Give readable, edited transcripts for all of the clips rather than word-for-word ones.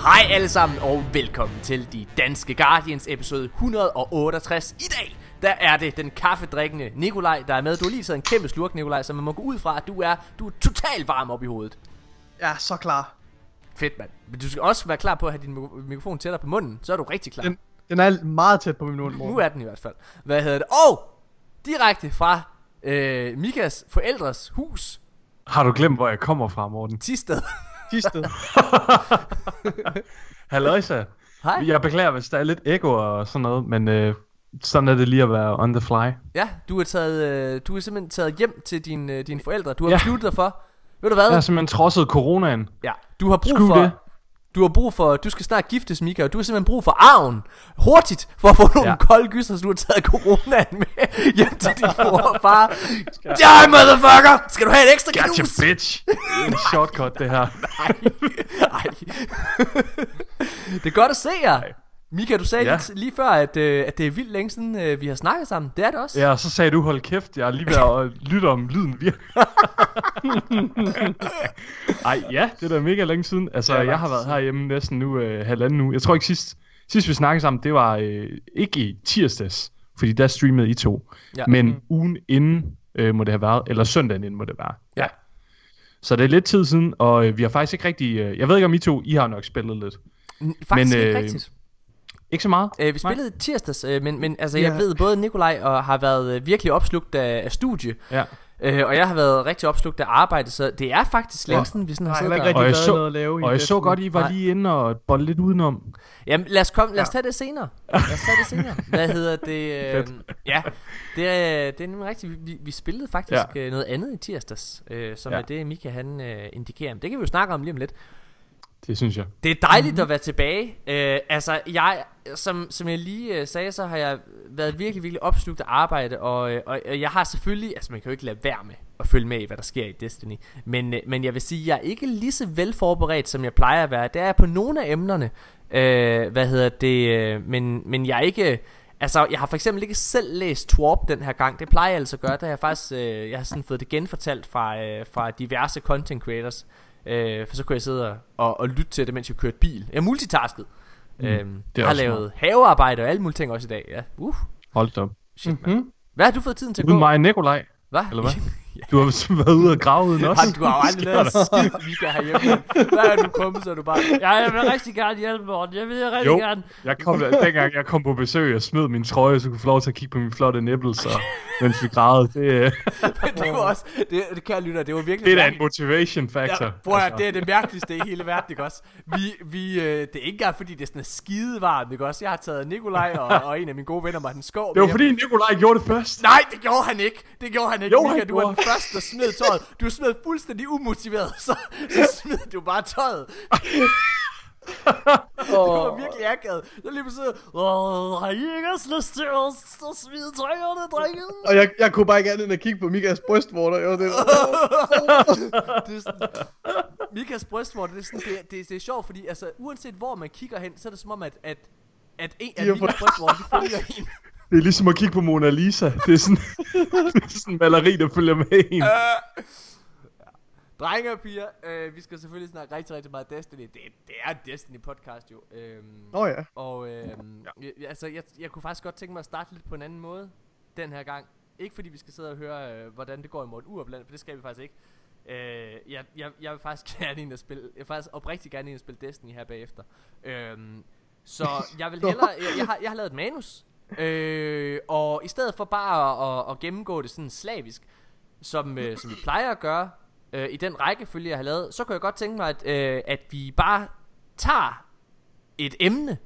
Hej alle sammen og velkommen til De Danske Guardians episode 168. I dag, der er det den kaffedrikkende Nikolaj, der er med. Du har lige taget en kæmpe slurk, Nikolaj, så man må gå ud fra, at du er totalt varm op i hovedet. Ja, så klar. Fedt, mand. Men du skal også være klar på at have din mikrofon tættere på munden, så er du rigtig klar. Den er meget tæt på min mund. Nu er den i hvert fald. Hvad hedder det? Og direkte fra Mikas forældres hus. Har du glemt, hvor jeg kommer fra, Morten? Thisted. Halløjsa. Hej. Jeg beklager, hvis der er lidt ekko og sådan noget, men sådan er det lige at være on the fly. Ja, du er simpelthen taget hjem til dine forældre. Du har besluttet dig for, ved du hvad? Jeg har simpelthen trodset coronaen. Ja, du har brug for, du skal snart giftes, Mika, og du har simpelthen brug for arven hurtigt for at få nogle kolde gysser, så du har taget coronaen med hjem til din mor og far. Die, motherfucker! Skal du have et ekstra knus? Gotcha, bitch! En shortcut, det her. Nej. Det er godt at se jer. Mika, du sagde lige før, at det er vildt længe siden, vi har snakket sammen. Det er det også. Ja, og så sagde du, hold kæft, jeg er lige ved at lytte om lyden virker. Ej, ja, det er da mega længe siden. Altså, jeg har været herhjemme næsten nu halvanden uge. Jeg tror ikke sidst vi snakkede sammen, det var ikke i tirsdags, fordi der streamede I to. Ja. Men ugen inden må det have været, eller søndagen inden må det være. Ja. Så det er lidt tid siden, og vi har faktisk ikke rigtig... jeg ved ikke om I har nok spillet lidt. Faktisk ikke rigtigt. Ikke så meget? Vi spillede tirsdags, men altså jeg ved både Nikolaj og har været virkelig opslugt af studie. Ja. Og jeg har været rigtig opslugt af arbejde, så det er faktisk længe siden vi sådan har siddet der. Og jeg så godt I var lige inde og bolle lidt udenom. Jamen lad os tage det senere. Hvad hedder det? Ja, det er nemlig rigtigt. Vi spillede faktisk noget andet i tirsdags, som er det Mika han indikerer. Det kan vi jo snakke om lige om lidt. Det synes jeg. Det er dejligt at være tilbage. Altså jeg, som jeg lige sagde, så har jeg været virkelig, virkelig opslugt af arbejde, og jeg har selvfølgelig, altså man kan jo ikke lade være med at følge med i, hvad der sker i Destiny, men jeg vil sige, jeg er ikke lige så velforberedt, som jeg plejer at være. Det er på nogle af emnerne, men jeg er ikke... Altså, jeg har for eksempel ikke selv læst TWARP den her gang. Det plejer jeg altså at gøre. Der har jeg faktisk, jeg har sådan fået det genfortalt fra diverse content creators. For så kunne jeg sidde og lytte til det, mens jeg kørte bil. Jeg er multitasket. Jeg har lavet havearbejde og alle mulige ting også i dag. Ja. Hold da op. Shit, man. Hvad har du fået tiden til at gå? Uden mig og Nikolaj. Hvad? Eller hvad? Du har været ude og grave uden også. Du har jo aldrig lavet skidt, Mika herhjemme. Hvad er du kommet, så du bare... Ja, jeg vil rigtig gerne hjælpe, Morten. Jeg vil rigtig gerne. Dengang jeg kom på besøg og smed min trøje, så kunne få lov til at kigge på mine flotte nipples, mens vi gravede. Det var også... Det kan jeg lytte, det var virkelig... Det er da en motivation factor. Ja, det er det mærkeligste i hele verden, ikke også? Det er ikke engang, fordi det er sådan en skidevarmt, ikke også? Jeg har taget Nikolaj og en af mine gode venner, Martin Skov. Det var fordi Nikolaj gjorde det først. Nej, det gjorde han ikke. Jo, Mika, du var den første, der smed tøjet. Du smed fuldstændig umotiveret, så smed du bare tøjet. Det var virkelig akavet. Så lige pludselig, har I ikke også lyst til at smide tøjerne, drenge? Og jeg kunne bare ikke andet end at kigge på Mikas brystvorter. Det er sådan, Mikas brystvorter, det er sjovt, fordi altså, uanset hvor man kigger hen, så er det som om, at en af Mikas brystvorter, de følger en. Det er ligesom at kigge på Mona Lisa. Det er sådan en maleri, der følger med en. Drenge og piger, vi skal selvfølgelig snakke rigtig, rigtig meget Destiny. Det er Destiny podcast jo. Ja. Og altså, jeg kunne faktisk godt tænke mig at starte lidt på en anden måde den her gang. Ikke fordi vi skal sidde og høre, hvordan det går i Morten Uopland, for det skal vi faktisk ikke. Jeg vil faktisk gerne ind og spille. Jeg vil faktisk oprigtigt gerne ind og spille Destiny her bagefter. Så jeg vil hellere. Jeg har lavet et manus. Og i stedet for bare at gennemgå det sådan slavisk, som vi plejer at gøre, i den rækkefølge jeg har lavet, så kunne jeg godt tænke mig at vi bare tager et emne,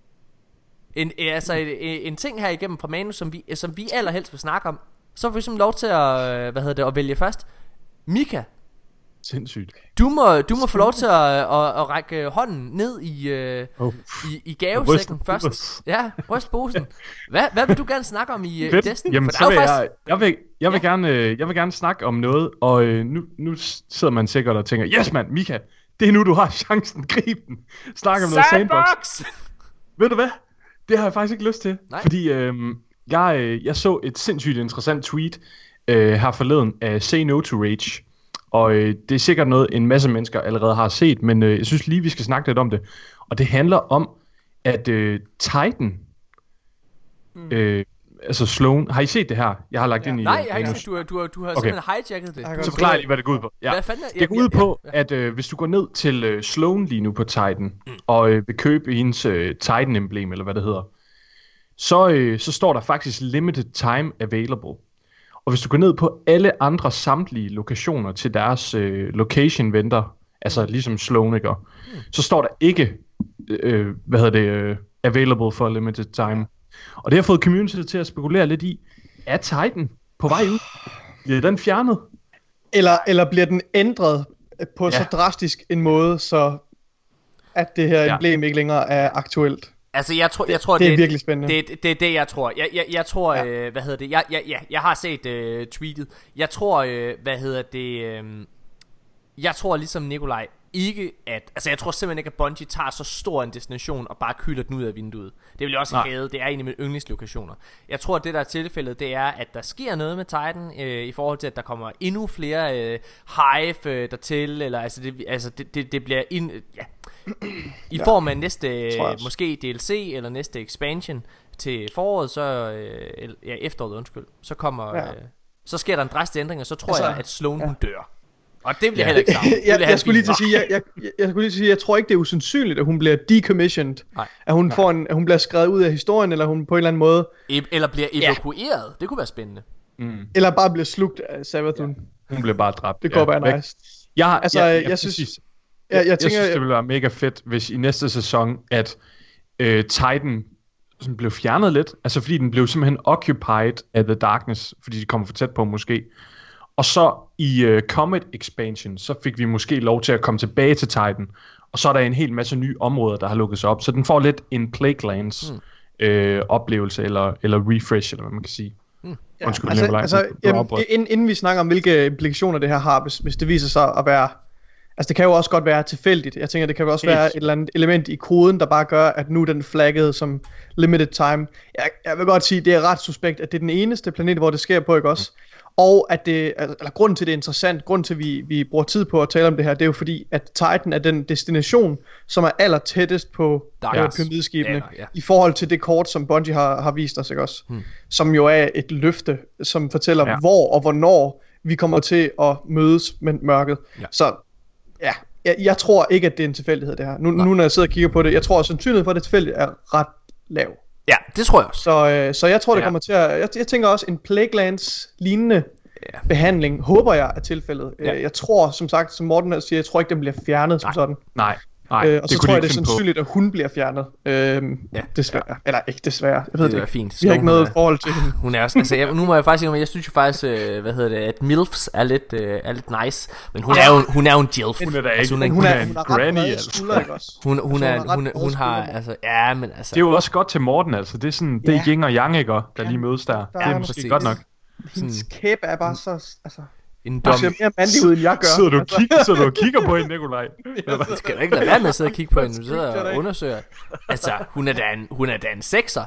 en ting her igennem fra manus, som vi allerhelst vil snakke om. Så får vi simpelthen lov til at vælge først. Mika, sindssygt. Du må få lov til at række hånden ned i gavesækken først. Ja, brystposen. Hvad vil du gerne snakke om i Destiny? Jamen, så jeg vil gerne snakke om noget, og nu sidder man sikkert og tænker, yes mand, Mika, det er nu du har chancen, grib den. Snak om noget sandbox. Ved du hvad? Det har jeg faktisk ikke lyst til. Nej. Fordi jeg så et sindssygt interessant tweet her forleden af Say No to Rage. og det er sikkert noget, en masse mennesker allerede har set, men jeg synes lige, vi skal snakke lidt om det. Og det handler om, at Titan, altså Sloane, har I set det her? Jeg har lagt ind i... Nej, jeg har ikke set, du har simpelthen hijacket det. Så forklarer jeg lige, hvad det går ud på. Ja. Hvad fanden det går ud på, at hvis du går ned til Sloane lige nu på Titan, og vil købe hendes Titan-emblem, eller hvad det hedder, så står der faktisk limited time available. Og hvis du går ned på alle andre samtlige lokationer til deres location venter, altså ligesom Sloane gør, så står der ikke, available for limited time. Og det har fået community til at spekulere lidt i, er Titan på vej ud? Bliver den fjernet? Eller bliver den ændret på så drastisk en måde, så at det her emblem ikke længere er aktuelt? Altså jeg tror det er virkelig spændende. Det er det jeg tror. Jeg tror jeg har set tweetet. Jeg tror jeg tror ligesom Nikolaj ikke at, altså jeg tror simpelthen ikke at Bungie tager så stor en destination og bare kylder den ud af vinduet. Det vil jeg også have. Det er en af mine yndlingslokationer. Jeg tror at det der er tilfældet, det er at der sker noget med Titan i forhold til at der kommer endnu flere hive dertil, eller det bliver i form af næste måske DLC eller næste expansion til foråret, så efteråret, undskyld. Så kommer så sker der en drastisk ændring, og så tror jeg at Sloane hun dør. Og det bliver heller ikke sammen. Jeg skulle lige til at sige, jeg tror ikke det er usandsynligt at hun bliver decommissioned. At hun at hun bliver skrevet ud af historien, eller hun på en eller anden måde eller bliver evakueret. Det kunne være spændende. Eller bare bliver slugt af Savathun. Hun bliver bare dræbt. Det går bare nice. Jeg synes det ville være mega fedt, hvis i næste sæson at Titan blev fjernet lidt, altså fordi den blev simpelthen occupied af The Darkness, fordi de kom for tæt på måske. Og så i Comet Expansion, så fik vi måske lov til at komme tilbage til Titan. Og så er der en hel masse nye områder, der har lukket sig op. Så den får lidt en Plaguelands oplevelse, eller refresh, eller hvad man kan sige. Inden vi snakker om, hvilke implikationer det her har, hvis det viser sig at være... Altså det kan jo også godt være tilfældigt. Jeg tænker, det kan jo også være et eller andet element i koden, der bare gør, at nu er den flagget som limited time. Jeg vil godt sige, det er ret suspekt, at det er den eneste planet, hvor det sker på, ikke også? Og at det, eller grunden til det er interessant, grunden til at vi bruger tid på at tale om det her, det er jo fordi, at Titan er den destination, som er aller tættest på pyramideskibene, i forhold til det kort, som Bungie har vist os, ikke også? Som jo er et løfte, som fortæller, hvor og hvornår vi kommer til at mødes med mørket. Så jeg tror ikke, at det er en tilfældighed, det her. Nu når jeg sidder og kigger på det, jeg tror at sandsynligheden for, at det er tilfældigt, er ret lav. Ja, det tror jeg også. Så jeg tror, det kommer til at... Jeg tænker også, en Plaguelands lignende behandling, håber jeg er tilfældet. Jeg tror, som sagt, som Morten siger, jeg tror ikke, den bliver fjernet som sådan. Nej. Og så tror jeg, det er sandsynligt, at hun bliver fjernet. Desværre. Eller ikke desværre. Jeg ved det er fint. Vi har ikke noget forhold til hende. Hun er også... Altså, nu må jeg faktisk sige, jeg synes jo faktisk, at MILFs er lidt nice. Men hun er jo en jilf. Hun er da ikke. Hun er en granny, altså. Hun har... Altså, ja, men altså... Det er jo også godt til Morten, altså. Det er sådan, det er yin og yang, ikke? Der lige mødes der. Det er måske godt nok. Hendes kæbe er bare så... Altså... En dom. ser mere mandig ud, end jeg gør. Sidder du og kigger på hende, Nikolaj? Det skal du ikke lade være med at sidde og kigge på hende. Du sidder og undersøger. Altså, hun er da en 6'er.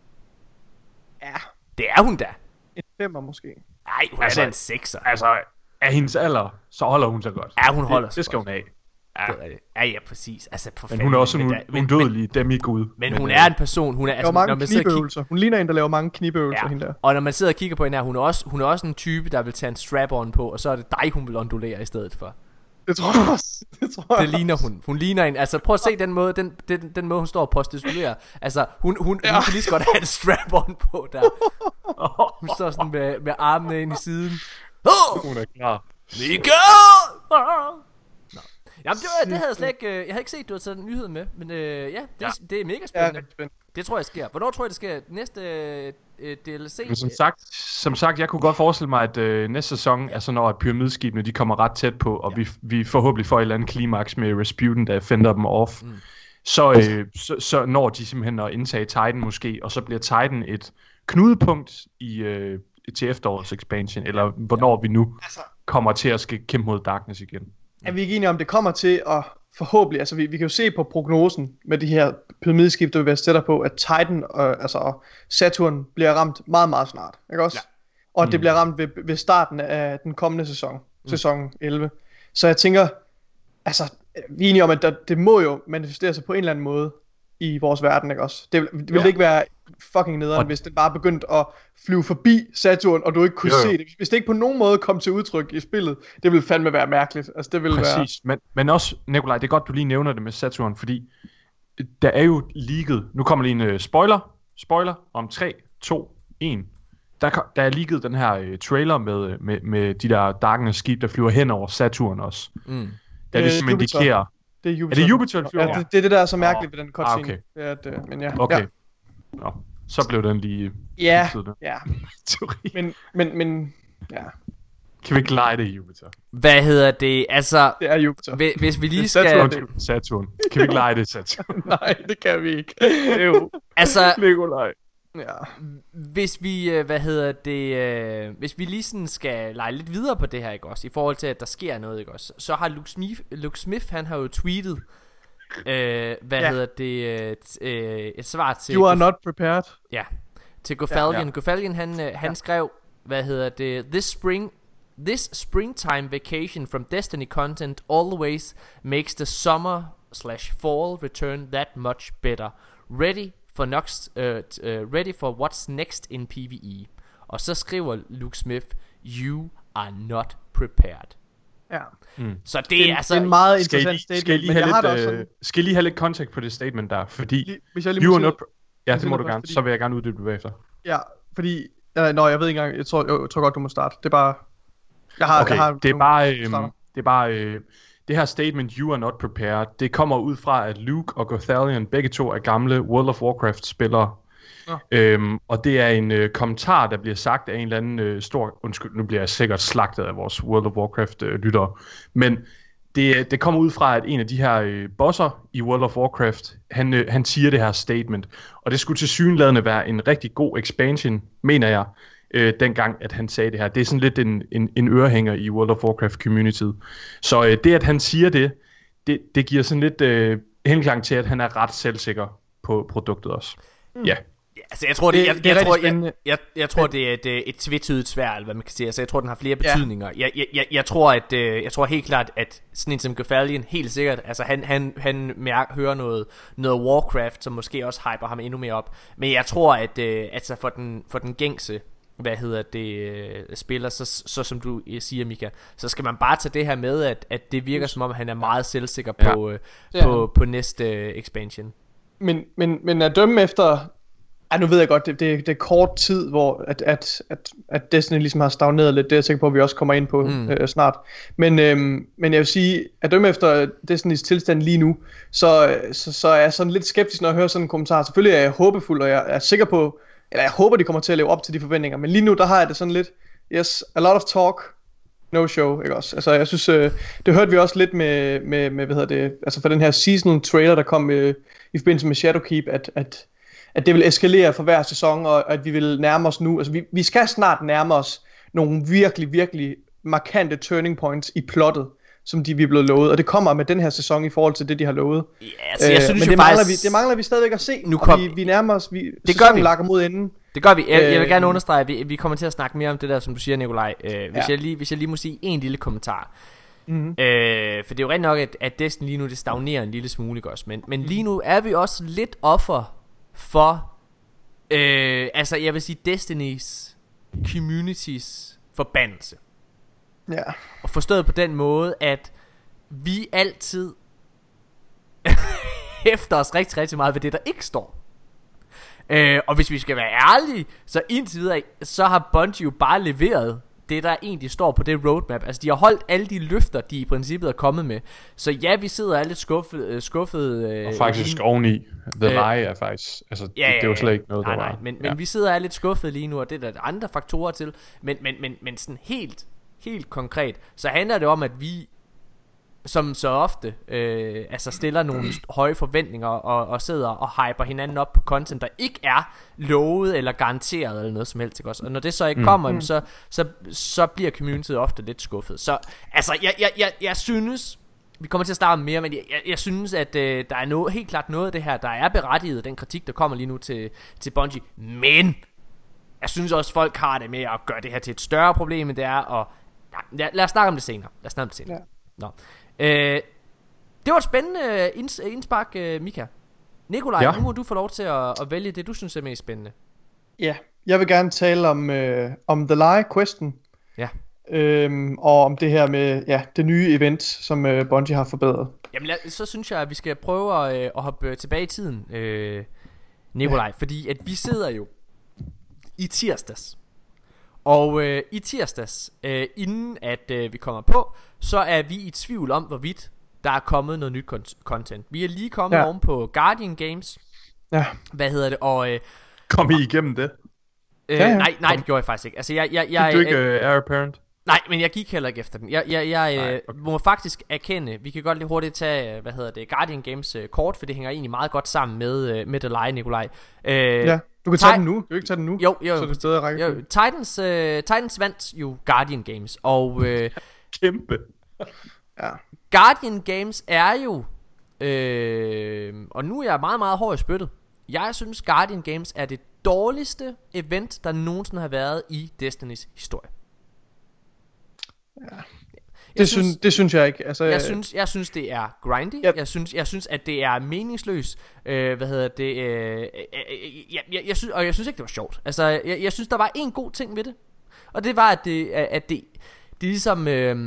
Ja. Det er hun da. En 5'er måske. Nej, hun er da en 6'er. Altså, af hendes alder, så holder hun sig godt. Ja, hun holder sig det skal hun have. Ja, præcis. Altså, men hun er også en udødelig demigud. Men hun er en person, hun er altså, mange knibøvelser. Hun ligner en, der laver mange knibøvelser, hende der. Og når man sidder og kigger på hende her, hun er også en type, der vil tage en strap-on på, og så er det dig, hun vil ondulere i stedet for. Det tror jeg også. Det ligner hun. Hun ligner en. Altså prøv at se den måde, den måde hun står og postulerer. Altså hun kan lige så godt have et strap-on på der. Hun står sådan med armene ind i siden. Hun er klar. Mika! Jamen det havde jeg slet ikke. Jeg havde ikke set, du havde taget nyheden med. Men det er mega spændende. Det tror jeg sker. Hvornår tror jeg det sker? Næste DLC? Men som sagt, jeg kunne godt forestille mig, at næste sæson er så når at pyramideskibene de kommer ret tæt på, og vi forhåbentlig får et eller andet klimaks med Rasputin, der fender dem off. Så når de simpelthen at indtage Titan måske, og så bliver Titan et knudepunkt til efterårets expansion, eller hvornår vi nu kommer til at skal kæmpe mod Darkness igen. Er vi ikke enige om, det kommer til at forhåbentlig, altså vi kan jo se på prognosen med de her pyramideskib, der vil være tættere på, at Titan og Saturn bliver ramt meget, meget snart, ikke også? Ja. Og at det bliver ramt ved starten af den kommende sæson. sæson 11. Så jeg tænker, altså, vi er enige om, at det må jo manifestere sig på en eller anden måde i vores verden, ikke også? Det ville ikke være fucking nederen, hvis det bare begyndte at flyve forbi Saturn, og du ikke kunne se det. Hvis det ikke på nogen måde kom til udtryk i spillet, det ville fandme være mærkeligt. Altså, det ville præcis, være... men også, Nikolaj, det er godt, du lige nævner det med Saturn, fordi der er jo leaget, nu kommer lige en spoiler, om 3, 2, 1. Der er leaget den her trailer med de der Darkness-skib, der flyver hen over Saturn også. Der ligesom indikerer... Det er Jupiter. Er det Jupiter, der flyver over? Ja, det er det, der er så mærkeligt ved den cutscene. Okay. Det er, men ja. Okay. Ja. Nå, så blev den lige... Ja. Teori. Men ja. Kan vi ikke lege det i Jupiter? Hvad hedder det? Altså, det er Jupiter. Hvis vi lige skal... Saturn. Kan vi ikke lege det i Saturn? Nej, det kan vi ikke. Jo. Altså, Nikolaj. Ja. Hvis vi, hvis vi lige sådan skal lege lidt videre på det her, ikke også? I forhold til, at der sker noget, ikke også? Så har Luke Smith, han har jo tweetet, et svar til... You are not prepared. Ja, til Gofallion. Ja. Gofallion, han skrev, This springtime vacation from Destiny content always makes the summer/fall return that much better. Ready for what's next in PvE. Og så skriver Luke Smith, you are not prepared. Ja. Så det er altså en meget interessant statement. Skal I lige have lidt kontekst på det statement der, fordi hvis jeg lige you are not ja, det må du gerne, så vil jeg gerne uddybe det bagefter. Ja, fordi jeg ved ikke engang, jeg tror godt du må starte. Det er bare det er bare det her statement, you are not prepared, det kommer ud fra, at Luke og Gothalion begge to er gamle World of Warcraft spillere. Og det er en kommentar, der bliver sagt af en eller anden stor, undskyld, nu bliver jeg sikkert slagtet af vores World of Warcraft lyttere, men det kommer ud fra, at en af de her bosser i World of Warcraft, han siger det her statement, og det skulle tilsyneladende være en rigtig god expansion, mener jeg, dengang at han sagde det her. Det er sådan lidt en ørehænger i World of Warcraft community. Så det at han siger det giver sådan lidt henklang til, at han er ret selvsikker på produktet også. Ja. Altså jeg tror det er et tvetydigt sværd, eller hvad man kan sige. Altså jeg tror den har flere betydninger. Jeg tror helt klart at sådan en som Gofallion helt sikkert, altså han hører noget Warcraft, som måske også hyper ham endnu mere op. Men jeg tror at altså for den gængse spiller, så som du siger, Mika, så skal man bare tage det her med, at det virker som om han er meget selvsikker på næste expansion. Men at dømme efter, nu ved jeg godt, det er kort tid, hvor at Destiny ligesom har stagneret lidt. Det er jeg sikker på, at vi også kommer ind på snart. Men jeg vil sige, at dømme efter Destinys tilstand lige nu, så er jeg sådan lidt skeptisk, når jeg hører sådan en kommentar. Selvfølgelig er jeg håbefuld, og jeg er sikker på, eller jeg håber, de kommer til at leve op til de forventninger. Men lige nu, der har jeg det sådan lidt, yes, a lot of talk, no show, ikke også? Altså, jeg synes, det hørte vi også lidt med hvad hedder det, altså for den her seasonal trailer, der kom i forbindelse med Shadowkeep, at det vil eskalere for hver sæson, og at vi vil nærme os nu. Altså, vi skal snart nærme os nogle virkelig, virkelig markante turning points i plottet, som vi er blevet lovet, og det kommer med den her sæson i forhold til det, de har lovet. Ja, altså, jeg synes men det mangler vi stadigvæk at se. Vi nærmer os, sæsonen lakker mod enden. Det gør vi. Jeg vil gerne understrege, at vi kommer til at snakke mere om det der, som du siger, Nikolaj. Hvis jeg lige må sige en lille kommentar. For det er jo rent nok, at Destiny lige nu, det stagnerer en lille smule, ikke også? Men lige nu er vi også lidt offer for, altså jeg vil sige, Destinys communities forbandelse. Ja. Og forstået på den måde, at vi altid hæfter os rigtig, rigtig meget ved det, der ikke står. Og hvis vi skal være ærlige, så indtil videre, så har Bungie jo bare leveret det, der egentlig står på det roadmap. Altså de har holdt alle de løfter, de i princippet er kommet med. Så ja, vi sidder og er lidt skuffet og faktisk oveni. The lie er faktisk, altså det er jo slet ikke noget, der var. Men vi sidder og er lidt skuffet lige nu, og det er der andre faktorer til. Men sådan helt konkret, så handler det om, at vi som så ofte altså stiller nogle høje forventninger og sidder og hyper hinanden op på content, der ikke er lovet eller garanteret eller noget som helst, ikke også? Og når det så ikke kommer, så bliver communityet ofte lidt skuffet. Så altså jeg synes, vi kommer til at starte mere, men jeg synes at der er helt klart noget af det her, der er berettiget, den kritik der kommer lige nu til Bungie, men jeg synes også folk har det med at gøre det her til et større problem, end det er, og Ja, lad os snakke om det senere. Ja. Nå. Det var et spændende indspark, Mika. Nikolaj, nu må du få lov til at vælge det, du synes er mest spændende. Ja, jeg vil gerne tale om The Lie Question. Ja. Og om det her med det nye event, som Bungie har forbedret. Jamen så synes jeg, at vi skal prøve at hoppe tilbage i tiden, Nikolaj. Fordi at vi sidder jo i tirsdags. Og i tirsdags, inden at vi kommer på, så er vi i tvivl om, hvorvidt der er kommet noget nyt content. Vi er lige kommet oven på Guardian Games. Ja. Hvad hedder det? Og kom I igennem det? Nej, det gjorde jeg faktisk ikke. Altså jeg du ikke Heir Apparent? Nej, men jeg gik heller ikke efter den. Jeg må faktisk erkende, vi kan godt lige hurtigt tage, Guardian Games kort, for det hænger egentlig meget godt sammen med The Lie, Nikolaj. Du kan tage den nu. Du kan ikke tage den nu. Jo. Så det stadig rækker. Titans vandt jo Guardian Games, og kæmpe. Ja. Guardian Games er jo og nu er jeg meget, meget hård i spyttet. Jeg synes Guardian Games er det dårligste event, der nogensinde har været i Destinys historie. Ja. Det synes jeg ikke. Altså, jeg synes det er grindy. Jeg synes at det er meningsløst. Jeg synes ikke det var sjovt. Altså jeg synes der var en god ting ved det. Og det var at det ligesom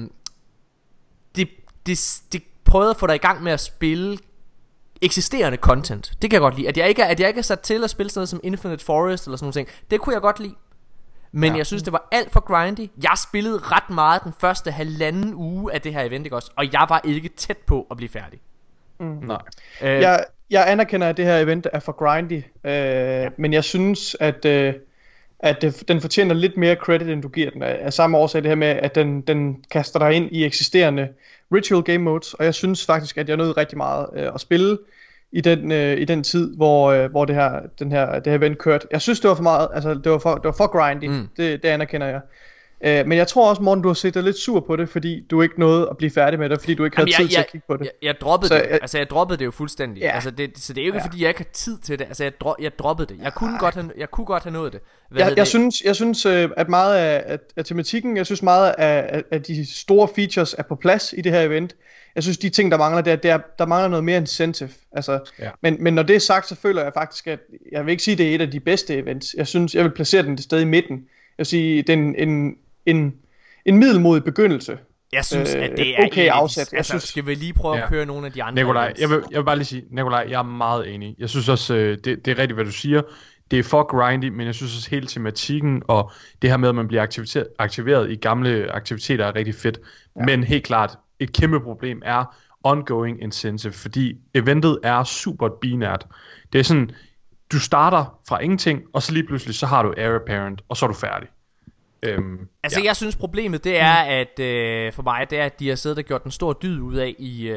det prøvede at få dig i gang med at spille eksisterende content. Det kan jeg godt lide. At jeg ikke er sat til at spille sådan noget som Infinite Forest eller sådan noget ting. Det kunne jeg godt lide. Men jeg synes det var alt for grindy. Jeg spillede ret meget den første halvanden uge af det her event, ikke også? Og jeg var ikke tæt på at blive færdig. Nej. Jeg anerkender at det her event er for grindy, men jeg synes at den fortjener lidt mere credit end du giver den. Af samme årsag det her med at den kaster dig ind i eksisterende ritual game modes. Og jeg synes faktisk at jeg nåede rigtig meget at spille i den tid hvor det her event kørte. Jeg synes det var for meget, altså det var for grindy. Det anerkender jeg. Men jeg tror også, Morten, du har set dig lidt sur på det, fordi du ikke nåede at blive færdig med det, fordi du ikke havde tid til at kigge på det. Jeg droppede det. Altså jeg droppede det jo fuldstændig. Ja. Altså så det er jo ikke fordi jeg ikke har tid til det. Altså jeg droppede det. Jeg kunne godt have nået det. Jeg synes at meget af tematikken, jeg synes meget af de store features er på plads i det her event. Jeg synes de ting der mangler der mangler noget mere incentive. Altså, men når det er sagt, så føler jeg faktisk at jeg vil ikke sige det er et af de bedste events. Jeg synes jeg vil placere den et sted i midten. Jeg vil sige den en middelmodig begyndelse. Jeg synes at det er okay afsat. Jeg synes skal vi lige prøve at køre nogle af de andre. Nikolaj, jeg vil bare lige sige, Nikolaj, jeg er meget enig. Jeg synes også det er rigtigt hvad du siger. Det er for grindy, men jeg synes også hele tematikken og det her med at man bliver aktiveret i gamle aktiviteter er rigtig fedt. Men helt klart et kæmpe problem er ongoing incentive, fordi eventet er super binært. Det er sådan du starter fra ingenting, og så lige pludselig så har du Heir Apparent, og så er du færdig. Jeg synes problemet det er at for mig det er at de har siddet og gjort en stor dyd ud af i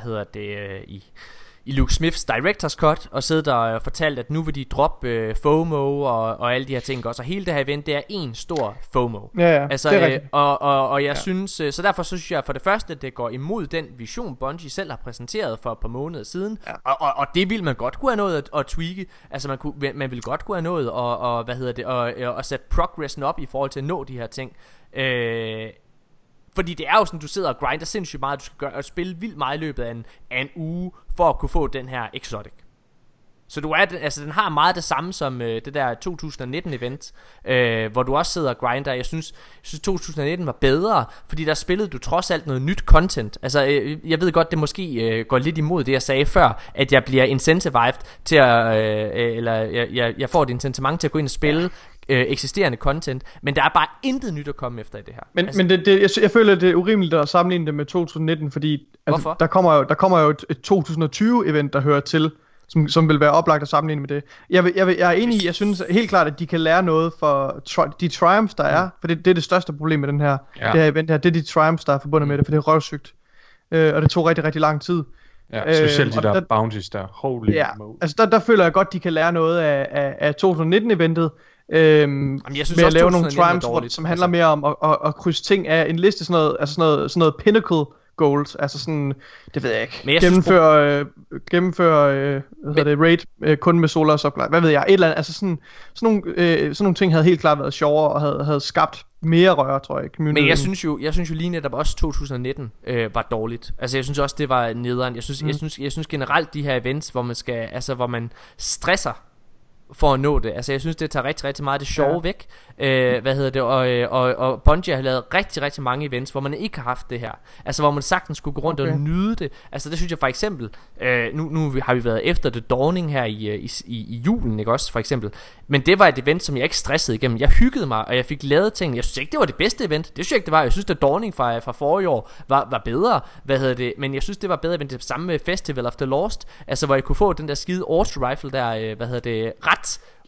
i Luke Smiths Director's Cut og siddet og fortalt at nu vil de droppe FOMO og alle de her ting også. Og hele det her event det er en stor FOMO. Altså og jeg synes så derfor synes jeg for det første at det går imod den vision Bungie selv har præsenteret for et par måneder siden. Og det vil man godt kunne have nået at tweake. Altså man vil godt kunne have nået og sætte progressen op i forhold til at nå de her ting. Fordi det er jo sådan du sidder og grinder sindssygt meget. Du skal gøre at spille vildt meget i løbet af en uge for at kunne få den her exotic. Så den har meget det samme som det der 2019 event, hvor du også sidder og grinder. Jeg synes 2019 var bedre, fordi der spillede du trods alt noget nyt content. Altså jeg ved godt det måske går lidt imod det jeg sagde før, at jeg bliver incentivized til at jeg får et incitament til at gå ind og spille eksisterende content, men der er bare intet nyt at komme efter i det her. Men jeg føler det er urimeligt at sammenligne det med 2019, fordi altså, der kommer jo et 2020 event der hører til, som vil være oplagt at sammenligne med det. Jeg er enig i, jeg synes helt klart at de kan lære noget for de triumphs der er, for det er det største problem med det her event her, det er de triumphs der er forbundet med det, for det er røvsygt, og det tog rigtig rigtig lang tid. Ja, specielt de der bounties der. Holy moly. Altså der føler jeg godt de kan lære noget af 2019 eventet. Med at lave nogle triumphs som handler mere om at krydse ting af en liste, sådan noget pinnacle goals, altså sådan, det ved jeg ikke, Men jeg gennemføre raid kun med solar supply, hvad ved jeg, et eller andet, altså sådan nogle ting havde helt klart været sjovere, og havde skabt mere røre, tror jeg. Men jeg synes jo lige netop også 2019 var dårligt. Altså jeg synes også det var nederen. Jeg synes generelt de her events, hvor man skal, altså hvor man stresser for at nå det. Altså jeg synes det tager rigtig, rigtig meget det sjove væk. Og Bungie har lavet rigtig, rigtig mange events, hvor man ikke har haft det her. Altså hvor man sagtens skulle gå rundt og nyde det. Altså det synes jeg for eksempel, nu har vi været efter The Dawning her i julen, ikke også for eksempel. Men det var et event, som jeg ikke stressede igennem. Jeg hyggede mig, og jeg fik lavet ting. Jeg synes ikke det var det bedste event. Det synes jeg ikke det var. Jeg synes The Dawning fra forrige år var bedre. Men jeg synes det var bedre event. Det samme med Festival of the Lost. Altså hvor jeg kunne få den der skide auto rifle der, ret.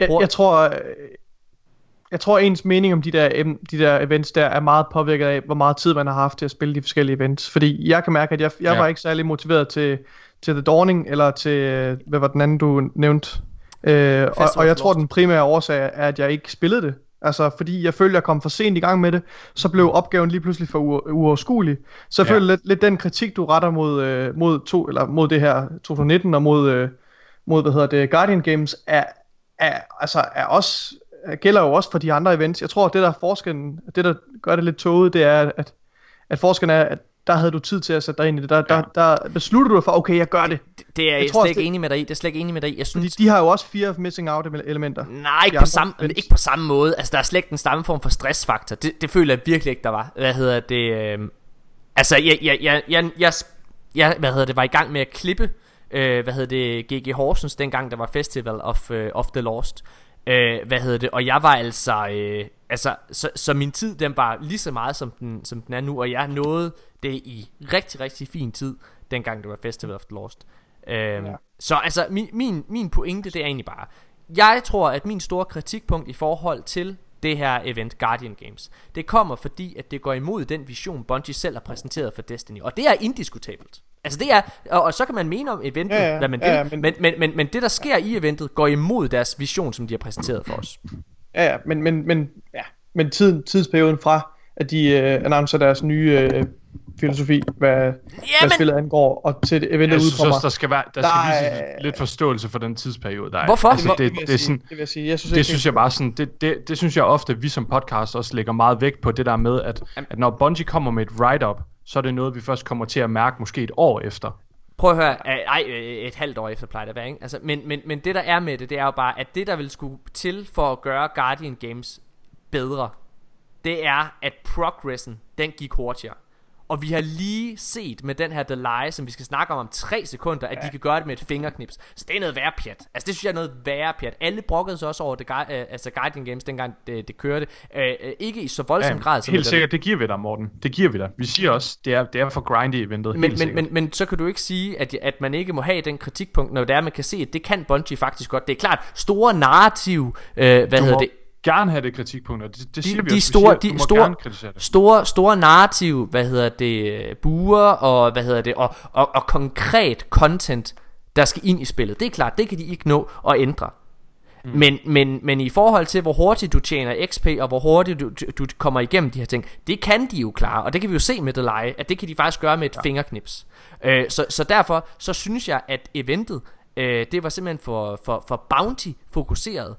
Jeg tror ens mening om de der events der er meget påvirket af hvor meget tid man har haft til at spille de forskellige events. Fordi jeg kan mærke at jeg var ikke særlig motiveret til The Dawning eller til hvad var den anden du nævnte. Og jeg tror den primære årsag er at jeg ikke spillede det. Altså fordi jeg følte jeg kom for sent i gang med det, så blev opgaven lige pludselig for uoverskuelig. Så jeg føler lidt den kritik du retter mod det her 2019 og mod Guardian Games er også gælder jo også for de andre events. Jeg tror, det der forskellen, det der gør det lidt tåget, det er, at forskellen er, at der havde du tid til at sætte dig ind i det. Der beslutter du dig for, okay, jeg gør det. Det er jeg slet ikke enig med dig i. Det er slet ikke enig med dig i. Jeg synes, de har jo også 4 missing out elementer. Nej, ikke på samme måde. Altså, der er slet ikke den samme form for stressfaktor. Det føler jeg virkelig ikke, der var. Altså, jeg var i gang med at klippe GG Horsens dengang der var Festival of the Lost. Og jeg var så min tid den var lige så meget som den er nu, og jeg nåede det i rigtig rigtig fin tid dengang der var Festival of the Lost. Så altså min pointe det er egentlig bare, jeg tror at min store kritikpunkt i forhold til det her event Guardian Games, det kommer fordi at det går imod den vision Bungie selv har præsenteret for Destiny, og det er indiskutabelt. Altså det er, og så kan man mene om eventet, hvad man vil, men det der sker i eventet går imod deres vision, som de har præsenteret for os. Men tidsperioden fra at de annoncerer deres nye filosofi, hvad spillet angår, og til eventet udkommer. Jeg synes også, der skal vises lidt forståelse for den tidsperiode, der er. Hvorfor? Altså, det synes jeg bare sådan, det synes jeg ofte, at vi som podcast også lægger meget vægt på det der med, at når Bungie kommer med et write-up, så er det noget, vi først kommer til at mærke måske et år efter. Prøv at høre, et halvt år efter plejer det at være, ikke? Altså, men det der er med det er jo bare, at det der vil skulle til for at gøre Guardian Games bedre, det er, at progressen, den gik hurtigere. Og vi har lige set med den her The Lie, som vi skal snakke om 3 sekunder, at de kan gøre det med et fingerknips. Så det er noget værre pjat. Altså det synes jeg er noget værre pjat. Alle brokkede sig også over Guardian Games, dengang det kørte. Ikke i så voldsom grad som helt sikkert, det giver vi dig, Morten. Det giver vi dig. Vi siger også, det er for grindy eventet. Men så kan du ikke sige, at man ikke må have den kritikpunkt, når det er, man kan se, at det kan Bungie faktisk godt. Det er klart, store narrativ, gerne have det kritikpunkt, og det siger vi også. Store narrativ, buer og konkret content, der skal ind i spillet. Det er klart, det kan de ikke nå at ændre. Men i forhold til hvor hurtigt du tjener XP, og hvor hurtigt du kommer igennem de her ting, det kan de jo klare, og det kan vi jo se med The Lie, at det kan de faktisk gøre med et fingerknips. Så derfor så synes jeg, at eventet det var simpelthen for bounty fokuseret,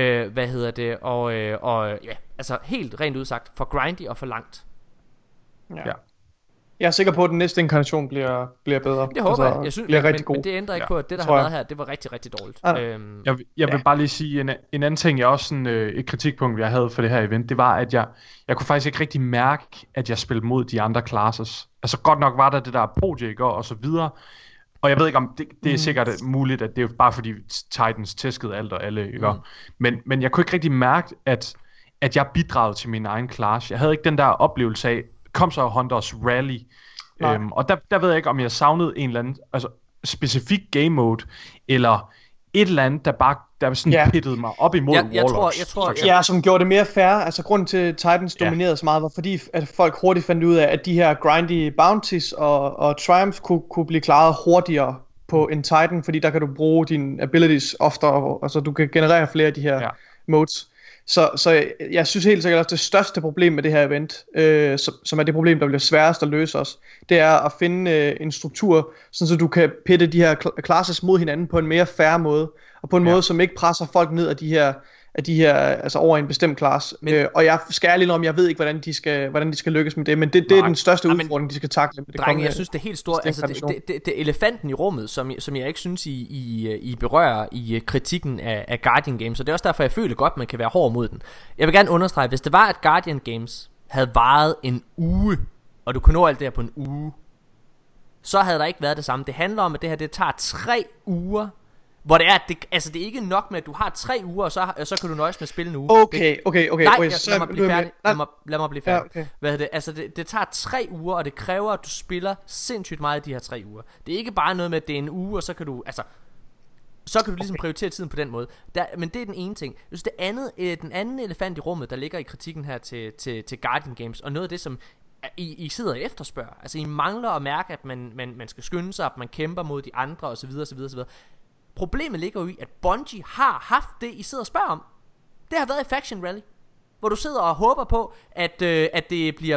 altså helt rent udsagt for grindy og for langt. Ja. Jeg er sikker på at den næste inkarnation bliver bedre. Det håber jeg. Jeg synes, bliver rigtig god. Men det ændrer ikke på at det der har været her, det var rigtig rigtig dårligt. Jeg vil bare lige sige en anden ting, jeg også sådan, et kritikpunkt jeg havde for det her event, det var at jeg kunne faktisk ikke rigtig mærke at jeg spillede mod de andre classes. Altså godt nok var der det der project og så videre. Og jeg ved ikke om det er sikkert muligt, at det er bare fordi Titans tæskede alt og alle, ikke? Men jeg kunne ikke rigtig mærke, at jeg bidragede til min egen class. Jeg havde ikke den der oplevelse af, kom så Hunters Rally. Og der ved jeg ikke, om jeg savnede en eller anden specifik game mode, eller et eller andet, der sådan pittede mig op imod Warlocks. Jeg tror, ja, som gjorde det mere fair. Altså grunden til at Titans dominerede så meget var fordi at folk hurtigt fandt ud af at de her grindy bounties og triumphs kunne blive klaret hurtigere på en Titan, fordi der kan du bruge dine abilities oftere, altså du kan generere flere af de her modes. Så jeg synes helt sikkert også, det største problem med det her event, som er det problem, der bliver sværest at løse os, det er at finde en struktur, sådan så du kan pitte de her classes mod hinanden på en mere fair måde, og på en måde, som ikke presser folk ned af de her altså over en bestemt klasse. Og jeg skal ærligt om, jeg ved ikke, hvordan de skal lykkes med det, men det er den største udfordring, de skal takle med det. Drenge, jeg synes det er helt stort, altså det elefanten i rummet, som jeg ikke synes I berører i kritikken af Guardian Games, og det er også derfor jeg føler godt, man kan være hård mod den. Jeg vil gerne understrege, hvis det var at Guardian Games havde varet en uge, og du kunne nå alt det her på en uge, så havde der ikke været det samme. Det handler om, at det her det tager 3 uger. Hvor det er, det er ikke nok med, at du har 3 uger, og så kan du nøjes med at spille en uge. Okay. Nej, lad mig blive færdig. Lad mig blive færdig. Okay. Hvad er det? Altså, det tager 3 uger, og det kræver, at du spiller sindssygt meget i de her 3 uger. Det er ikke bare noget med, at det er en uge, og så kan du, ligesom prioritere tiden på den måde. Men det er den ene ting. Jeg synes, den anden elefant i rummet, der ligger i kritikken her til Guardian Games, og noget af det, som I sidder og efterspørger. Altså, I mangler at mærke, at man skal skynde sig, at man kæmper mod de andre, osv. Problemet ligger jo i, at Bungie har haft det, I sidder og spørger om. Det har været i Faction Rally, hvor du sidder og håber på, at det bliver,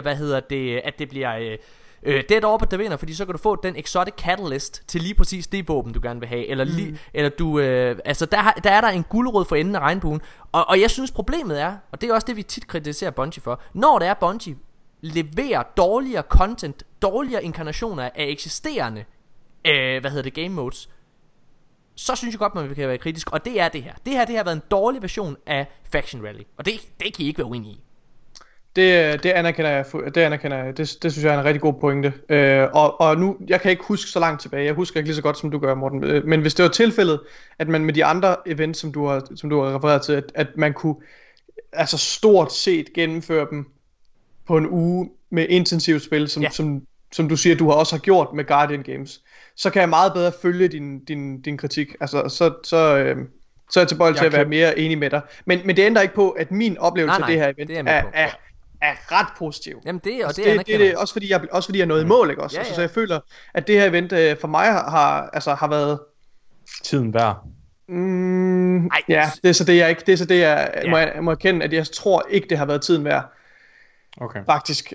Dead Orbit, der vinder, fordi så kan du få den exotic catalyst til lige præcis det våben, du gerne vil have. Eller du, der er der en gulerod for enden af regnbuen. Og jeg synes, problemet er, og det er også det, vi tit kritiserer Bungie for, når det er Bungie leverer dårligere content, dårligere inkarnationer af eksisterende, game modes, så synes jeg godt, man kan være kritisk. Og det er det her. Det har været en dårlig version af Faction Rally. Og det kan I ikke være uenige i. Det anerkender jeg. Det synes jeg er en rigtig god pointe. Og nu, jeg kan ikke huske så langt tilbage. Jeg husker ikke lige så godt, som du gør, Morten. Men hvis det var tilfældet, at man med de andre events, som du har refereret til, at man kunne altså stort set gennemføre dem på en uge med intensivt spil, som du siger, du også har gjort med Guardian Games, så kan jeg meget bedre følge din kritik. Altså, så er jeg tilbøjelig til at være mere enig med dig. Men det ændrer ikke på, at min oplevelse af det her event er ret positiv. Jamen det er også fordi jeg nåede i mål, ikke også? Så jeg føler, at det her event for mig har været tiden værd. Det er så det jeg ikke. Det er så det jeg må erkende, at jeg tror ikke det har været tiden værd. Okay. Faktisk.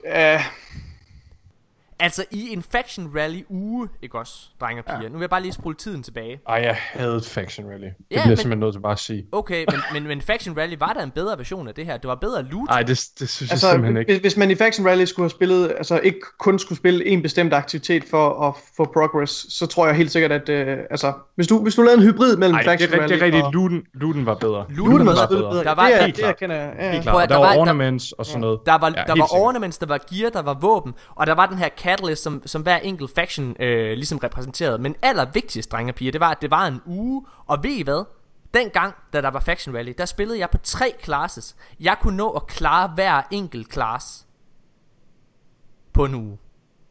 Altså i en Faction Rally uge, ikke også, drenge og piger. Nu vil jeg bare lige spole tiden tilbage. Jeg havde Faction Rally. Det bliver simpelthen nødt til bare at sige. Okay, men Faction Rally, var der en bedre version af det her? Det var bedre loot? Nej, det synes jeg simpelthen ikke. Hvis man i Faction Rally skulle have spillet, altså ikke kun skulle spille en bestemt aktivitet for at få progress, så tror jeg helt sikkert, at hvis du lavede en hybrid mellem Faction Rally det er rigtigt. Looten var bedre. Looten var bedre. Der var der var ornaments og sådan noget. Der var ornaments, der var gear, der var våben, og der var den her catalyst, som hver enkelt faction ligesom repræsenterede. Men allervigtigst, drenge og piger, det var, at det var en uge. Og ved I hvad? Dengang, da der var Faction Rally, der spillede jeg på 3 classes. Jeg kunne nå at klare hver enkelt class på en uge.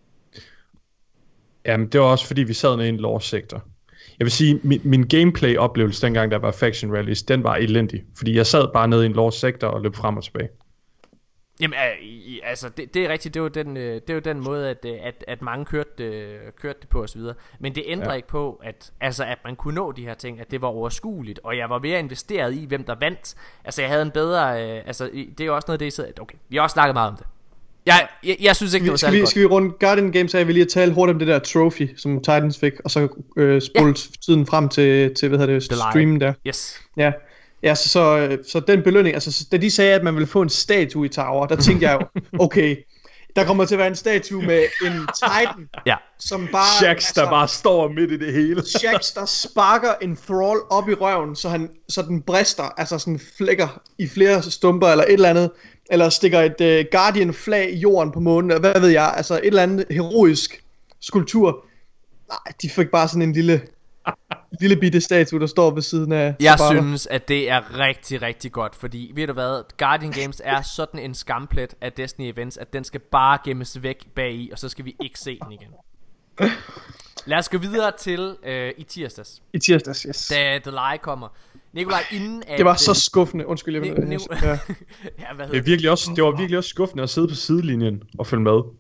Jamen, det var også fordi, vi sad nede i en lore-sektor. Jeg vil sige, min gameplay-oplevelse dengang, der var Faction Rallies, den var elendig. Fordi jeg sad bare nede i en lore-sektor og løb frem og tilbage. Jamen, altså, det er rigtigt. Det er jo den måde, at mange kørte det på osv. Men det ændrer ikke på, at man kunne nå de her ting, at det var overskueligt, og jeg var mere investeret i, hvem der vandt. Altså, jeg havde en bedre... det er jo også noget, det er... Okay, vi har også snakket meget om det. Jeg synes ikke, det var særlig godt. Skal vi runde Guardian Games af? Vi lige at tale hurtigt om det der trophy, som Titans fik, og så spole tiden frem til streamen der. Yes. Ja, så den belønning, altså da de sagde, at man ville få en statue i Tower, der tænkte jeg jo, okay, der kommer til at være en statue med en Titan, som bare... Shax, der bare står midt i det hele. Shax, der sparker en Thrall op i røven, så den brister, altså sådan flækker i flere stumper eller et eller andet, eller stikker et Guardian flag i jorden på månen, eller hvad ved jeg, altså et eller andet heroisk skulptur. Nej, de fik bare sådan en lille bitte statue, der står ved siden af. Jeg synes, at det er rigtig, rigtig godt, fordi ved du hvad, Guardian Games er sådan en skamplet af Destiny Events, at den skal bare gemmes væk bagi, og så skal vi ikke se den igen. Lad os gå videre til i tirsdags. I tirsdags, yes. Da The Lie kommer. Nikolaj, inden at... Det var så skuffende, undskyld. Det var virkelig også skuffende at sidde på sidelinjen og følge med.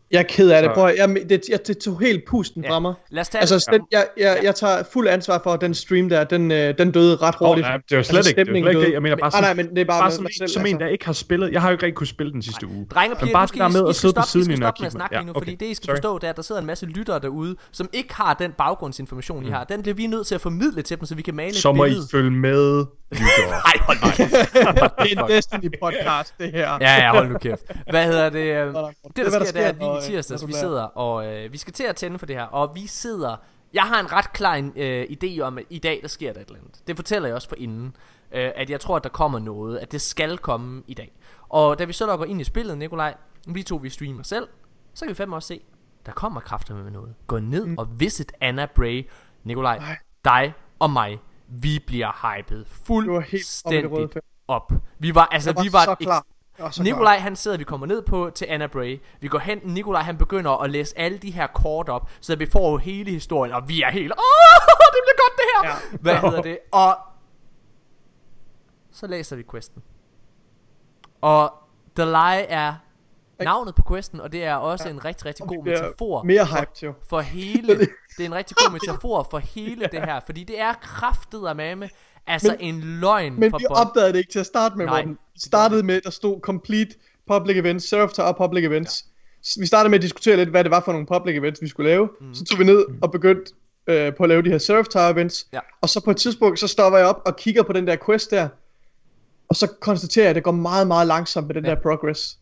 Jeg er ked af det. Prøv, det tog helt pusten fra mig. Lad os tage altså, jeg tager fuld ansvar for, at den stream der, den døde ret hurtigt. Det var slet ikke det. Jeg mener bare sådan, men det er bare sådan som en, der ikke har spillet. Jeg har jo ikke rigtig kunnet spille den sidste uge. Drenge og piger, bare der med at sidde på sidelinjen og kigge med. Nu, fordi det I skal forstå, det er, at der sidder en masse lyttere derude, som ikke har den baggrundsinformation, I har. Den bliver vi nødt til at formidle til dem, så vi kan male et billede. Så må I følge med. Nej, hold nu kæft. Det er en Destiny-podcast, det her. Ja, hold nu kæft. Hvad hedder det? Det der sker, det er, at vi i tirsdags, vi sidder, og vi skal til at tænde for det her, og vi sidder... Jeg har en ret klar idé om, at i dag, der sker der et eller andet. Det fortæller jeg også for inden, at jeg tror, at der kommer noget, at det skal komme i dag. Og da vi så logger ind i spillet, Nikolaj, vi streamer selv, så kan vi fandme også se, der kommer kræfter med noget. Gå ned og visit Anna Bray. Nikolaj, dig og mig, vi bliver hypet fuldstændig op. Vi var så klar. Nikolaj han sidder, vi kommer ned på til Anna Bray. Vi går hen, Nikolaj han begynder at læse alle de her kort op, så vi får hele historien, og vi er helt, det bliver godt det her. Ja. Hvad hedder det? Og så læser vi questen. Og The Lie er navnet på questen, og det er også en rigtig, rigtig god metafor mere hype for hele. Det er en rigtig god metafor for hele det her, fordi det er krafteddermame altså en løgn. Men vi opdagede det ikke til at starte med. Nej, vi startede med, der stod complete public events, Seraph Tower public events. Vi startede med at diskutere lidt, hvad det var for nogle public events, vi skulle lave. Så tog vi ned og begyndte på at lave de her Seraph Tower events. Og så på et tidspunkt, så stopper jeg op og kigger på den der quest der. Og så konstaterer jeg, at det går meget, meget langsomt med den der progress.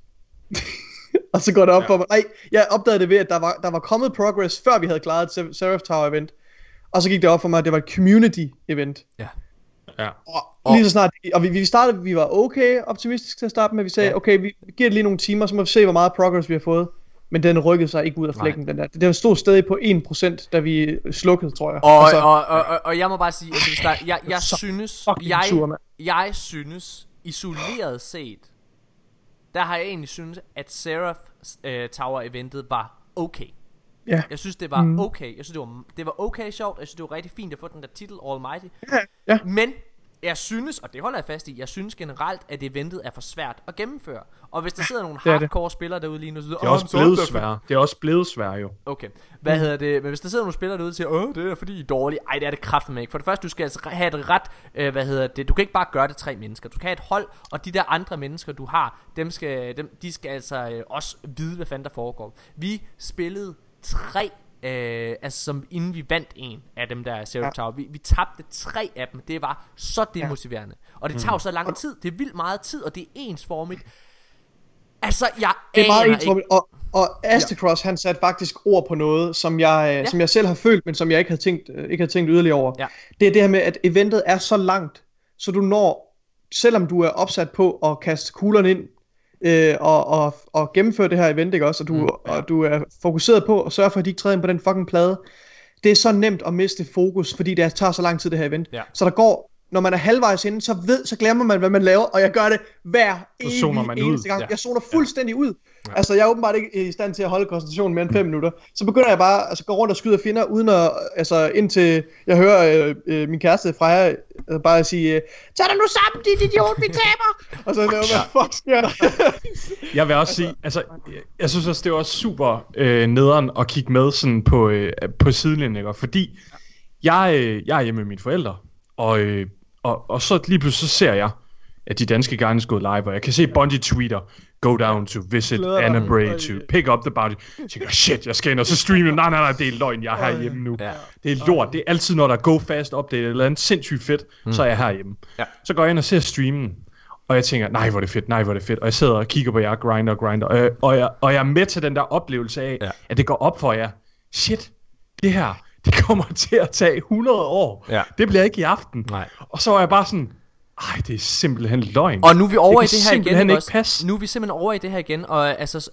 Og så går det op for mig. Nej, jeg opdagede det ved, at der var kommet progress, før vi havde klaret et Seraph Tower event. Og så gik det op for mig, at det var et community event. Ja. Og lige så snart, og vi startede, vi var okay optimistisk til at starte med. Vi sagde, okay, vi giver det lige nogle timer, så må vi se, hvor meget progress vi har fået. Men den rykkede sig ikke ud af flækken, den der. Det var stod stadig på 1%, da vi slukkede, tror jeg. Og jeg må bare sige, altså, jeg synes, isoleret set, der har jeg egentlig synes, at Seraph Tower eventet var okay. Ja. Jeg synes det var okay. Jeg synes det var okay sjovt. Jeg synes det var rigtig fint at få den der titel Almighty. Ja. Men jeg synes, og det holder jeg fast i, jeg synes generelt at eventet er for svært at gennemføre. Og hvis der sidder nogle hardcore spillere derude lige nu, så det er også blevet svært. Det er også blevet svært jo. Okay. Hvad hedder det? Men hvis der sidder nogle spillere derude og siger, det er fordi I er dårlige. Ej, det er det kraftedeme ikke. For det første, du skal altså have et ret, du kan ikke bare gøre det 3 mennesker. Du skal have et hold, og de der andre mennesker du har, de skal altså også vide, hvad fanden der foregår. Vi spillede 3 altså som inden vi vandt en af dem der Seraph Tower. Vi tabte 3 af dem. Det var så demotiverende. Og det tager jo så lang tid. Det er vildt meget tid, og det er ensformigt. Altså jeg det er meget ensformigt. Og Astacross han satte faktisk ord på noget som jeg selv har følt, men som jeg ikke havde tænkt yderligere over. Det er det her med at eventet er så langt, så du når, selvom du er opsat på at kaste kuglerne ind og gennemføre det her event, ikke også? Og du er fokuseret på at sørge for, at de ikke træder ind på den fucking plade. Det er så nemt at miste fokus, fordi det tager så lang tid, det her event. Så der går, når man er halvvejs inde, så glemmer man, hvad man laver, og jeg gør det hver eneste gang. Jeg zoner fuldstændig ud. Altså, jeg er åbenbart ikke i stand til at holde koncentrationen mere end 5 minutter. Så begynder jeg bare at gå rundt og skyde fjender, uden at, indtil jeg hører min kæreste Freja bare sige, tag dig nu sammen, dit idiot, vi taber! Og så laver hvad fuck sker der? Jeg vil også sige, altså, jeg synes også, det var også super nederen at kigge med sådan på sidelinjen, ikke? Fordi jeg er hjemme med mine forældre, og så lige pludselig så ser jeg, at de danske guidance er gået live, og jeg kan se Bungie tweeter, go down to visit Anna Bray to pick up the bounty. Jeg tænker, shit, jeg skal ind, og så streamer, nej, det er løgn, jeg er herhjemme nu. Det er lort, det er altid, når der er go fast update eller andet sindssygt fedt, så er jeg herhjemme. Så går jeg ind og ser streamen, og jeg tænker, nej, hvor er det fedt, og jeg sidder og kigger på jer, grinder, og jeg er med til den der oplevelse af, at det går op for jer, shit, det her, det kommer til at tage 100 år. Det bliver ikke i aften. Og så var jeg bare sådan, ej, det er simpelthen løgn. Og nu er vi over i det her igen. Nu er vi simpelthen over i det her igen. Og altså,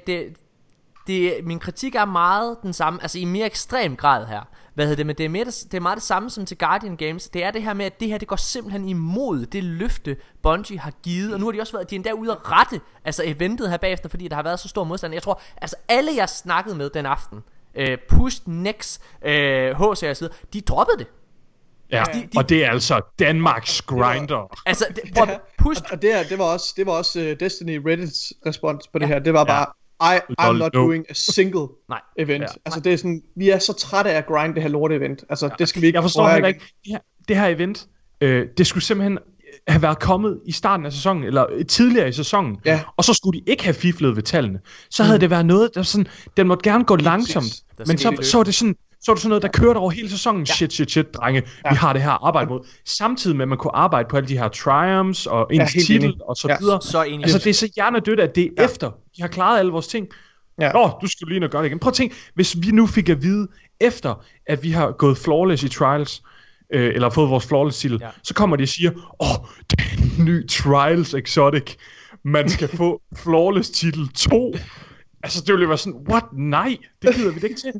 min kritik er meget den samme, altså i mere ekstrem grad her. Men det er meget det samme som til Guardian Games. Det er det her med, at det her, det går simpelthen imod det løfte Bungie har givet. Og nu har de også været, de er endda ude at rette, altså eventet her bagefter, fordi der har været så stor modstand. Jeg tror, altså alle jeg snakkede med den aften, Push, Nex, HC og så videre, de droppede det. Ja, og det er altså Danmarks grinder. Altså, Push. Og det var også Destiny Reddits respons på det her. Det var bare, I'm not doing a single event. Ja. Altså det er sådan, vi er så trætte af at grind det her lorte event. Altså det skal vi ikke. Jeg forstår heller ikke, det her event, det skulle simpelthen have været kommet i starten af sæsonen, eller tidligere i sæsonen, og så skulle de ikke have fiflet ved tallene. Så havde det været noget, der sådan, den måtte gerne gå langsomt, men så var det sådan, noget, der kørte over hele sæsonen. Shit, drenge, vi har det her arbejde mod. Samtidig med, at man kunne arbejde på alle de her triumphs, og ens titel, og så videre. Altså, det er så hjernedødt, at det er efter, vi har klaret alle vores ting. Du skal lige gøre det igen. Prøv at tænke, hvis vi nu fik at vide, efter at vi har gået flawless i trials, eller fået vores flawless titel, så kommer de og siger, det er en ny Trials Exotic. Man skal få flawless titel 2. Altså det ville være sådan, what? Nej, det gider vi det ikke til.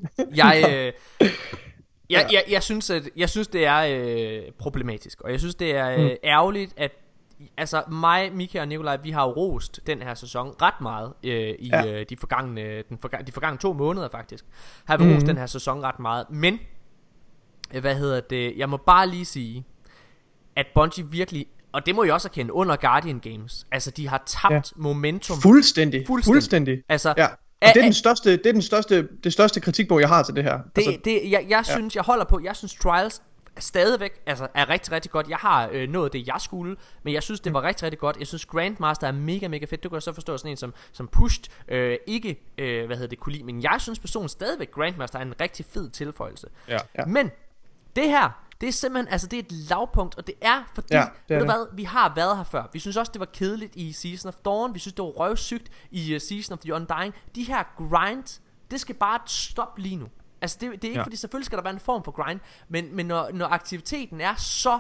Jeg synes det er problematisk, og jeg synes det er ærgerligt, at altså mig, Mika og Nikolaj, vi har jo rost den her sæson ret meget de forgangne 2 måneder faktisk. Har vi rost den her sæson ret meget, men jeg må bare lige sige, at Bungie virkelig, og det må jeg også erkende, under Guardian Games, altså de har tabt momentum fuldstændig. Altså og det er det største kritikpunkt jeg har til det her. Jeg synes Trials stadigvæk er rigtig, rigtig godt. Jeg har nået det jeg skulle, men jeg synes det var rigtig, rigtig godt. Jeg synes Grandmaster er mega, mega fedt. Du kan så forstå sådan en som Pushed ikke kunne lide, men jeg synes personen stadigvæk Grandmaster er en rigtig fed tilføjelse. Men det her, det er simpelthen, det er et lavpunkt, og det er fordi, vi har været her før. Vi synes også, det var kedeligt i Season of Dawn. Vi synes, det var røvsygt i Season of the Undying. De her grind, det skal bare stoppe lige nu. Altså det er ikke fordi, selvfølgelig skal der være en form for grind, men når aktiviteten er så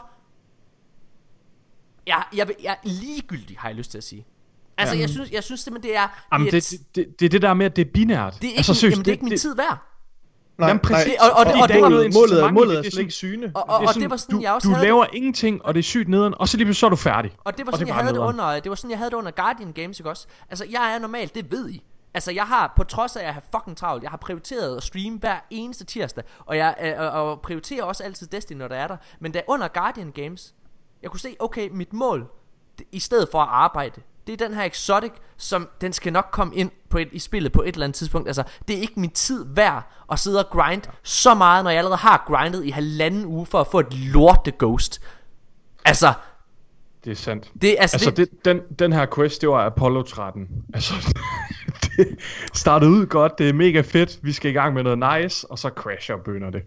jeg er ligegyldig, har jeg lyst til at sige. Altså jeg synes simpelthen det er jamen, det er det der med, at det er binært. Det er ikke, jamen, det er ikke min tid værd. Nej, præcis. Målet er slet ikke syne. Og det var sådan, jeg også havde. Du laver ingenting, og det er sygt nederen, og så lige pludselig så er du færdig. Og det var sådan, jeg havde det under Guardian Games, ikke også? Altså, jeg er normalt, det ved I. Altså, jeg har, på trods af at jeg har fucking travlt, jeg har prioriteret at streame hver eneste tirsdag, og jeg og prioriterer også altid Destiny, når der er der. Men da under Guardian Games, jeg kunne se, okay, mit mål, i stedet for at arbejde, det er den her exotic, som den skal nok komme ind i spillet på et eller andet tidspunkt. Altså, det er ikke min tid værd at sidde og grind så meget, når jeg allerede har grindet i 1,5 uge for at få et lorte ghost. Altså, det er sandt. Den her quest, det var Apollo 13. Altså, det startede ud godt, det er mega fedt, vi skal i gang med noget nice, og så crasher bønder det.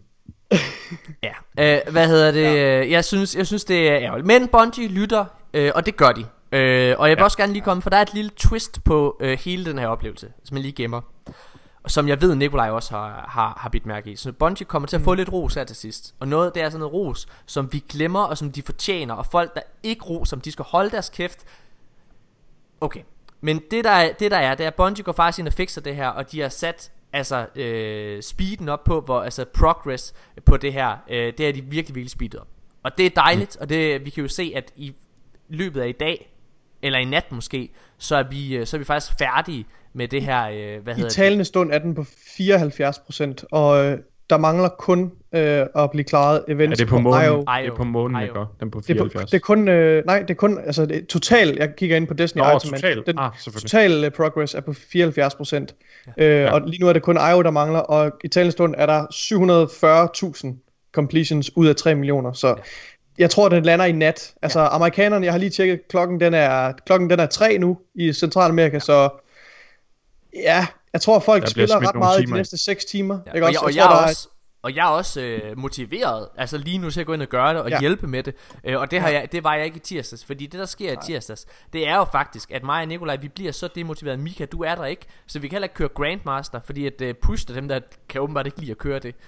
Jeg synes det er ærgerligt. Men Bungie lytter, og det gør de. Og jeg vil også gerne lige komme, for der er et lille twist på hele den her oplevelse, som jeg lige gemmer, og som jeg ved Nikolaj også har bidt mærke i. Så Bungie kommer til at få lidt ros her til sidst. Og noget, det er sådan noget ros, som vi glemmer, og som de fortjener. Og folk, der ikke ros, som de skal holde deres kæft. Okay, men det der er, det er, Bungie går faktisk ind og fikser det her, og de har sat speeden op på, hvor progress på det her, det er de virkelig, virkelig speedet op. Og det er dejligt, og vi kan jo se, at i løbet af i dag, eller i nat måske, så er vi faktisk færdige med det her, I talende stund er den på 74%, og der mangler kun at blive klaret events på månen. Det er på månen, jeg gør. Den på 74. Det er kun altså total, jeg kigger ind på Destiny Ultimate. Total progress er på 74%. Og lige nu er det kun IO, der mangler, og i talende stund er der 740.000 completions ud af 3 millioner, så jeg tror, den lander i nat. Altså, amerikanerne, jeg har lige tjekket, klokken den er 3 nu i Centralamerika, så ja, jeg tror, folk spiller ret meget i de næste 6 timer. Og jeg er også motiveret, altså lige nu til at gå ind og gøre det og hjælpe med det. Og det var jeg ikke i tirsdags, fordi det der sker i tirsdags, det er jo faktisk, at mig og Nikolaj, vi bliver så demotiveret. Mika, du er der ikke, så vi kan heller ikke køre Grandmaster, fordi at Push, dem der kan åbenbart ikke lide at køre det.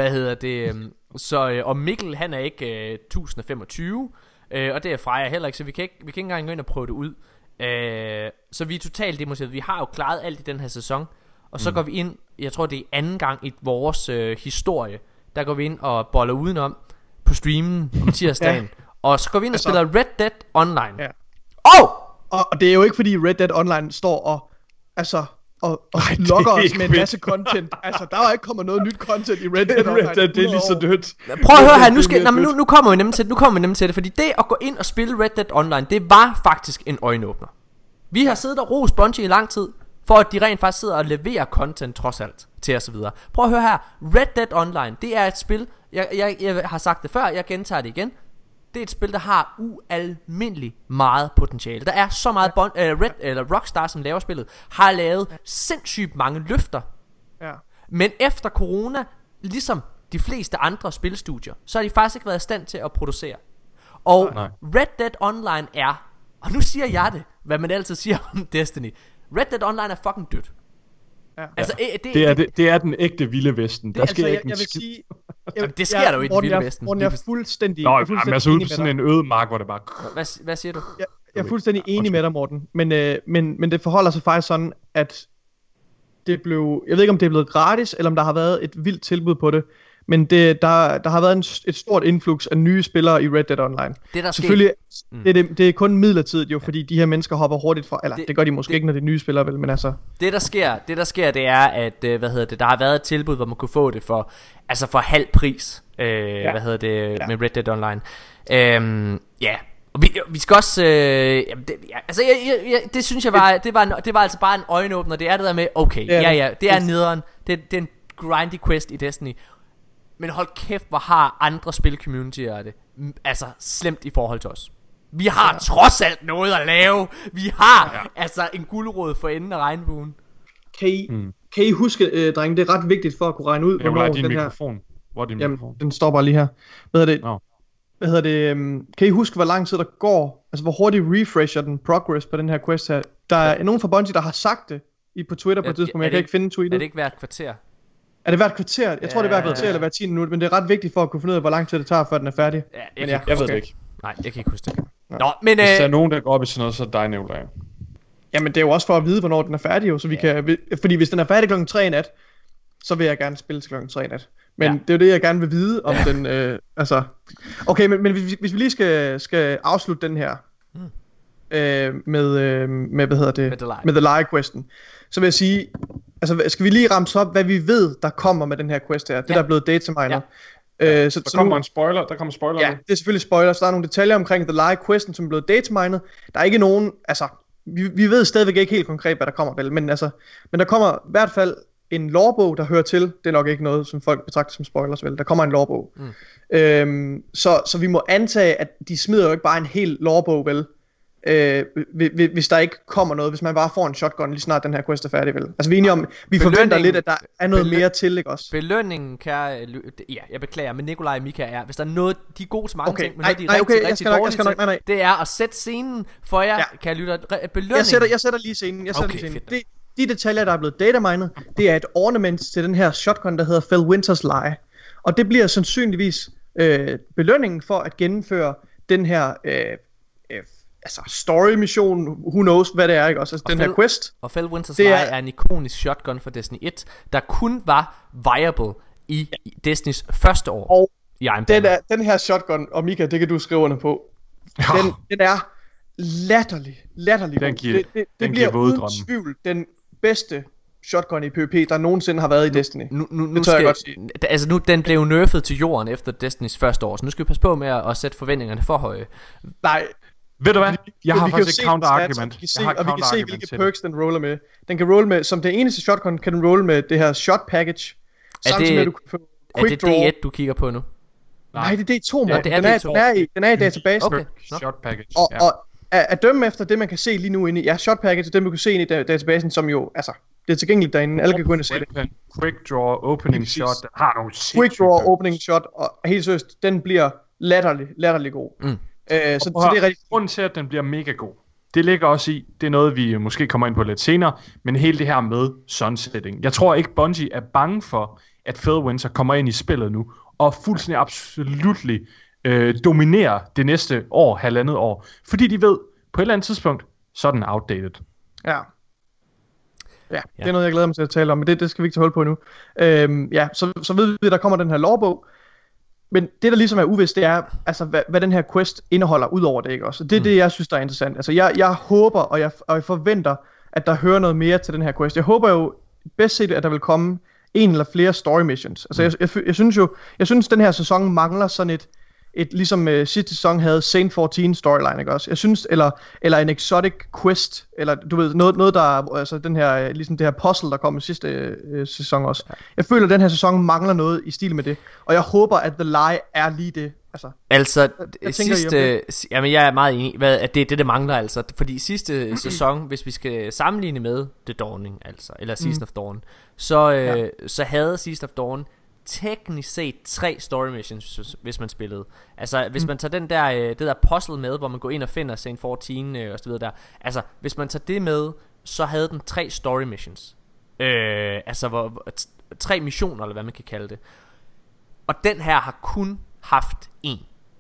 Og Mikkel, han er ikke 1025, og det er Freja heller ikke, så vi kan ikke engang gå ind og prøve det ud. Så vi er totalt demotiveret. Vi har jo klaret alt i den her sæson. Og så går vi ind, jeg tror det er anden gang i vores historie, der går vi ind og boller udenom på streamen om tirsdagen. Og så går vi ind og spiller Red Dead Online. Og det er jo ikke fordi Red Dead Online står og lokker os med en masse content. Altså der er ikke kommet noget nyt content i Red Dead Online. Det er lige så dødt. Prøv at høre her, nu kommer vi nemlig til det, fordi det at gå ind og spille Red Dead Online, det var faktisk en øjenåbner. Vi har siddet og rost Bungie i lang tid, for at de rent faktisk sidder og leverer content trods alt til os videre. Prøv at høre her. Red Dead Online, det er et spil, jeg har sagt det før, jeg gentager det igen. Det er et spil, der har ualmindeligt meget potentiale. Der er så meget Rockstar, som laver spillet, har lavet sindssygt mange løfter. Ja. Men efter corona, ligesom de fleste andre spilstudier, så har de faktisk ikke været i stand til at producere. Og Red Dead Online er, og nu siger jeg det, hvad man altid siger om Destiny, Red Dead Online er fucking dødt. Ja. Altså, det er den ægte vilde vesten. Der sker ikke jeg vil sige, det sker der jo i den vilde vesten. Morten, jeg er fuldstændig Nå, jeg er så ude på sådan en øde mark, hvor det bare... Hvad siger du? Jeg er fuldstændig enig med dig, Morten. Men det forholder sig faktisk sådan, at det blev... Jeg ved ikke, om det er blevet gratis, eller om der har været et vildt tilbud på det. Men der har været et stort influx af nye spillere i Red Dead Online. Selvfølgelig, det er kun midlertidigt jo, fordi de her mennesker hopper hurtigt fra... Eller det gør de måske ikke, når det er nye spillere, vel, men altså... Det der sker, det er, at der har været et tilbud, hvor man kunne få det for halv pris. Med Red Dead Online. Og vi skal også det synes jeg var det var altså bare en øjenåbner. Det er det der med okay, det er nederen. Det er en grindy quest i Destiny. Men hold kæft, hvor har andre spil-communityer det altså slemt i forhold til os. Vi har trods alt noget at lave. Vi har en gulerod for enden af regnbuen. Kan I huske, drenge, det er ret vigtigt for at kunne regne ud, hvornår den mikrofon. Hvor er din mikrofon? Den står bare lige her. Hvad hedder det? Kan I huske, hvor lang tid der går? Altså, hvor hurtigt refresher den progress på den her quest her? Der er nogen fra Bungie, der har sagt det på Twitter på et tidspunkt, men jeg kan ikke finde tweetet. Er det ikke hvert kvarter? Er det hvert kvarter? Jeg tror, det er hvert kvarter eller hvert 10 minutter, men det er ret vigtigt for at kunne finde ud af, hvor lang tid det tager, før den er færdig. Jeg ved det ikke. Nej, jeg kan ikke huske det. Nå, men hvis der er nogen, der går op i sådan noget, så er det dig, Nikolaj. Jamen, det er jo også for at vide, hvornår den er færdig, jo, så vi kan... Fordi hvis den er færdig klokken 3 i nat, så vil jeg gerne spille til klokken 3 i nat. Men det er jo det, jeg gerne vil vide, om den... Okay, men hvis vi lige skal afslutte den her... med hvad hedder det? Med The Lie questen. Så vil jeg sige... Altså, skal vi lige ramse op, hvad vi ved, der kommer med den her quest her? Det der er blevet datamined. Så der kommer en spoiler. Der kommer spoiler. Ja, det er selvfølgelig spoilers. Der er nogle detaljer omkring The Lie questen, som er blevet datamined. Der er ikke nogen... Altså, vi ved stadigvæk ikke helt konkret, hvad der kommer, vel? Men der kommer i hvert fald en lorebog, der hører til. Det er nok ikke noget, som folk betragter som spoilers, vel? Der kommer en lorebog. Så vi må antage, at de smider jo ikke bare en hel lorebog, vel? Hvis der ikke kommer noget, hvis man bare får en shotgun lige snart den her quest er færdig, vel? Altså vi er enige om, vi forventer lidt, at der er noget mere til, ikke også? Belønningen, jeg beklager, men Nikolaj og Mika er, hvis der er noget, de er gode til mange ting, men noget de er rigtig dårlige til, det er at sætte scenen for jer, kan jeg lytte, belønningen. Jeg sætter lige scenen, de detaljer, der er blevet datamined, det er et ornament til den her shotgun, der hedder Felwinter's Lie. Og det bliver sandsynligvis belønningen for at gennemføre den her story mission, who knows hvad det er, ikke også? Altså, den her quest. Og Felwinter's Lie er en ikonisk shotgun for Destiny 1, der kun var viable i Destinys første år. Og den her shotgun, og Mika, det kan du skrive under på. Den er latterlig. Det bliver uden tvivl den bedste shotgun i PvP, der nogensinde har været i Destiny. Nu tør jeg godt sige. Altså den blev nerfed til jorden efter Destinys første år, så nu skal vi passe på med at sætte forventningerne for høje. Nej. Ved du hvad? Jeg har faktisk et counter-argument. Og vi kan se, hvilke perks den roller med. Den kan rolle med, som det eneste shotgun, kan den rolle med det her shot package. Samtidig med, at du kan få quick draw. Er det D1, du kigger på nu? Nej, det er D2, Morten. Den er i databasen. Okay. Shot package. Og at dømme efter det, man kan se lige nu inde i... shot package, det man kan se inde i databasen, som jo... Altså, det er tilgængeligt derinde. Alle kan gå ind og se det. Quick draw, opening shot. Har nogle quick draw, opening shot. Og helt seriøst, den bliver latterlig god. Så det er rigtig... Grunden til, at den bliver mega god, det ligger også i, det er noget, vi måske kommer ind på lidt senere, men hele det her med sunsetting. Jeg tror ikke, Bungie er bange for, at Felwinter kommer ind i spillet nu, og fuldstændig absolut dominerer det næste år, halvandet år. Fordi de ved, på et eller andet tidspunkt, så er den outdated. Ja, det er noget, jeg glæder mig til at tale om, men det skal vi ikke tage hul på nu. Så ved vi, at der kommer den her lovbog. Men det, der ligesom er uvist, det er, altså, hvad den her quest indeholder ud over det, ikke også? Det er det, jeg synes, der er interessant. Altså, jeg håber, og jeg forventer, at der hører noget mere til den her quest. Jeg håber jo bedst set, at der vil komme en eller flere story missions. Altså, jeg synes, den her sæson mangler sådan ligesom sidste sæson havde Saint 14 storyline, ikke også? Jeg synes, eller en Exotic Quest, eller du ved, noget der, altså den her, ligesom det her puzzle, der kom i sidste sæson også. Jeg føler, at den her sæson mangler noget i stil med det, og jeg håber, at The Lie er lige det. Altså sidste, jamen jeg er meget enig, at det er det mangler altså, fordi sidste sæson, hvis vi skal sammenligne med The Dawning, altså, eller Season of Dawn, så havde Season of Dawn teknisk set 3 story missions, hvis man spillede. Altså hvis man tager det der puzzle med, hvor man går ind og finder Saint 14 og så videre der. Altså hvis man tager det med, så havde den 3 story missions. Altså 3 missioner, eller hvad man kan kalde det. Og den her har kun haft 1.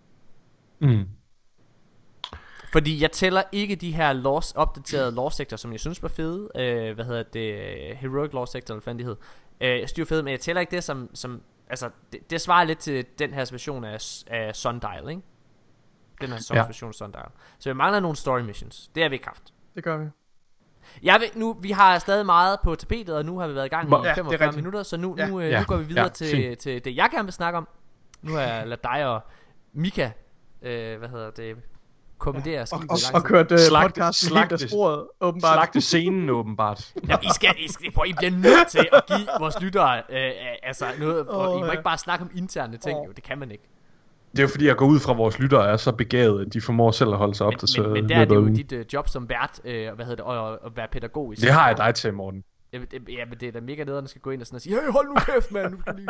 Fordi jeg tæller ikke de her opdaterede lore sector, som jeg synes var fede. Heroic lore sector, eller hvad fanden de hed. Jeg styrer fedt, men jeg tæller ikke det som altså det svarer lidt til den her version af Sundial, ikke? Den her version af Sundial. Så vi mangler nogle story missions. Det har vi ikke haft. Det gør vi. Vi har stadig meget på tapetet, og nu har vi været i gang i 45 minutter, så nu går vi videre til det jeg gerne vil snakke om. Nu har jeg ladet dig og Mika kommandere skibet og kørt podcasten helt af sporet, åbenbart. Slagte scenen, åbenbart. Ja, I bliver nødt til at give vores lyttere noget. I må ikke bare snakke om interne ting, jo. Det kan man ikke. Det er jo fordi, jeg går ud fra, vores lyttere er så begavet, at de formår selv at holde sig opdateret. Men der er det jo dit job som vært, at være pædagogisk. Det har jeg dig til, Morten. Ja, men det er da mega nederen, der skal gå ind og sige, hey, hold nu kæft, mand, nu skal lige...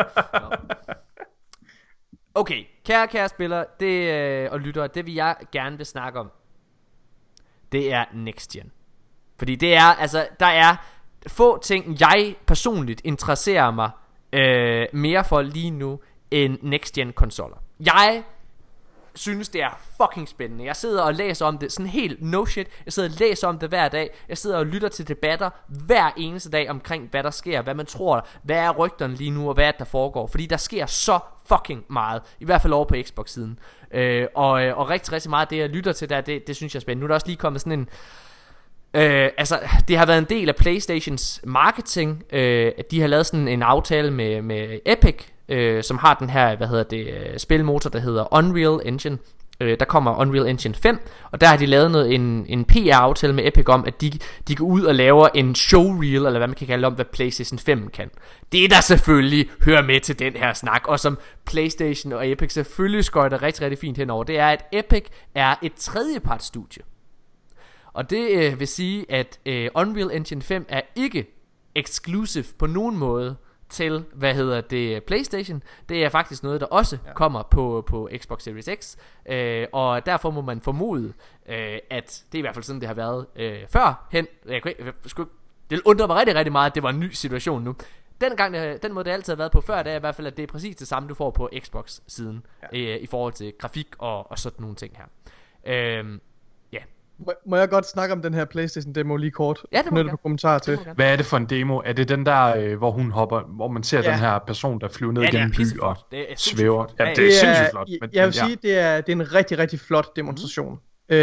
Okay, kære spillere, og lyttere, det jeg gerne vil snakke om, det er Next Gen. Fordi det er, altså, der er få ting, jeg personligt interesserer mig mere for lige nu, end Next Gen konsoller. Jeg synes det er fucking spændende. Jeg sidder og læser om det sådan helt no shit. Jeg sidder og læser om det hver dag. Jeg sidder og lytter til debatter hver eneste dag omkring hvad der sker, hvad man tror, hvad er rygterne lige nu, og hvad der foregår. Fordi der sker så fucking meget, i hvert fald over på Xbox siden. Og rigtig meget af det jeg lytter til der, det synes jeg er spændende. Nu er der også lige kommet sådan en altså det har været en del af PlayStations marketing, at de har lavet sådan en aftale med Epic, som har den her spilmotor, der hedder Unreal Engine. Der kommer Unreal Engine 5, og der har de lavet en PR-aftale med Epic om, at de går ud og laver en showreel, eller hvad man kan kalde det, om hvad PlayStation 5 kan. Det der selvfølgelig hører med til den her snak, og som PlayStation og Epic selvfølgelig skøjter rigtig fint henover, det er, at Epic er et tredjepartsstudie. Og det vil sige, at Unreal Engine 5 er ikke exclusive på nogen måde til, PlayStation. Det er faktisk noget, der også kommer på Xbox Series X. Og derfor må man formode, at det er i hvert fald sådan, det har været førhen. Det undrer mig rigtig meget, at det var en ny situation nu. Den måde det altid har været på før, det er i hvert fald, at det er præcis det samme, du får på Xbox siden, i forhold til grafik og sådan nogle ting her. Må jeg godt snakke om den her PlayStation demo lige kort? Ja, det må du kommentarer til. Hvad er det for en demo? Er det den der, hvor hun hopper, hvor man ser den her person, der flyver ned gennem by og svæver? Ja, det er sindssygt flot. Jeg vil sige, det er en rigtig flot demonstration.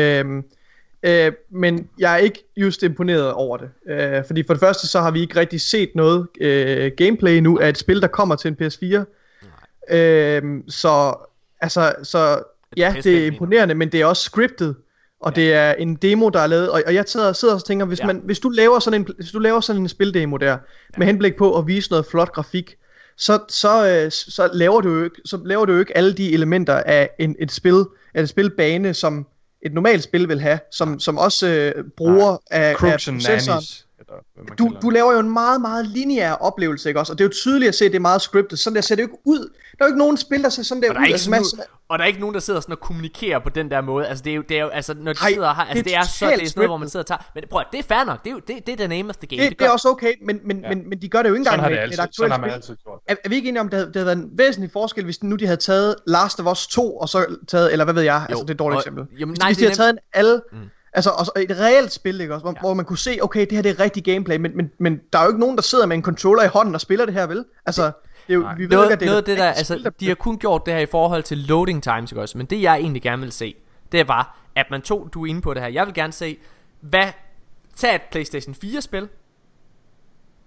Men jeg er ikke just imponeret over det. Fordi for det første, så har vi ikke rigtig set noget gameplay nu af et spil, der kommer til en PS4. Så ja, det er imponerende, men det er også scriptet. Og det er en demo, der er lavet, og jeg sidder og tænker, hvis du laver sådan en spildemo der, med henblik på at vise noget flot grafik, så laver du jo ikke alle de elementer af en spilbane, som et normalt spil vil have, som også bruger af processoren. Du laver jo en meget lineær oplevelse, ikke også? Og det er jo tydeligt at se, at det er meget scriptet. Sådan der ser det jo ikke ud. Der er jo ikke nogen spil, der ser sådan der ud. Og der er ikke nogen, der sidder sådan og kommunikerer på den der måde. Altså det er jo altså når de sidder og har, altså det er sådan noget, hvor man sidder og tager. Men prøv, det er fair nok. Det er the name of the game. Det er også okay, men de gør det jo ikke engang med et aktuelt spil. Er vi ikke enige om, det havde været en væsentlig forskel, hvis nu de havde taget Last of Us 2 og så taget, eller hvad ved jeg, altså det er et dårligt eksempel. Hvis de havde taget altså også et reelt spil, ikke også, hvor man kunne se, okay, det her det er rigtig gameplay, men der er jo ikke nogen, der sidder med en controller i hånden og spiller det her, vel? Altså, det er jo, vi ved ikke, at det er det der, altså, de har kun gjort det her i forhold til loading times, ikke også? Men det jeg egentlig gerne vil se, det var, at du er inde på det her. Jeg vil gerne se, tag et PlayStation 4 spil,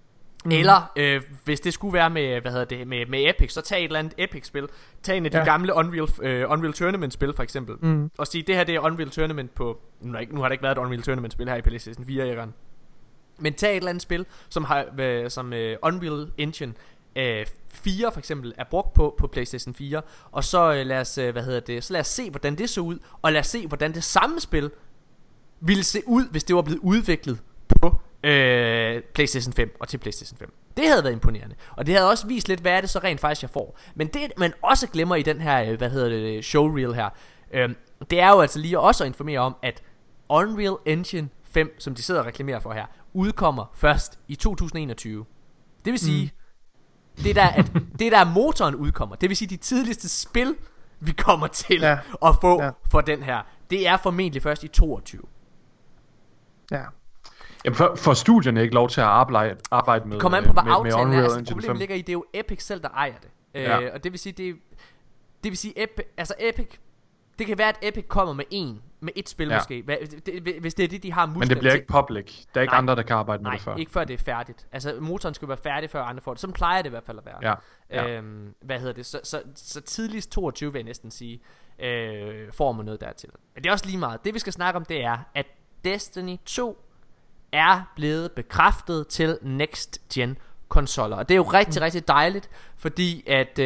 Eller hvis det skulle være med med Epic, så tag et eller andet Epic-spil. Tag en af de gamle Unreal Tournament-spil for eksempel, og sige, det her det er Unreal Tournament på... Nu har der ikke været et Unreal Tournament-spil her i PlayStation 4, Jørgen. Men tag et eller andet spil, som Unreal Engine 4 for eksempel er brugt på PlayStation 4, og så lad os se, hvordan det så ud, og lad os se, hvordan det samme spil ville se ud, hvis det var blevet udviklet på PlayStation 5 og til PlayStation 5. Det havde været imponerende. Og det havde også vist lidt, hvad er det så rent faktisk jeg får. Men det man også glemmer i den her showreel her, det er jo altså lige også at informere om, at Unreal Engine 5, som de sidder og reklamerer for her, udkommer først i 2021. Det vil sige det der motoren udkommer, det vil sige de tidligste spil vi kommer til at få for den her, det er formentlig først i 22. Ja. Jamen for studierne ikke lov til at arbejde med. Kommer an på hvad aftalen er. Altså, problemet ligger i, det er jo Epic selv der ejer det. Og det vil sige Epic, det kan være at Epic kommer med et spil måske, hvis det er det de har muskler. Men det bliver ikke public. Der er ikke andre der kan arbejde med det før. Nej, ikke før det er færdigt. Altså motoren skal være færdig før andre får det. Sådan plejer det i hvert fald at være. Så tidligst 22 vil jeg næsten sige, får man noget dertil. Men det er også lige meget. Det vi skal snakke om, det er at Destiny 2 er blevet bekræftet til next gen konsoller. Og det er jo rigtig, rigtig dejligt, fordi at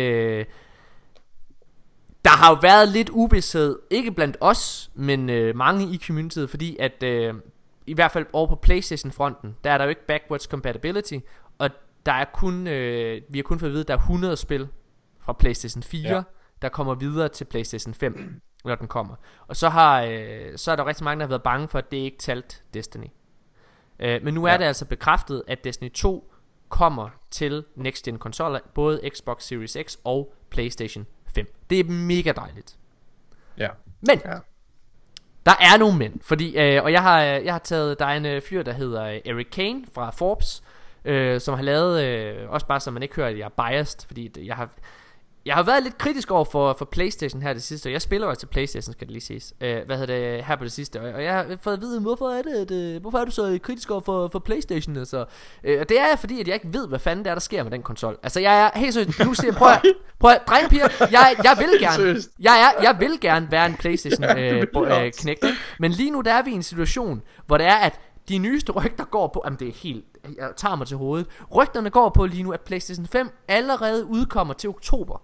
der har jo været lidt uvished, ikke blandt os, men mange i communityet, fordi at i hvert fald over på PlayStation fronten, der er der jo ikke backwards compatibility, og der er kun vi har kun fået at vide, at der er 100 spil fra PlayStation 4, der kommer videre til PlayStation 5, når den kommer. Og så er der rigtig mange, der har været bange for, at det ikke talt Destiny. Men nu er det altså bekræftet, at Destiny 2 kommer til next gen konsoller, både Xbox Series X og PlayStation 5. Det er mega dejligt. Men der er nogle mænd, fordi og jeg har taget, der er en fyr der hedder Eric Kane fra Forbes, som har lavet også bare så man ikke hører at jeg er biased, fordi jeg har været lidt kritisk over for PlayStation her det sidste, og jeg spiller også til PlayStation, skal det lige siges. Her på det sidste, og jeg har fået at vide, hvorfor er du så kritisk over for PlayStation? Altså, og det er fordi, at jeg ikke ved, hvad fanden det er, der sker med den konsol. Altså, jeg er helt seriøst, nu siger prøv at drengepiger, jeg vil gerne, jeg vil gerne være en PlayStation knægt, men lige nu der er vi i en situation, hvor det er, at de nyeste rygter går på, det er helt, jeg tager mig til hovedet. Rygterne går på lige nu, at PlayStation 5 allerede udkommer til oktober.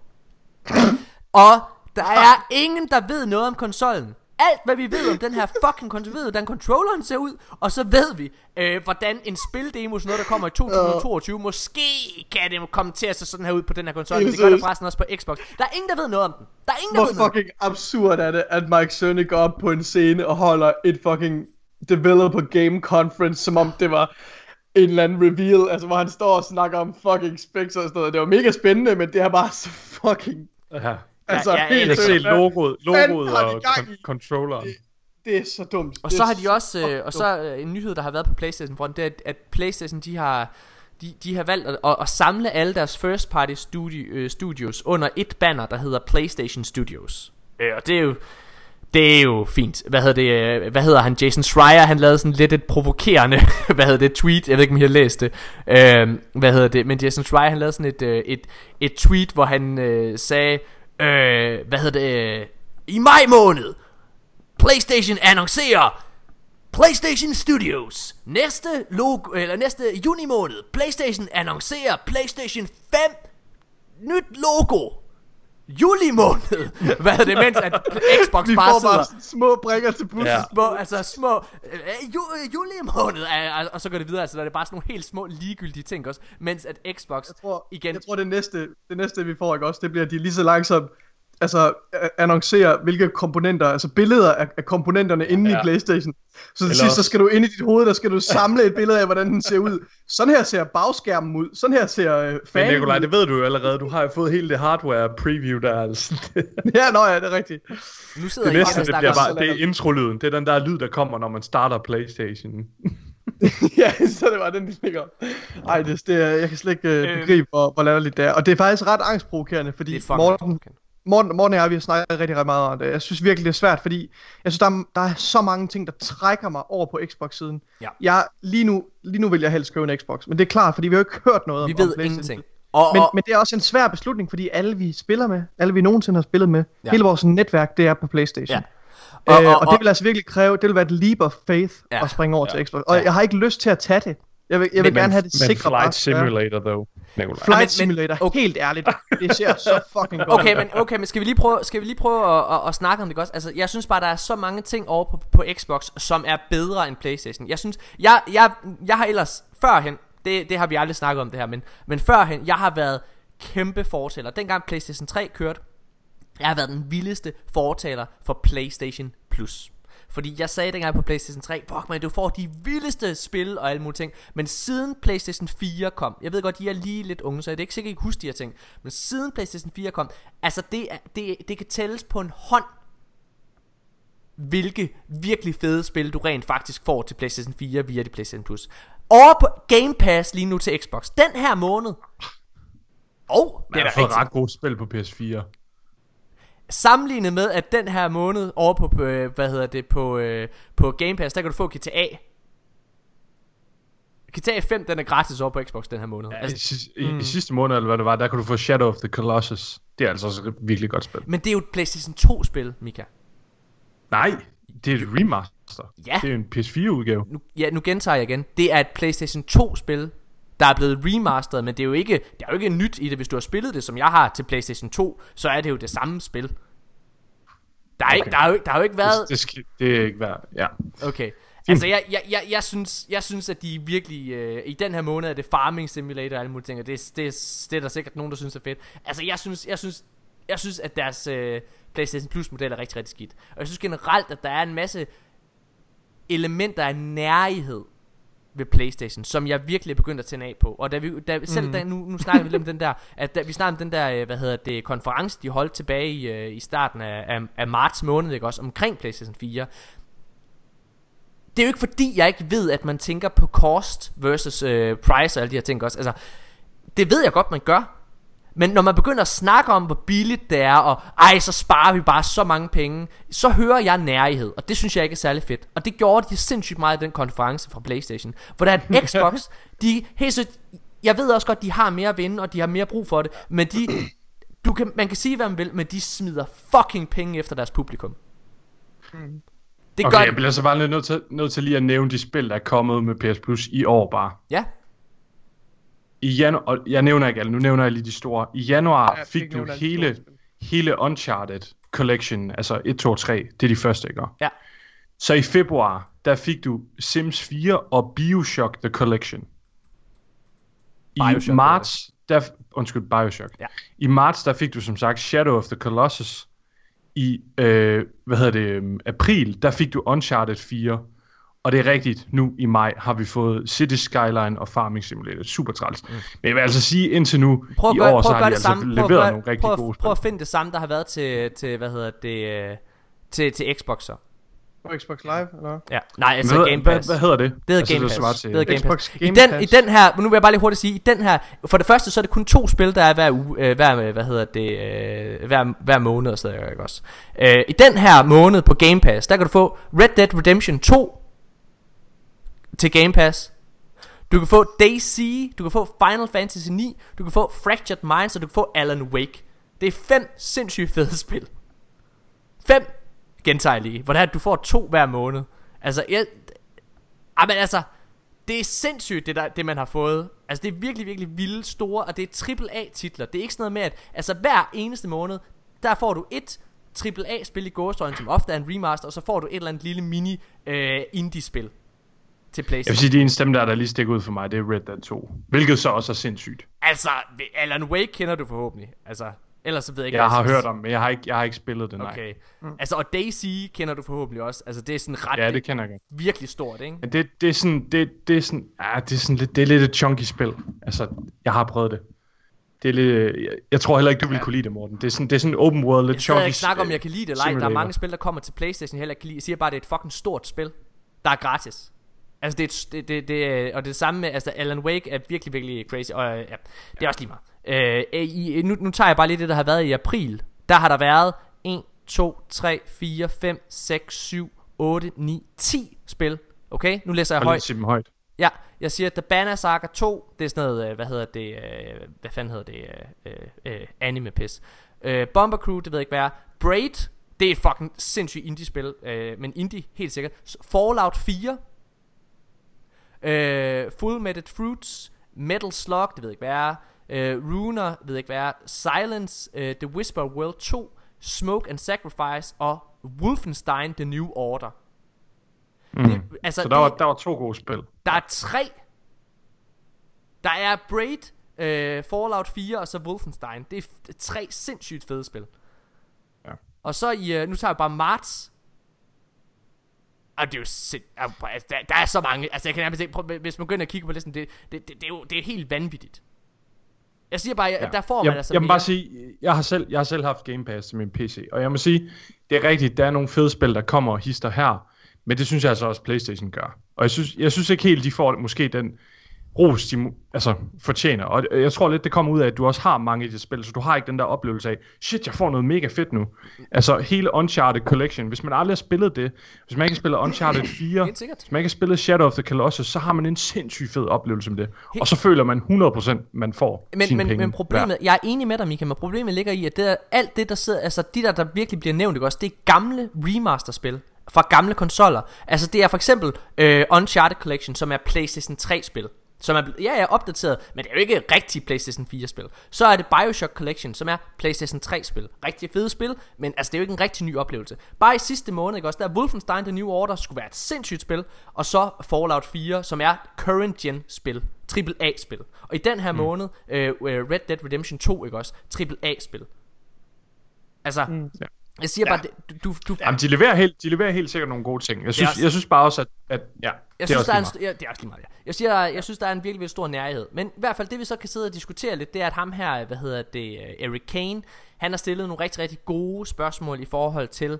Og der er ingen, der ved noget om konsollen. Alt hvad vi ved om den her fucking konsol, ved hvordan controlleren ser ud, og så ved vi hvordan en spildemo, sådan noget der kommer i 2022, måske kan det komme til at se sådan her ud på den her konsol. Det gør det forresten også på Xbox. Der er ingen der ved noget om den. Der er ingen der ved noget. Hvor fucking absurd er det, at Mike Cerny går op på en scene og holder et fucking developer game conference, som om det var en eller anden reveal, altså hvor han står og snakker om fucking specs og sådan noget. Det var mega spændende, men det er bare så fucking... Altså, helt at se logoet og controlleren. Det er så dumt. Og så har de også, og så en nyhed, der har været på PlayStation front, det er, at PlayStation, de har valgt at samle alle deres first party studios under et banner, der hedder PlayStation Studios. Og det er jo fint. Hvad hedder han? Jason Schreier, han lavede sådan lidt et provokerende tweet. Jeg ved ikke om I har læst det. Men Jason Schreier, han lavede sådan et tweet, hvor han sagde i maj måned PlayStation annoncerer PlayStation Studios. Næste juni måned PlayStation annoncerer PlayStation 5 nyt logo. Juli måned. Mens at Xbox bare sidder små brikker til bussen. Små juli måned, og så går det videre. Altså der er det bare sådan nogle helt små ligegyldige ting også. Mens at Xbox jeg tror det næste vi får, ikke også, det bliver at de lige så langsomt annoncerer hvilke komponenter, altså billeder af komponenterne inde i PlayStation. Så til sidst, så skal du ind i dit hoved, der skal du samle et billede af, hvordan den ser ud. Sådan her ser bagskærmen ud. Sådan her ser Men Nikolaj, det ved du jo allerede. Du har jo fået hele det hardware preview der. Altså. det er rigtigt. Nu sidder det næste, det bliver bare, det er introlyden. Det er den der lyd, der kommer, når man starter PlayStation. Ja, så det var den, de fik op. Ej, jeg kan slet ikke begribe, hvor latterligt det er. Og det er faktisk ret angstprovokerende, fordi Morten og jeg, vi har snakket rigtig meget om det. Jeg synes virkelig, det er svært, fordi jeg synes, der er så mange ting, der trækker mig over på Xbox-siden. Ja. Lige nu vil jeg helst købe en Xbox, men det er klart, fordi vi har jo ikke hørt noget om PlayStation. Vi ved ingenting. Men det er også en svær beslutning, fordi alle vi spiller med, alle vi nogensinde har spillet med, hele vores netværk, det er på PlayStation. Ja. Og det vil altså virkelig kræve, det vil være et leap of faith at springe over til Xbox. Og jeg har ikke lyst til at tage det. Jeg vil gerne have det sikre. Men Flight Simulator, though. Flight Simulator, helt ærligt. Det ser så fucking godt. Okay, men skal vi lige prøve at snakke om det godt? Altså, jeg synes bare, der er så mange ting over på Xbox, som er bedre end PlayStation. Jeg synes, jeg har ellers førhen, det har vi aldrig snakket om det her, men førhen, jeg har været kæmpe fortaler. Dengang PlayStation 3 kørte, jeg har været den vildeste fortaler for PlayStation Plus. Fordi jeg sagde dengang på PlayStation 3, fuck man, du får de vildeste spil og alle mulige ting. Men siden PlayStation 4 kom, jeg ved godt, de er lige lidt unge, så jeg er ikke sikkert, I kan huske de her ting. Men siden PlayStation 4 kom, altså det kan tælles på en hånd, hvilke virkelig fede spil du rent faktisk får til PlayStation 4 via de PlayStation Plus. Over på Game Pass lige nu til Xbox, den her måned. Det er fået ret gode spil på PS4. Sammenlignet med at den her måned over på på Game Pass, der kan du få GTA. GTA 5, den er gratis over på Xbox den her måned. Ja, i sidste måned eller hvad det var, der kan du få Shadow of the Colossus. Det er altså også et virkelig godt spil. Men det er jo et PlayStation 2 spil, Mika. Nej, det er et remaster. Ja. Det er en PS4 udgave. Nu gentager jeg igen. Det er et PlayStation 2 spil, der er blevet remasteret, men det er jo ikke nyt i det. Hvis du har spillet det, som jeg har til PlayStation 2, så er det jo det samme spil. Der har jo ikke været... Det er ikke været, ja. Okay. Altså, jeg synes, at de virkelig... I den her måned er det Farming Simulator og alle mulige ting, og det er der sikkert nogen, der synes er fedt. Altså, jeg synes at deres PlayStation Plus model er rigtig, rigtig skidt. Og jeg synes generelt, at der er en masse elementer af nærighed ved PlayStation, som jeg virkelig er begyndt at tænde af på. Og nu snakker vi lidt om den der, vi snakker om den der, konference, de holdt tilbage i starten af marts måned, ikke også, omkring PlayStation 4. Det er jo ikke fordi, jeg ikke ved, at man tænker på cost versus price og alle de her ting også. Altså, det ved jeg godt, man gør. Men når man begynder at snakke om, hvor billigt det er, og så sparer vi bare så mange penge, så hører jeg nærighed, og det synes jeg ikke er særlig fedt. Og det gjorde de sindssygt meget i den konference fra PlayStation. For der er en Xbox, jeg ved også godt, de har mere at vinde, og de har mere brug for det, men man kan sige, hvad man vil, men de smider fucking penge efter deres publikum. Jeg bliver så bare nødt til lige at nævne de spil, der er kommet med PS Plus i år bare. Ja. I januar, jeg nævner ikke alle, nu nævner jeg lige de store. I januar fik du hele Uncharted Collection, altså 1, 2, 3, det er de første, ikke? Ja. Så i februar, der fik du Sims 4 og BioShock The Collection. BioShock, I marts, BioShock. Ja. I marts, der fik du som sagt Shadow of the Colossus. I april, der fik du Uncharted 4. Og det er rigtigt, nu i maj har vi fået City Skyline og Farming Simulator. Super træls. Men jeg vil altså sige, indtil nu i år, så har de altså leveret nogle rigtig gode spil. Prøv at finde det samme, der har været til Xbox så. Xbox Live, eller? Ja, nej, altså Game Pass. Hvad hedder det? Det hedder Game Pass. Det hedder Game Pass. I den her, nu vil jeg bare lige hurtigt sige, i den her, for det første så er det kun 2 spil, der er hver måned og sådan noget, også. I den her måned på Game Pass, der kan du få Red Dead Redemption 2 til Game Pass. Du kan få DayZ, du kan få Final Fantasy 9, du kan få Fractured Minds, og du kan få Alan Wake. Det er 5 sindssygt fede spil. 5 gentager lige, hvordan du får 2 hver måned. Altså, det er sindssygt det man har fået. Altså det er virkelig, virkelig vilde store, og det er AAA titler. Det er ikke sådan noget med at hver eneste måned, der får du et AAA spil i gåseøjne, som ofte er en remaster, og så får du et eller andet lille mini indie spil til PlayStation. Jeg vil sige, de eneste der lige stikker ud for mig, det er Red Dead 2, hvilket så også er sindssygt. Altså, Alan Wake kender du forhåbentlig. Altså, ellers så ved jeg ikke. Jeg har hørt om, men jeg har ikke spillet det, nej. Okay. Altså, og DayZ kender du forhåbentlig også. Altså, det er sådan ret. Ja, det kender jeg godt. Virkelig stort, ikke? Men det er lidt et chunky spil. Altså, jeg har prøvet det. Det er lidt, jeg tror heller ikke du vil kunne lide det, Morten. Det er sådan open world, lidt chunky. Jeg ikke snakke om jeg kan lide det, der er mange spil der kommer til PlayStation, jeg heller ikke kan lide. Jeg siger bare det er et fucking stort spil, der er gratis. Altså det og det samme med, altså Alan Wake er virkelig, virkelig crazy. Og ja, det er også lige meget. Nu tager jeg bare lige det, der har været i april der har der været 1, 2, 3, 4, 5, 6, 7, 8, 9, 10 spil. Okay, nu læser jeg højt. Ja, jeg siger The Banner Saga 2. Det er sådan noget, hvad fanden hedder det, anime pis. Bomber Crew, det ved jeg ikke hvad er. Braid, det er et fucking sindssygt indie-spil, men indie, helt sikkert. Fallout 4, Full Metal Fruits, Metal Slug, det ved jeg ikke hvad er. Runer, ved jeg ikke hvad er. Silence, The Whisper World 2, Smoke and Sacrifice og Wolfenstein The New Order. Det, altså, så der var 2 gode spil. Der er 3. Der er Braid, Fallout 4 og så Wolfenstein. Det er 3 sindssygt fede spil. Ja. Og så nu tager jeg bare marts. Og det er jo der er så mange. Altså jeg kan nærmest ikke, hvis man går ind og kigger på listen, det er helt vanvittigt. Jeg siger bare, der får man altså jeg må bare sige, jeg har selv haft Game Pass til min PC, og jeg må sige, det er rigtigt, der er nogle fede spil, der kommer og hister her, men det synes jeg altså også PlayStation gør. Og jeg synes ikke helt, de får måske den ros, de fortjener. Og jeg tror lidt, det kommer ud af, at du også har mange i det spil, så du har ikke den der oplevelse af, shit, jeg får noget mega fedt nu. Altså hele Uncharted Collection, hvis man aldrig har spillet det, hvis man ikke har spillet Uncharted 4, hvis man ikke har spillet Shadow of the Colossus, så har man en sindssygt fed oplevelse med det. Og så føler man 100%, man får sine penge. Men problemet, jeg er enig med dig, Mika, men problemet ligger i, at alt det, der sidder, altså de der virkelig bliver nævnt, ikke også, det er gamle remasterspil fra gamle konsoller. Altså det er for eksempel Uncharted Collection, som er PlayStation 3-spil, som er opdateret, men det er jo ikke rigtig PlayStation 4-spil. Så er det BioShock Collection, som er PlayStation 3-spil. Rigtig fede spil, men altså det er jo ikke en rigtig ny oplevelse. Bare i sidste måned, ikke også, der Wolfenstein The New Order skulle være et sindssygt spil, og så Fallout 4, som er current gen spil, AAA-spil. Og i den her måned Red Dead Redemption 2, ikke også, AAA-spil. Altså jeg siger bare Jamen, de leverer helt sikkert nogle gode ting. Jeg synes bare også at jeg synes, det er også lige meget. Jeg synes, der er en virkelig stor nærhed. Men i hvert fald det vi så kan sidde og diskutere lidt, det er at ham her, Eric Kane, han har stillet nogle rigtig, rigtig gode spørgsmål i forhold til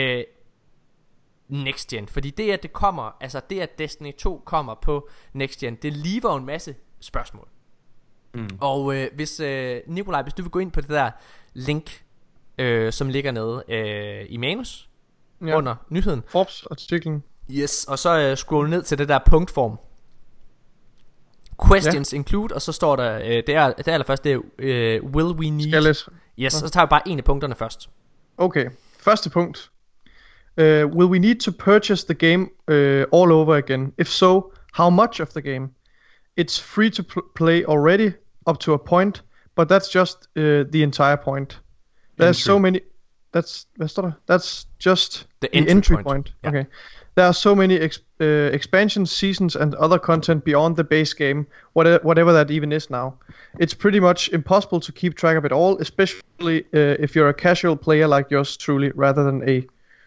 Next Gen. Fordi det at det kommer, altså det at Destiny 2 kommer på Next Gen, det lever jo en masse spørgsmål. Og hvis Nikolaj, hvis du vil gå ind på det der link, som ligger nede i manus under nyheden, Forbes-artiklen. Yes, og så scroll ned til det der punktform. Questions include, og så står der det allerførste, det er will we need. Yes, og så tager vi bare en af punkterne først. Okay, første punkt. Will we need to purchase the game all over again? If so, how much of the game? It's free to play already up to a point, but that's just the entire point. There's so many. That's just the entry point. Yeah. Okay. There are so many expansions, seasons, and other content beyond the base game, whatever that even is now. It's pretty much impossible to keep track of it all, especially if you're a casual player like yours truly, rather than a,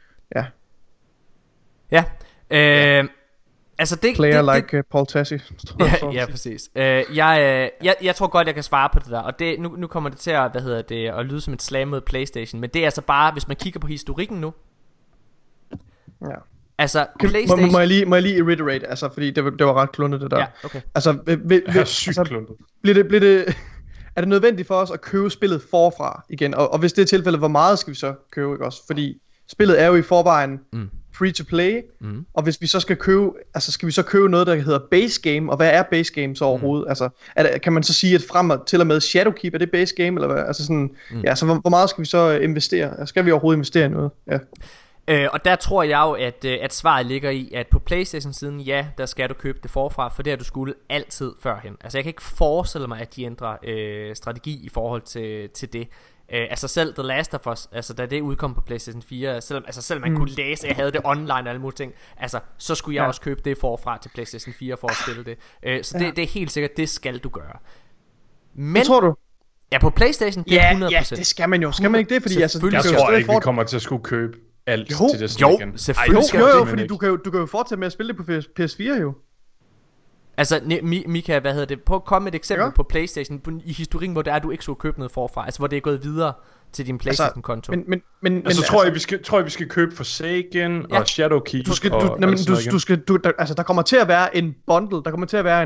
altså det player like Paul Tassi. Ja, præcis. Jeg tror godt jeg kan svare på det der. Og det nu kommer det til at at lyde som et slag mod PlayStation, men det er altså bare, hvis man kigger på historikken nu. Ja. Altså PlayStation. Må jeg lige reiterate, altså fordi det var ret kluntet det der. Ja, okay. Altså sygt kluntet. Bliver det er det nødvendigt for os at købe spillet forfra igen? Og hvis det er tilfældet, hvor meget skal vi så købe, ikke også? Fordi spillet er jo i forvejen free to play, og hvis vi så skal købe, altså skal vi så købe noget der hedder base game, og hvad er base game så overhovedet? Altså kan man så sige at frem til og med Shadowkeep er det base game eller hvad? Altså sådan, så hvor meget skal vi så investere? Skal vi overhovedet investere i noget? Ja. Og der tror jeg jo at svaret ligger i at på PlayStation siden, ja, der skal du købe det forfra, for det har du skulle altid førhen. Altså jeg kan ikke forestille mig at de ændrer strategi i forhold til det. Altså selv The Last of Us, altså da det udkom på PlayStation 4, selvom man kunne læse, at jeg havde det online og alle mulige ting, altså så skulle jeg også købe det forfra til PlayStation 4 for at spille det. Så det er helt sikkert, det skal du gøre. Men det tror du? Ja, på PlayStation, det er 100%. Ja, det skal man jo. Skal man ikke det? Fordi altså, jeg tror ikke, vi kommer til at skulle købe alt til det igen. Selvfølgelig jo, fordi du kan jo fortsætte med at spille det på PS4 jo. Altså Mika, prøv at komme med et eksempel på PlayStation i historikken, hvor det er du ikke skulle købe noget forfra, altså hvor det er gået videre til din PlayStation konto. Men tror jeg vi skal købe Forsaken og Shadowkeep. Der kommer til at være en bundle, der kommer til at være en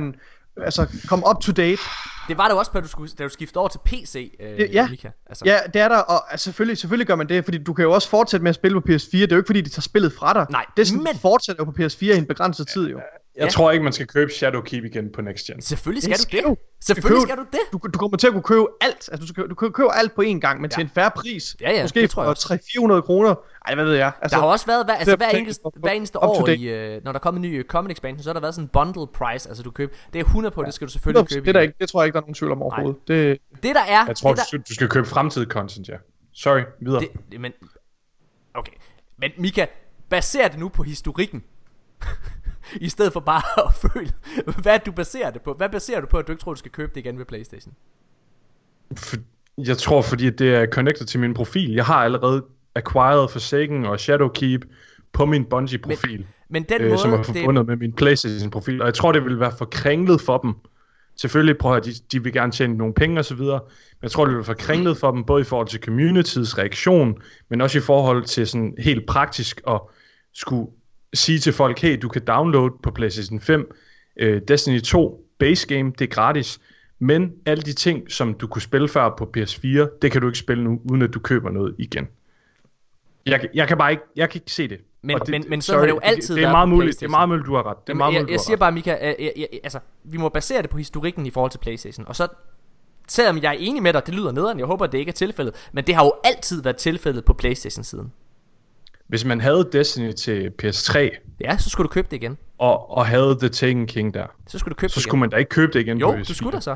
altså komme up to date. Det var det også, da du skiftede over til PC, Mika. Altså. Ja, det er der, og altså, selvfølgelig gør man det, fordi du kan jo også fortsætte med at spille på PS4. Det er jo ikke fordi, de tager spillet fra dig. Nej, det fortsætter jo på PS4 i en begrænset tid jo. Jeg tror ikke, man skal købe Shadowkeep igen på Next Gen. Selvfølgelig skal du det. Selvfølgelig skal du det. Du kommer til at kunne købe alt. Altså, du kan købe alt på én gang, men til en færre pris. Ja, måske for 300-400 kroner. Ej, hvad ved jeg. Altså, der har også været, hver eneste år, når der kommer en ny Common Expansion, så har der været sådan en bundle price. Altså, du køber, det er 100 på, det skal du selvfølgelig købe. Det tror jeg ikke, der er nogen tvivl om overhovedet. Det der er... Jeg tror, du skal købe fremtidig content, ja. Sorry, videre. Okay. Men Mika, baser det nu på historikken. I stedet for bare at føle, hvad du baserer det på. Hvad baserer du på, at du ikke tror, du skal købe det igen ved PlayStation? Jeg tror, fordi det er connected til min profil. Jeg har allerede acquired Forsaken og Shadowkeep på min Bungie-profil. Men den måde, som er forbundet med min PlayStation-profil. Og jeg tror, det vil være for kringlet for dem. Selvfølgelig prøver de vil gerne tjene nogle penge og så videre. Men jeg tror, det vil være for kringlet for dem, både i forhold til communityets reaktion, men også i forhold til sådan helt praktisk at skulle sige til folk, hey, du kan downloade på PlayStation 5 Destiny 2 base game, det er gratis, men alle de ting, som du kunne spille før på PS4, det kan du ikke spille nu, uden at du køber noget igen. Jeg kan ikke se det. Men så har det jo altid det er meget muligt, du har ret. Jeg siger bare, Mika, altså, vi må basere det på historikken i forhold til PlayStation, og så selvom jeg er enig med dig, det lyder nederen, jeg håber, det ikke er tilfældet, men det har jo altid været tilfældet på PlayStation-siden. Hvis man havde Destiny til PS3, ja, så skulle du købe det igen. Og havde The Taken King der, så skulle du købe det igen. Så skulle man da ikke købe det igen. Jo, du skulle da så.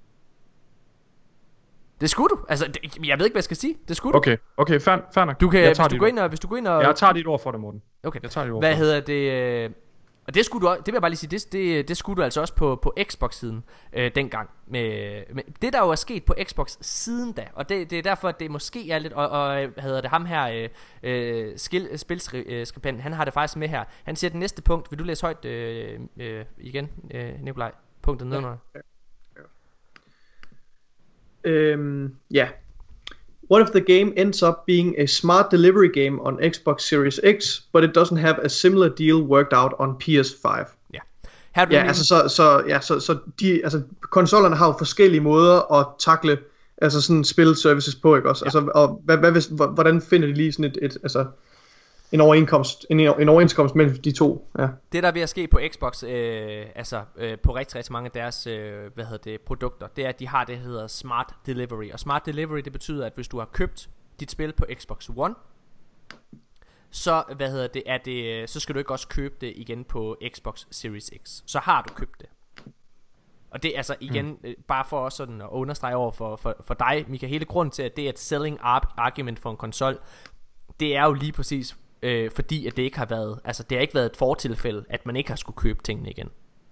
Det skulle du. Altså, jeg ved ikke, hvad jeg skal sige. Det skulle du. Okay, fair nok. Du kan, hvis du går ind og... Jeg tager dit ord for det, Morten. Okay. Jeg tager dit ord hvad hedder det? Og det skulle du, det vil jeg bare lige sige, det skulle du altså også på Xbox-siden dengang. Med det der jo er sket på Xbox siden da, og det er derfor, at det måske er lidt, og hvad hedder det, ham her, spilskribenten, han har det faktisk med her. Han siger, at det næste punkt, vil du læse højt igen, Nikolaj, punktet nedenunder? Ja. What if the game ends up being a smart delivery game on Xbox Series X, but it doesn't have a similar deal worked out on PS5? Ja. Så konsollerne har jo forskellige måder at takle altså sådan spil services på, ikke også? Ja. Altså, og hvordan finder de lige sådan en overenskomst mellem de to? Ja. Det der er ved at ske på Xbox, på rigtig mange af deres produkter, det er at de har det der hedder Smart Delivery. Og Smart Delivery, det betyder at hvis du har købt dit spil på Xbox One, så så skal du ikke også købe det igen på Xbox Series X. Så har du købt det. Og det er altså igen bare for også sådan at understrege over for dig, Mika, hele grunden til at det er et selling argument for en konsol, det er jo lige præcis fordi at det ikke har været, altså det har ikke været et fortilfælde, at man ikke har skulle købe tingene igen.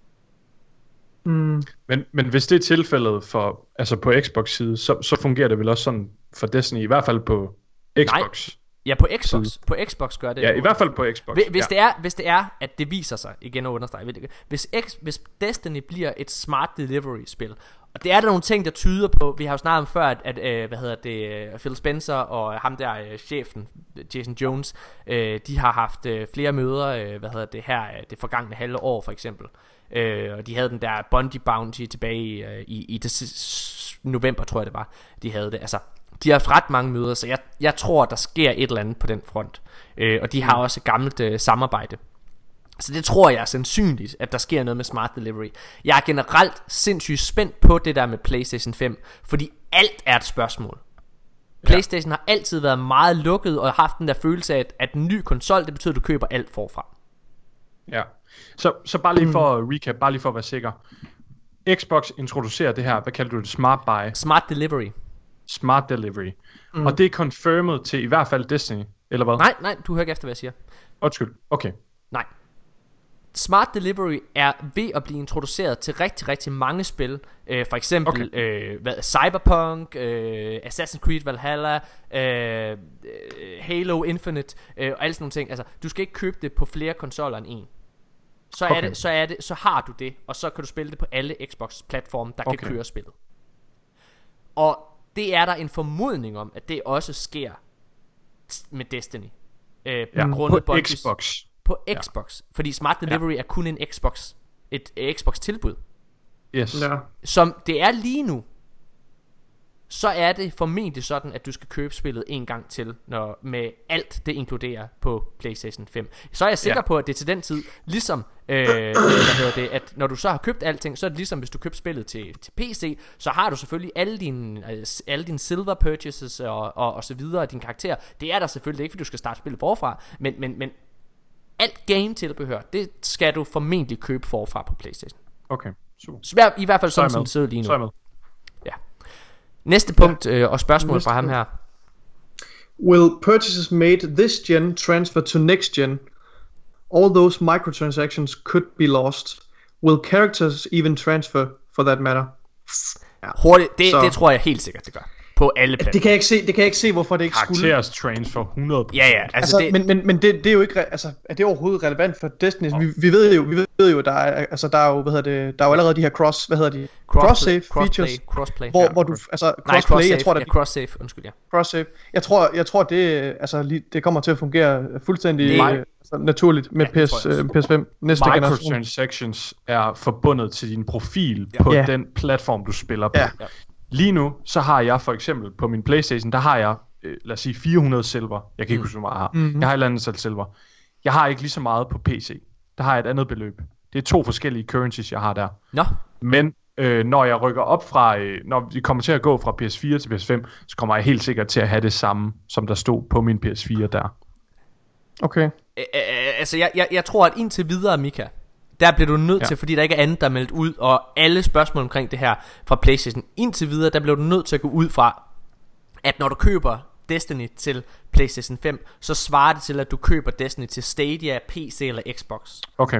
Men hvis det er tilfældet for, altså på Xbox side, så fungerer det vel også sådan for Destiny, i hvert fald på Xbox. Nej. Ja, på Xbox. På Xbox gør det. Ja, i hvert fald på Xbox. Hvis det er, at det viser sig, igen at understrege, hvis Destiny bliver et smart delivery spil, og det er der nogle ting, der tyder på. Vi har jo snakket om før, at Phil Spencer og ham der chefen, Jason Jones, de har haft flere møder, det forgangne halve år for eksempel. Og de havde den der Bungie Bounty tilbage i november, tror jeg det var. De havde det, altså. De har haft ret mange møder, så jeg tror, der sker et eller andet på den front. Og de har også et gammelt samarbejde. Så det tror jeg er sandsynligt, at der sker noget med Smart Delivery. Jeg er generelt sindssygt spændt på det der med PlayStation 5, fordi alt er et spørgsmål. PlayStation har altid været meget lukket og haft den der følelse af, at en ny konsol, det betyder, at du køber alt forfra. Ja, så bare lige for at recap, bare lige for at være sikker. Xbox introducerer det her, hvad kalder du det? Smart Buy? Smart Delivery. Smart Delivery. Og det er confirmed til i hvert fald Destiny, eller hvad? Nej, du hører ikke efter, hvad jeg siger. Undskyld, okay. Nej. Smart Delivery er ved at blive introduceret til rigtig, rigtig mange spil. For eksempel Cyberpunk, Assassin's Creed Valhalla, Halo Infinite, og alle sådan nogle ting. Altså, du skal ikke købe det på flere konsoller end en. Så har du det, og så kan du spille det på alle Xbox-platforme, der kan køre spillet. Og det er der en formodning om, at det også sker med Destiny. På Xbox. På Xbox. Fordi Smart Delivery er kun en Xbox. Et Xbox tilbud. Yes. Ja. Som det er lige nu, så er det formentlig sådan, at du skal købe spillet en gang til, når med alt det inkluderer på PlayStation 5. Så er jeg sikker på, at det er til den tid, ligesom, at når du så har købt alting, så er det ligesom, hvis du købte spillet til PC, så har du selvfølgelig alle dine silver purchases og så videre, dine karakterer. Det er der selvfølgelig ikke, fordi du skal starte spillet forfra, men alt game-tilbehør, det skal du formentlig købe forfra på PlayStation. Okay, super. I hvert fald sådan, som det sidder lige nu. Så er jeg med. Næste punkt og spørgsmål fra ham her. Will purchases made this gen transfer to next gen? All those microtransactions could be lost. Will characters even transfer for that matter? Ja. Hurtigt, det tror jeg helt sikkert det gør. På alle platforme. Det kan jeg ikke se hvorfor det ikke skulle. Karakteres transfer 100%. Ja, altså det... Men det er jo ikke er det overhovedet relevant for Destiny? Vi ved jo der er der er jo der er jo allerede de her cross-save features, crossplay. Hvor du crossplay, jeg tror cross-save, undskyld, ja. Cross-save. Jeg tror det det kommer til at fungere fuldstændig naturligt med PS5 næste generation. Microtransactions er forbundet til din profil på den platform du spiller på. Ja. Lige nu, så har jeg for eksempel på min PlayStation, der har jeg, lad os sige 400 silver. Jeg kan ikke huske, hvor meget jeg har. Jeg har et eller andet selv silver. Jeg har ikke lige så meget på PC. Der har jeg et andet beløb. Det er 2 forskellige currencies, jeg har der. Nå. Men når jeg rykker op fra, når vi kommer til at gå fra PS4 til PS5, så kommer jeg helt sikkert til at have det samme, som der stod på min PS4 der. Okay. Altså, jeg tror, at indtil videre, Mika, der bliver du nødt til, fordi der ikke er andet, der er meldt ud, og alle spørgsmål omkring det her fra PlayStation, indtil videre, der bliver du nødt til at gå ud fra, at når du køber Destiny til PlayStation 5, så svarer det til, at du køber Destiny til Stadia, PC eller Xbox. Okay.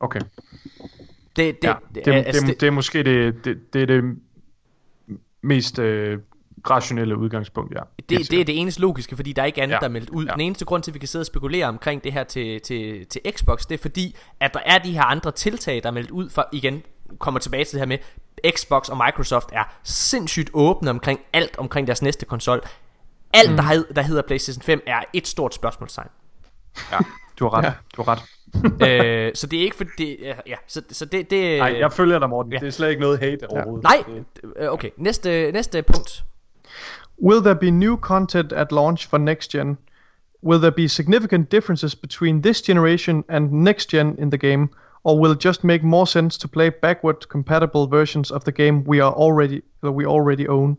Det er måske det mest rationelle udgangspunkt, ja. Det er det eneste logiske, fordi der er ikke andet, der er meldt ud. Den eneste grund til, at vi kan sidde og spekulere omkring det her til Xbox, det er fordi, at der er de her andre tiltag, der er meldt ud for, igen, kommer tilbage til det her med, Xbox og Microsoft er sindssygt åbne omkring alt omkring deres næste konsol. Alt, der hedder PlayStation 5, er et stort spørgsmålstegn. Ja, du har ret. Du har ret. Så det er ikke fordi så det nej, jeg følger dig, Morten. Det er slet ikke noget hate overhovedet. Nej. Okay, næste punkt. Will there be new content at launch for next gen? Will there be significant differences between this generation and next gen in the game, or will it just make more sense to play backward compatible versions of the game we already own?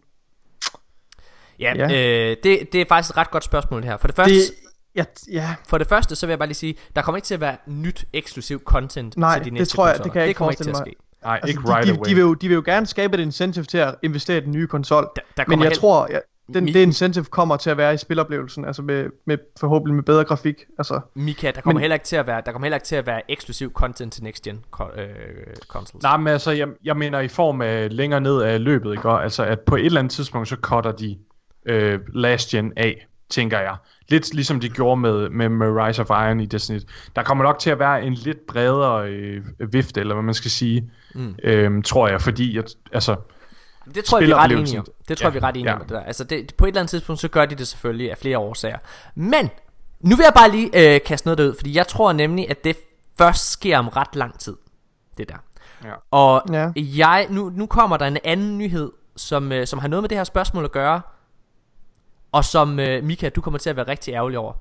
Det er faktisk et ret godt spørgsmål det her. For det første For det første, så vil jeg bare lige sige, der kommer ikke til at være nyt eksklusiv content til de næste konsoller. Det kan jeg ikke forestille mig. Nej, ikke right away. De vil jo gerne skabe et incentive til at investere i den nye konsol. Men jeg tror, det incentive kommer til at være i spiloplevelsen, altså med forhåbentlig med bedre grafik. Altså. Mika, der kommer heller ikke til at være eksklusiv content til next gen consoles. Nej, men altså jeg mener i form af længere ned af løbet, ikke? Altså at på et eller andet tidspunkt så cutter de last gen af, tænker jeg. Lidt ligesom de gjorde med Rise of Iron i Destiny. Der kommer nok til at være en lidt bredere vifte, eller hvad man skal sige, tror jeg, fordi altså det tror jeg vi er ret enige om. Det tror jeg vi er ret enige om det der. Altså på et eller andet tidspunkt så gør de det selvfølgelig af flere årsager. Men nu vil jeg bare lige kaste noget derud, fordi jeg tror nemlig at det først sker om ret lang tid. Det der. Ja. Og nu kommer der en anden nyhed som har noget med det her spørgsmål at gøre. Og som Mika, du kommer til at være rigtig ærgerlig over.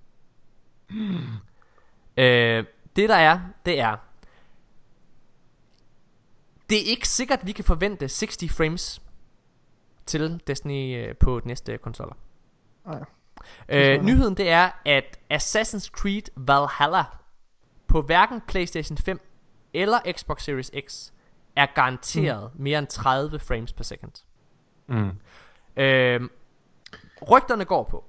Det der er, det er ikke sikkert at vi kan forvente 60 frames til Destiny på de næste konsoller. Nyheden det er at Assassin's Creed Valhalla på hverken PlayStation 5 eller Xbox Series X er garanteret mere end 30 frames per second. Rygterne går på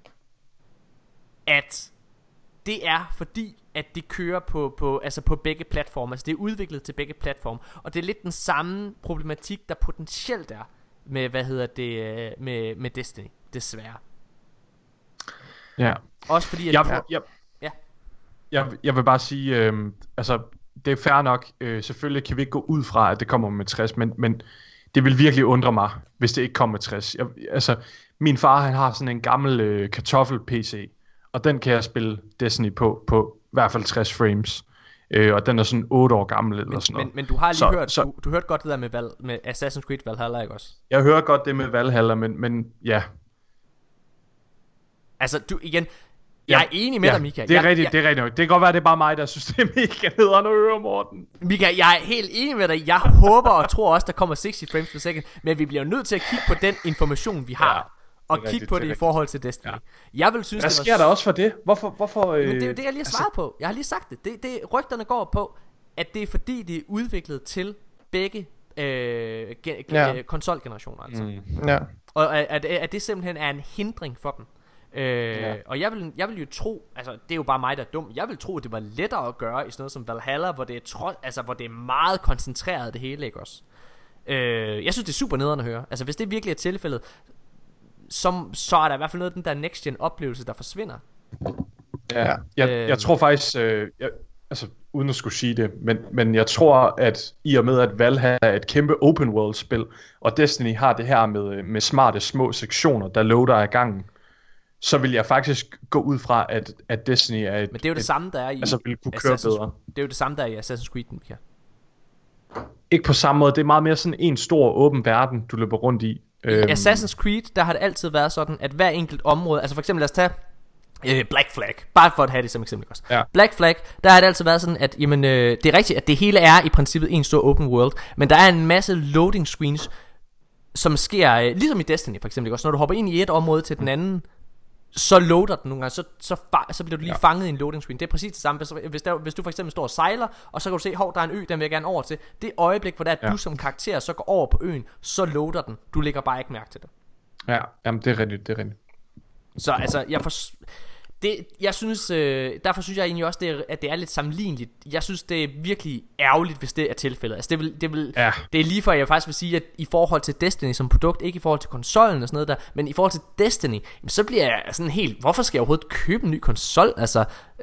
at det er fordi at de kører på begge platforme. Altså det er udviklet til begge platforme. Og det er lidt den samme problematik der potentielt er med med Destiny, desværre. Ja. Også fordi at jeg vil bare sige altså det er fair nok. Selvfølgelig kan vi ikke gå ud fra at det kommer med 60, men det vil virkelig undre mig hvis det ikke kommer med 60. Min far han har sådan en gammel kartoffel PC, og den kan jeg spille Destiny på i hvert fald 60 frames. og den er sådan 8 år gammel eller sådan noget. Men du har lige hørt, du hørte godt det der med Assassin's Creed Valhalla, ikke også? Jeg hører godt det med Valhalla, men ja. Altså, igen, jeg er enig med dig, Mika. Det er rigtigt. Det kan godt være, det er bare mig, der synes, det er mega nederen at høre, Morten. Mika, jeg er helt enig med dig. Jeg håber og tror også, der kommer 60 frames per second, men vi bliver nødt til at kigge på den information, vi har. Og kigge på det i forhold til Destiny. Jeg vil synes, hvad sker der også for det? Hvorfor men det er jo det, jeg lige har svaret på. Jeg har lige sagt det. Rygterne går på, at det er fordi, det er udviklet til begge konsolgenerationer. Altså. Ja. Og at det simpelthen er en hindring for dem. Og jeg vil jo tro, altså det er jo bare mig, der er dum. Jeg vil tro, at det var lettere at gøre i sådan noget som Valhalla, hvor det er hvor det er meget koncentreret det hele, ikke også? Jeg synes det er super nederen at høre. Altså hvis det virkelig er tilfældet, så er der i hvert fald noget af den der next gen oplevelse, der forsvinder. Ja, jeg tror faktisk, altså uden at skulle sige det, men jeg tror, at i og med at Valhalla er et kæmpe open world spil, og Destiny har det her med smarte små sektioner, der loader af gangen, så vil jeg faktisk gå ud fra, at Destiny er et... Men det er jo det samme, der er i... Altså vil kunne køre bedre. Det er jo det samme, der er i Assassin's Creed, Mika. Ikke på samme måde, det er meget mere sådan en stor åben verden, du løber rundt i. I Assassin's Creed, der har det altid været sådan, at hver enkelt område, altså for eksempel lad os tage Black Flag, bare for at have det som eksempel også. Ja. Black Flag, der har det altid været sådan, at jamen, det er rigtigt, at det hele er i princippet en stor open world, men der er en masse loading screens, som sker, ligesom i Destiny for eksempel også, når du hopper ind i et område til den anden, så loader den nogle gange, så bliver du lige fanget i en loading screen. Det er præcis det samme. Hvis du for eksempel står og sejler, og så kan du se, hov, der er en ø, den vil jeg gerne over til. Det øjeblik, hvor der er du som karakter så går over på øen, så loader den. Du lægger bare ikke mærke til det. Ja, jamen det er rigtigt, Så altså, jeg synes, derfor synes jeg egentlig også, at det er lidt sammenligneligt. Jeg synes, det er virkelig ærgerligt, hvis det er tilfældet. Altså, det er lige før, jeg faktisk vil sige, at i forhold til Destiny som produkt, ikke i forhold til konsollen og sådan noget der, men i forhold til Destiny, så bliver jeg sådan helt, hvorfor skal jeg overhovedet købe en ny konsol? Altså,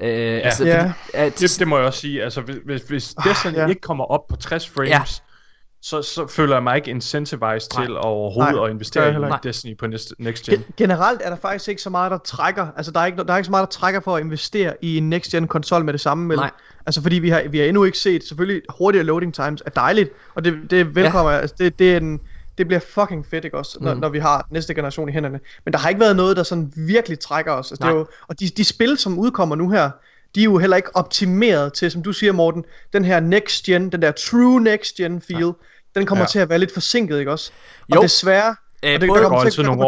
det må jeg også sige. Altså, hvis Destiny ikke kommer op på 60 frames, så føler jeg mig ikke incentivized til overhovedet at investere i Destiny på next gen. Generelt er der faktisk ikke så meget, der trækker. Altså der er ikke så meget, der trækker for at investere i en next gen konsol med det samme. Altså fordi vi har endnu ikke set, selvfølgelig hurtigere loading times er dejligt, og det velkommer. Altså, det bliver fucking fedt, ikke også, når vi har næste generation i hænderne. Men der har ikke været noget, der sådan virkelig trækker os. Altså, det er jo, og de spil, som udkommer nu her, de er jo heller ikke optimeret til, som du siger, Morten, den her next gen, den der true next gen feel, den kommer til at være lidt forsinket, ikke også? Og desværre, der går altså nogle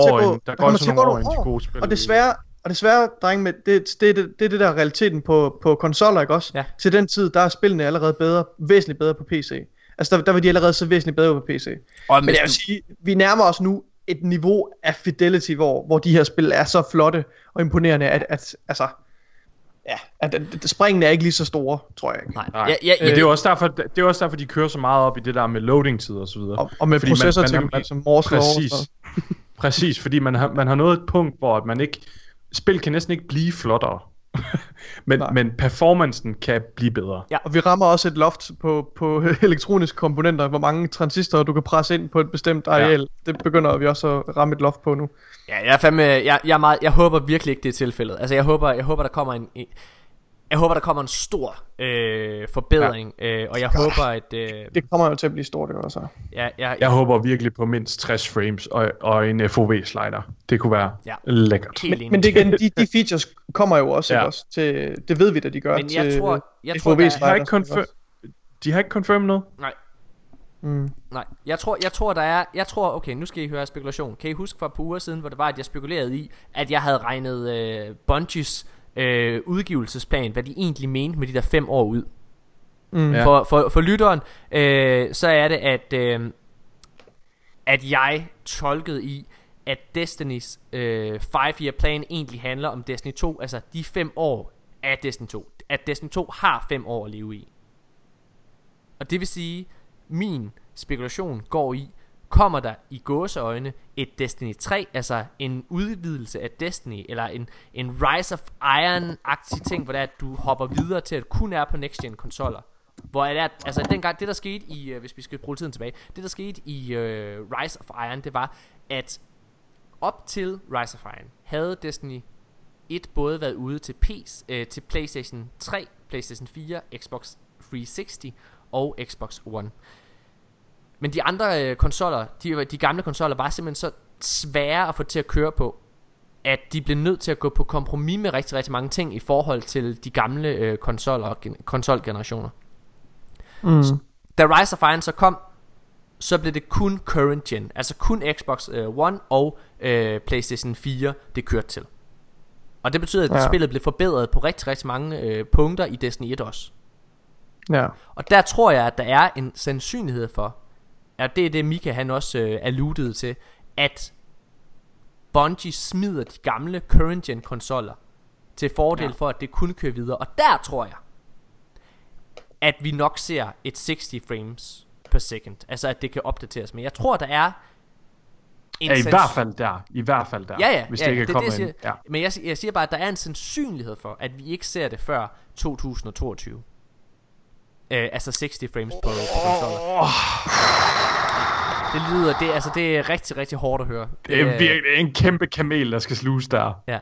år ind til gode spil. Og desværre, drenge, med det er det der realiteten på konsoller, ikke også? Til den tid, der er spillene allerede væsentligt bedre på PC. Altså der var de allerede så væsentligt bedre på PC. Men jeg vil sige, vi nærmer os nu et niveau af fidelity, hvor de her spil er så flotte og imponerende, at altså... Ja, at springene er ikke lige så store, tror jeg ikke. Nej. Det er også derfor, de kører så meget op i det der med loading-tider og så videre. Og med processorteknologi som Moore's Law. Præcis, fordi man har nået et punkt, hvor man ikke... Spil kan næsten ikke blive flottere. men performancen kan blive bedre. Ja. Og vi rammer også et loft på elektroniske komponenter, hvor mange transistorer du kan presse ind på et bestemt areal. Det begynder vi også at ramme et loft på nu. Ja, jeg håber virkelig ikke det er tilfældet. Altså jeg håber der kommer der kommer en stor forbedring, og jeg håber at det kommer jo til at blive stort, det også. Jeg håber virkelig på mindst 60 frames og en FOV slider. Det kunne være lækkert. Men det igen, de features kommer jo også, ikke også til, det ved vi da de gør. Men jeg tror FOV slider. De har ikke confirmed noget. Nej. Nej, jeg tror der er. Okay, nu skal I høre spekulation. Kan I huske for et par uger siden, hvor det var, at jeg spekulerede i, at jeg havde regnet Bungies udgivelsesplan, hvad de egentlig mente med de der 5 år ud. For lytteren, så er det at jeg tolkede i, at Destinys 5-year plan egentlig handler om Destiny 2, altså de 5 år af Destiny 2, at Destiny 2 har 5 år at leve i. Og det vil sige, min spekulation går i, kommer der i gåseøjne et Destiny 3, altså en udvidelse af Destiny, eller en Rise of Iron-agtig ting, hvor det er, at du hopper videre til at kun er på next gen konsoller. Hvor er det, altså dengang, det der skete i, hvis vi skal bruge tiden tilbage, det der skete i Rise of Iron, det var, at op til Rise of Iron havde Destiny 1 både været ude til til PlayStation 3, PlayStation 4, Xbox 360 og Xbox One. Men de andre konsoller, de gamle konsoller, var simpelthen så svære at få til at køre på, at de blev nødt til at gå på kompromis med rigtig, rigtig mange ting i forhold til de gamle konsolgenerationer. Da Rise of Iron så kom, så blev det kun current gen, altså kun Xbox One og PlayStation 4 det kørte til. Og det betyder, at spillet blev forbedret på rigtig, rigtig mange punkter i Destiny 1 også. Ja. Og der tror jeg, at der er en sandsynlighed for, at det er det Mika han også alludede til, at Bungie smider de gamle current gen konsoller til fordel for, at det kunne køre videre. Og der tror jeg, at vi nok ser et 60 frames per second, altså at det kan opdateres. Men jeg tror, der er i hvert fald der. Ja, hvis det ikke det, kommer det, ind. Ja. Men jeg siger bare, at der er en sandsynlighed for, at vi ikke ser det før 2022. Altså 60 frames på konsoller. Det er rigtig, rigtig hårdt at høre. Det er virkelig en kæmpe kamel, der skal sluges der. Ja.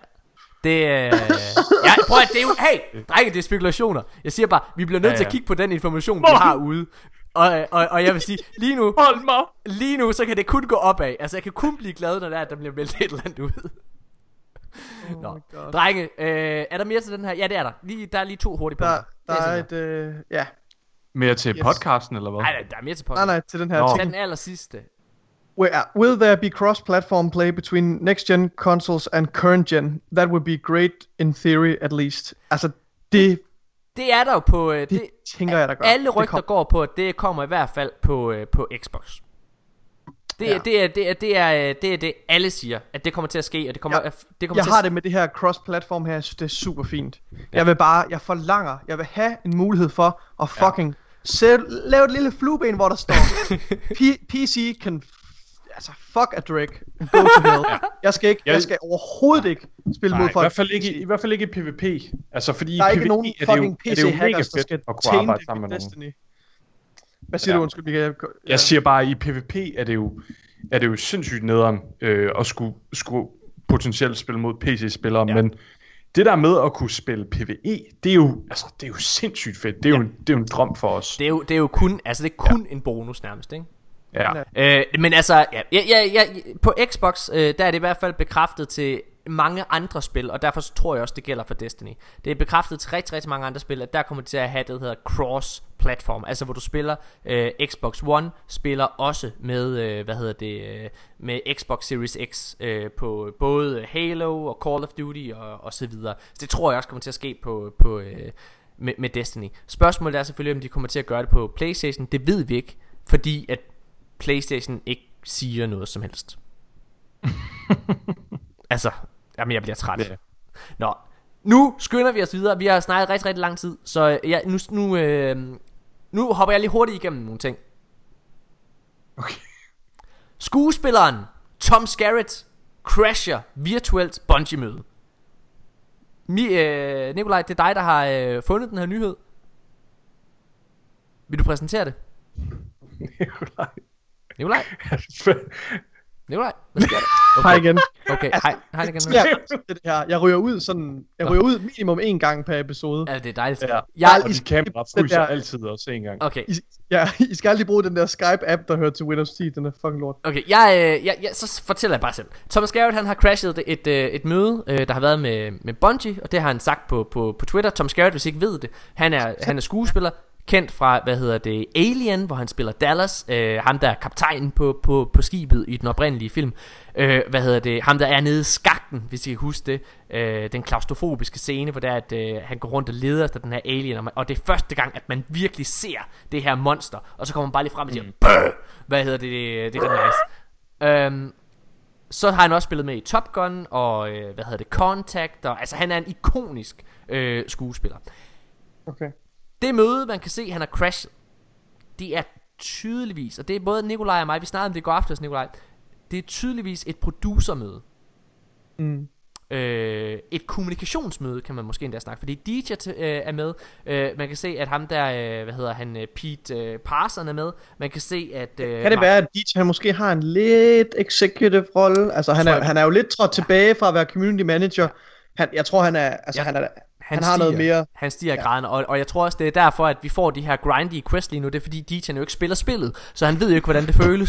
Prøv at det er jo, hey, drenge, det er spekulationer. Jeg siger bare, vi bliver nødt til at kigge på den information, vi har ude. Og jeg vil sige, lige nu, så kan det kun gå opad. Altså, jeg kan kun blive glad, når der bliver meldt et eller andet ud. Nå, drenge, er der mere til den her? Ja, det er der. Der er lige 2 hurtige punkter. Der er et, ja. Mere til podcasten, eller hvad? Nej, der er mere til podcasten. Nej, til den her ting. Den aller sidste. Will there be cross-platform play between next-gen consoles and current-gen? That would be great in theory, at least. Altså, det er der jo på... det tænker jeg, der gør. Alle rygter går på, at det kommer i hvert fald på Xbox. Det er det alle siger, at det kommer til at ske, og det kommer, jeg har det med det her cross-platform her, jeg synes det er super fint. Jeg vil have en mulighed for at fucking lave et lille flueben, hvor der står PC can fuck a Drake, go to hell. Jeg skal overhovedet ikke spille mod folk. I hvert fald ikke i PvP. Altså fordi der er i ikke PvE nogen fucking PC hackers, der skal tænke det med Destiny. Hvad siger du, undskyld, Mikael? Jeg siger bare, at i PvP er det jo sindssygt nederen at skulle potentielt spille mod PC-spillere, men det der med at kunne spille PvE, det er jo sindssygt fedt. Det er jo en drøm for os. Det er jo kun, en bonus nærmest, ikke? Ja. Men altså, på Xbox, der er det i hvert fald bekræftet til mange andre spil, og derfor tror jeg også, det gælder for Destiny. Det er bekræftet til rigtig, rigtig mange andre spil, at der kommer til at have det, der hedder cross-platform, altså hvor du spiller Xbox One, spiller også med, med Xbox Series X på både Halo og Call of Duty og så videre. Så det tror jeg også kommer til at ske med Destiny. Spørgsmålet er selvfølgelig, om de kommer til at gøre det på PlayStation. Det ved vi ikke, fordi at PlayStation ikke siger noget som helst. Altså, jeg bliver træt. Yeah. Nå, nu skynder vi os videre. Vi har snakket rigtig, rigtig lang tid. Så nu hopper jeg lige hurtigt igennem nogle ting. Okay. Skuespilleren Tom Skerritt crasher virtuelt Bungie-møde. Nikolaj, det er dig, der har fundet den her nyhed. Vil du præsentere det? Nikolaj? Hvad sker der? Okay. Hej igen. Okay, hej igen. Det her. Jeg ryger ud minimum 1 gang per episode. Ja, det er dejligt. Ja. Og de kamera fryser altid også 1 gang. Okay. I skal aldrig bruge den der Skype-app, der hører til Windows 10. Den er fucking lort. Okay, så fortæller jeg bare selv. Thomas Garrett, han har crashet et møde, der har været med Bungie, og det har han sagt på Twitter. Thomas Garrett, hvis I ikke ved det, han er skuespiller, kendt fra, Alien, hvor han spiller Dallas, ham der er kaptajnen på skibet i den oprindelige film. Ham der er nede i skakten, hvis I kan huske det, den klaustrofobiske scene, hvor han går rundt og leder efter den her alien, og det er første gang, at man virkelig ser det her monster, og så kommer man bare lige frem og siger, det er nice. Så har han også spillet med i Top Gun og Contact, og altså han er en ikonisk skuespiller. Okay. Det møde, man kan se, han har crashet, det er tydeligvis, og det er både Nikolaj og mig, vi snakkede om det i går aftes, Nikolaj, det er tydeligvis et producermøde. Et kommunikationsmøde, kan man måske endda snakke, fordi DJ er med. Man kan se, at ham der, Pete Parson er med. Man kan se, at kan det være, at DJ han måske har en lidt executive rolle? Altså han er jo lidt trådt tilbage fra at være community manager. Jeg tror han han har noget mere. Han stiger graderne, og jeg tror også det er derfor at vi får de her grindy quests lige nu. Det er fordi DJ'en jo ikke spiller spillet, så han ved jo ikke hvordan det føles.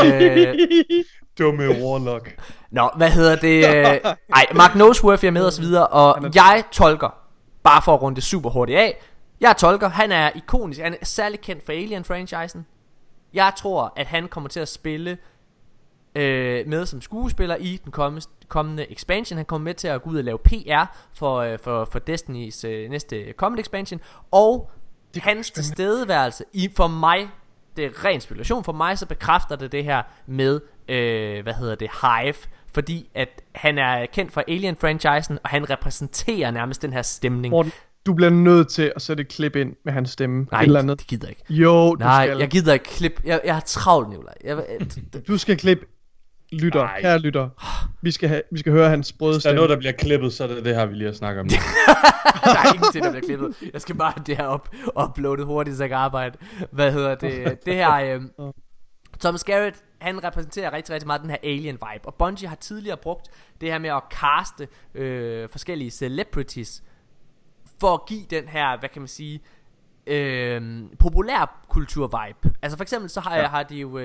Dumme Warlock. Nå, hvad hedder det? Mark Noseworthy er med og så videre. Og jeg tolker, bare for at runde det super hurtigt af, jeg tolker, han er ikonisk. Han er særlig kendt for Alien-franchisen. Jeg tror at han kommer til at spille med som skuespiller i den kommende expansion. Han kommer med til at gå ud og lave PR for Destinys næste kommende expansion. Og hans tilstedeværelse for mig, det er ren spekulation, for mig så bekræfter det her med Hive, fordi at han er kendt for Alien-franchisen, og han repræsenterer nærmest den her stemning. Morten, du bliver nødt til at sætte et klip ind med hans stemme. Nej, eller andet. Det gider jeg ikke. Jo, du Nej, skal. jeg gider ikke klip. Jeg har travlt, Nicolaj. Du skal klippe. Kære lytter. Vi skal høre hans sprøde stemme. Hvis der er noget der bliver klippet, så er det her vi lige har snakket om. Der er ingenting der bliver klippet. Jeg skal bare have det her uploadet hurtigt, så jeg kan arbejde. Hvad hedder det? Det her Thomas Garrett, han repræsenterer rigtig, rigtig meget den her alien vibe. Og Bungie har tidligere brugt det her med at caste forskellige celebrities for at give den her, hvad kan man sige, populærkultur vibe. Altså for eksempel så har de jo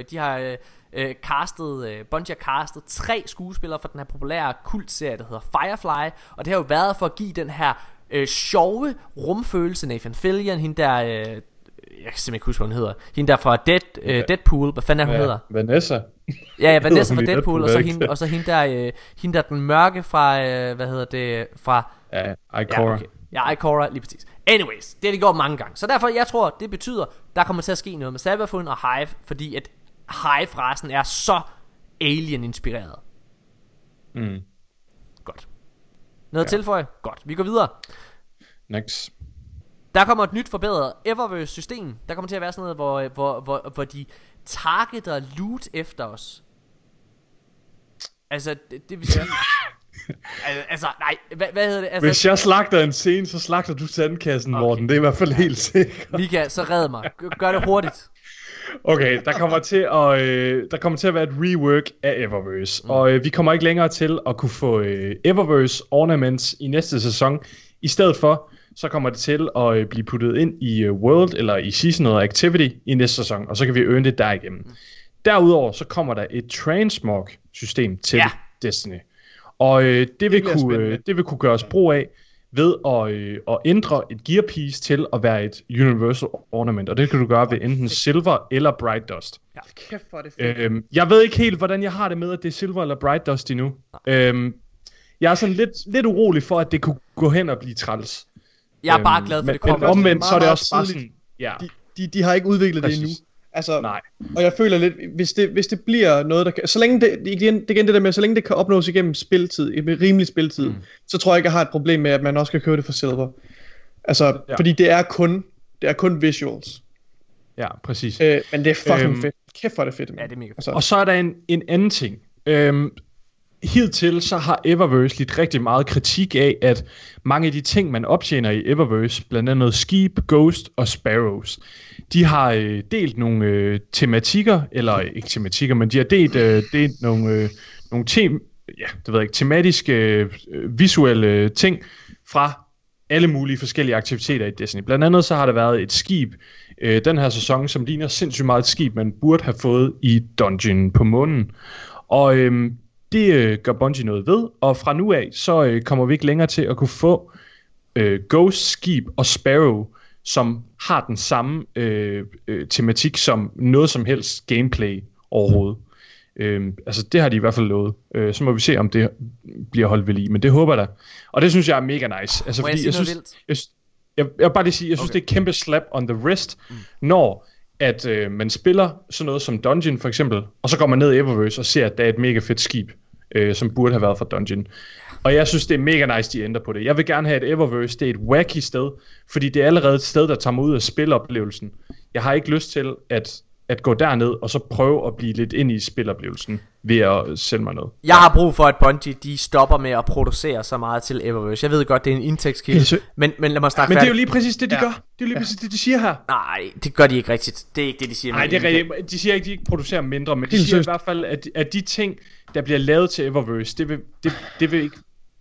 Bungie har castet 3 skuespillere for den her populære kultserie, der hedder Firefly. Og det har jo været for at give den her sjove rumfølelse. Nathan Fillion, hende der jeg kan simpelthen ikke huske hvad hun hedder, hende der fra Deadpool. Hvad fanden er hun hedder? Vanessa. Ja, Vanessa fra Deadpool. Og så hende der den mørke fra fra Ikora. Ja, Ikora, lige præcis. Anyways, det har de gjort mange gange. Så derfor, jeg tror, det betyder, der kommer til at ske noget med Cyberfund og Hive, fordi at Hive-rasen er så alien-inspireret. Godt. Noget at tilføje? Godt. Vi går videre. Next. Der kommer et nyt forbedret Eververse-system. Der kommer til at være sådan noget, hvor de targeter loot efter os. Altså, det vil sige... altså, nej, hvad hedder det? Altså, hvis jeg slagter en scene, så slagter du sandkassen, Morten. Det er i hvert fald helt sikkert. Mika, så red mig. Gør det hurtigt. Okay, der kommer til at være et rework af Eververse. Og vi kommer ikke længere til at kunne få Eververse ornaments i næste sæson. I stedet for, så kommer det til at blive puttet ind i World eller i Seasonal Activity i næste sæson. Og så kan vi earne det derigennem. Derudover, så kommer der et transmog system til Destiny. Og det vil kunne gøres brug af ved at ændre et gear piece til at være et universal ornament. Og det kan du gøre ved enten silver eller bright dust. Ja, kæft for det fedt. Jeg ved ikke helt, hvordan jeg har det med, at det er silver eller bright dust endnu. Jeg er sådan lidt urolig for, at det kunne gå hen og blive træls. Jeg er bare glad for, det kommer. Men omvendt, så er det også bare sådan... Ja. De har ikke udviklet det endnu. Altså, nej. Og jeg føler lidt, hvis det bliver noget, der kan, så længe det igen det der med, så længe det kan opnås igennem spiltid, i rimelig spiltid, så tror jeg ikke, jeg har et problem med, at man også kan købe det for silver. Altså, fordi det er kun visuals. Ja, præcis. Men det er fucking fedt. Kæft for det fedt. Ja, det er mega fedt. Altså. Og så er der en anden ting. Hidtil så har Eververse lidt rigtig meget kritik af, at mange af de ting, man optjener i Eververse, blandt andet Skib, Ghost og Sparrows, de har delt tematikker, eller ikke tematikker, men de har delt nogle tematiske, visuelle ting fra alle mulige forskellige aktiviteter i Destiny. Blandt andet så har der været et skib den her sæson, som ligner sindssygt meget et skib, man burde have fået i dungeon på månen. Og det gør Bungie noget ved, og fra nu af, så kommer vi ikke længere til at kunne få Ghost, Skib og Sparrow, som har den samme tematik som noget som helst gameplay overhovedet. Altså det har de i hvert fald lovet. Så må vi se, om det bliver holdt ved lige, men det håber jeg da. Og det synes jeg er mega nice. Altså, fordi jeg vil bare lige sige, jeg synes det er et kæmpe slap on the wrist, når at man spiller sådan noget som Dungeon for eksempel, og så går man ned i Eververse og ser, at der er et mega fedt skib, som burde have været fra Dungeon. Og jeg synes, det er mega nice, de ændrer på det. Jeg vil gerne have, at Eververse det er et wacky sted, fordi det er allerede et sted, der tager mig ud af spiloplevelsen. Jeg har ikke lyst til at gå derned og så prøve at blive lidt ind i spiloplevelsen ved at sælge mig noget. Jeg har brug for, at Bungie de stopper med at producere så meget til Eververse. Jeg ved godt, det er en indtægtskilde, men lad mig snakke. Men det er jo lige præcis det, de gør. Det er jo lige præcis det, de siger her. Nej, det gør de ikke rigtigt. Det er ikke det, de siger. Nej, det er rigtigt. De siger ikke, at de ikke producerer mindre, men de siger i hvert fald, at de ting, der bliver lavet til Eververse, det vil ikke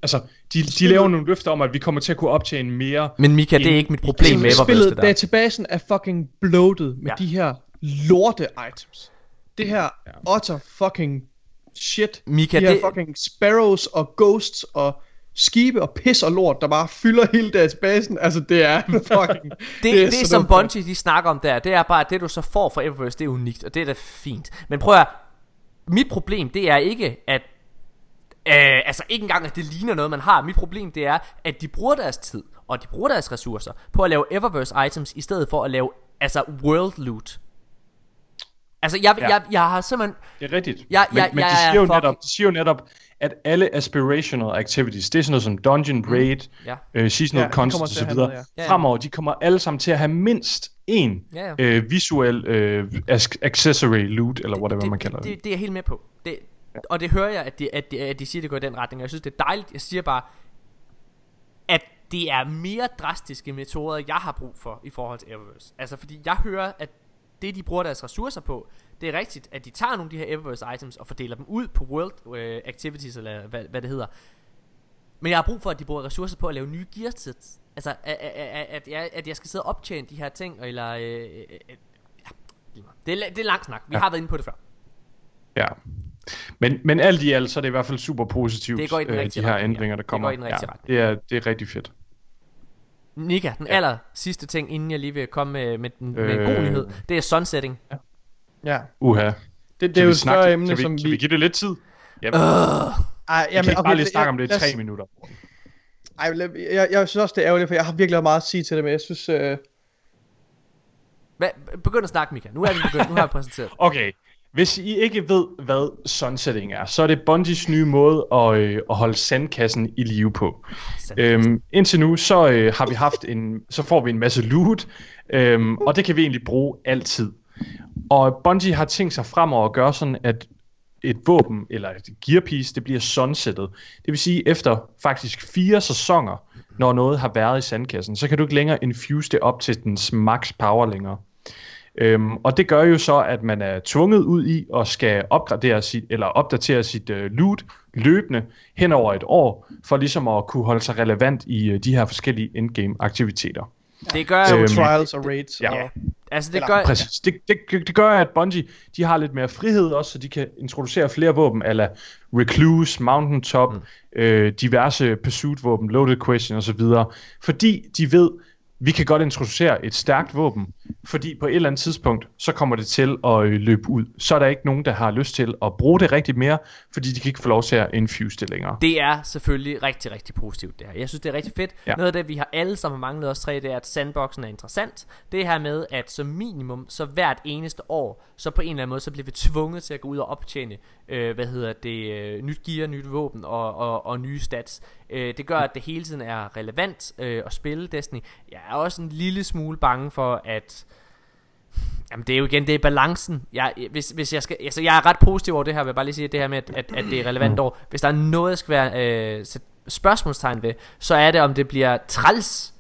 altså, de laver nogle løfter om, at vi kommer til at kunne optjene mere. Men Mika, det er ikke mit problem med Eververse, det der. Databasen er fucking bloated med de her lorte items. Det her utter fucking shit. Mika, de her fucking sparrows og ghosts og skibe og pis og lort, der bare fylder hele databasen. Altså, det er fucking... det som Bungie, de snakker om der, det er bare, at det du så får fra Eververse, det er unikt, og det er da fint. Men prøv at... Mit problem, det er ikke, at... altså, ikke engang, at det ligner noget, man har. Mit problem, det er, at de bruger deres tid, og de bruger deres ressourcer, på at lave Eververse items, i stedet for at lave, altså, world loot. Altså, jeg har simpelthen... Det er rigtigt. Men de siger jo netop, at alle aspirational activities, det er sådan noget som Dungeon Raid, Seasonal Content og så videre, fremover, de kommer alle sammen til at have mindst en visuel accessory loot, eller whatever man kalder det. Det er jeg helt med på. Og det hører jeg, at de siger, det går i den retning, og jeg synes, det er dejligt. Jeg siger bare, at det er mere drastiske metoder, jeg har brug for i forhold til Eververse. Altså, fordi jeg hører, at det de bruger deres ressourcer på, det er rigtigt, at de tager nogle af de her Eververse items og fordeler dem ud på world activities, eller hvad det hedder. Men jeg har brug for, at de bruger ressourcer på at lave nye gear sets. Altså, at jeg skal sidde og optjene de her ting, eller... det er lang snak. Vi har været inde på det før. Ja. Men alt i alt, så er det i hvert fald super positivt, det går i den de her ændringer, der kommer. Det går i den rigtige retning. Det er rigtig fedt. Nika, den aller sidste ting, inden jeg lige vil komme med en god nyhed, det er sunsetting. Ja. Uha. Det er jo et større emne, som vi... Kan vi give det lidt tid? Jamen, jeg kan bare lige snakke om det i 3 minutter. Jeg synes også, det er ærgerligt, for jeg har virkelig meget at sige til det, men jeg synes... Begynd at snakke, Mika. Nu er vi begyndt. Nu har vi præsenteret. Okay. Hvis I ikke ved, hvad sunsetting er, så er det Bungies nye måde at holde sandkassen i live på. Indtil nu, så har vi haft så får vi en masse loot, og det kan vi egentlig bruge altid. Og Bungie har tænkt sig fremover at gøre sådan, at et våben eller et gearpiece, det bliver sunsettet. Det vil sige, efter faktisk 4 sæsoner, når noget har været i sandkassen, så kan du ikke længere infuse det op til dens max power længere. Og det gør jo så, at man er tvunget ud i og skal opdatere sit loot løbende hen over et år, for ligesom at kunne holde sig relevant i de her forskellige endgame aktiviteter. Det gør trials og raids. Ja. Altså det gør præcis. Det gør at Bungie, de har lidt mere frihed også, så de kan introducere flere våben, a la Recluse, Mountaintop, diverse pursuit våben, Loaded Question og så videre, fordi de ved, vi kan godt introducere et stærkt våben, fordi på et eller andet tidspunkt, så kommer det til at løbe ud. Så er der ikke nogen, der har lyst til at bruge det rigtig mere, fordi de kan ikke få lov til at infuse det længere. Det er selvfølgelig rigtig, rigtig positivt det her. Jeg synes, det er rigtig fedt. Ja. Noget af det, vi har alle sammen manglet os 3, det er, at sandboxen er interessant. Det her med, at som minimum, så hvert eneste år, så på en eller anden måde, så bliver vi tvunget til at gå ud og optjene, nyt gear, nyt våben og nye stats. Det gør, at det hele tiden er relevant at spille Destiny. Jeg er også en lille smule bange for, at... Jamen det er jo igen, det er balancen. Hvis jeg skal... Altså jeg er ret positiv over det her, vil jeg bare lige sige det her med, at det er relevant over. Hvis der er noget, jeg skal være spørgsmålstegn ved, så er det, om det bliver træls,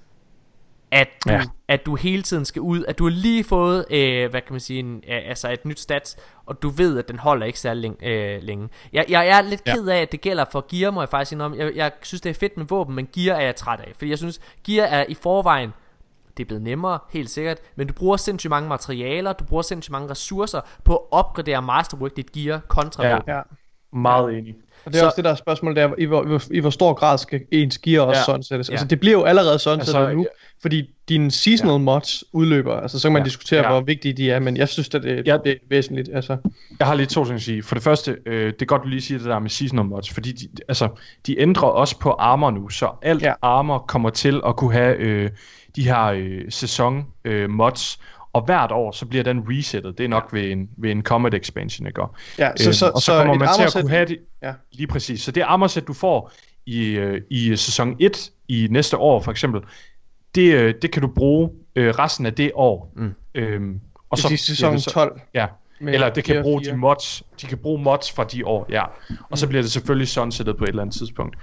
at du hele tiden skal ud, at du har lige fået, hvad kan man sige, et nyt stats, og du ved, at den holder ikke særlig længe. Jeg er lidt ked af, at det gælder for gear, må jeg faktisk sige om. Jeg synes, det er fedt med våben, men gear er jeg træt af. Fordi jeg synes, gear er i forvejen, det er blevet nemmere, helt sikkert, men du bruger sindssygt mange materialer, du bruger sindssygt mange ressourcer på at opgradere masterwork dit gear kontra våben. Ja. Meget enig. Og det er også det der spørgsmål der, i hvor stor grad skal ens gear også sunsettes. Altså det bliver jo allerede sunsettet nu, fordi dine seasonal mods udløber. Altså så kan man diskutere, hvor vigtige de er, men jeg synes, at det er væsentligt. Altså. Jeg har lige 2 ting at sige. For det første, det er godt, du lige siger det der med seasonal mods, fordi de ændrer også på armor nu, så alt armor kommer til at kunne have de her sæson mods. Og hvert år, så bliver den resettet. Det er nok ved en Comet expansion, ikke? Ja, og så kommer man til at kunne have det. Lige præcis. Så det armorsæt, du får i sæson 1 i næste år, for eksempel, det kan du bruge resten af det år. Og så sæson 12. Ja. Eller det kan bruge de mods. De kan bruge mods fra de år, ja. Og så bliver det selvfølgelig sunsettet på et eller andet tidspunkt.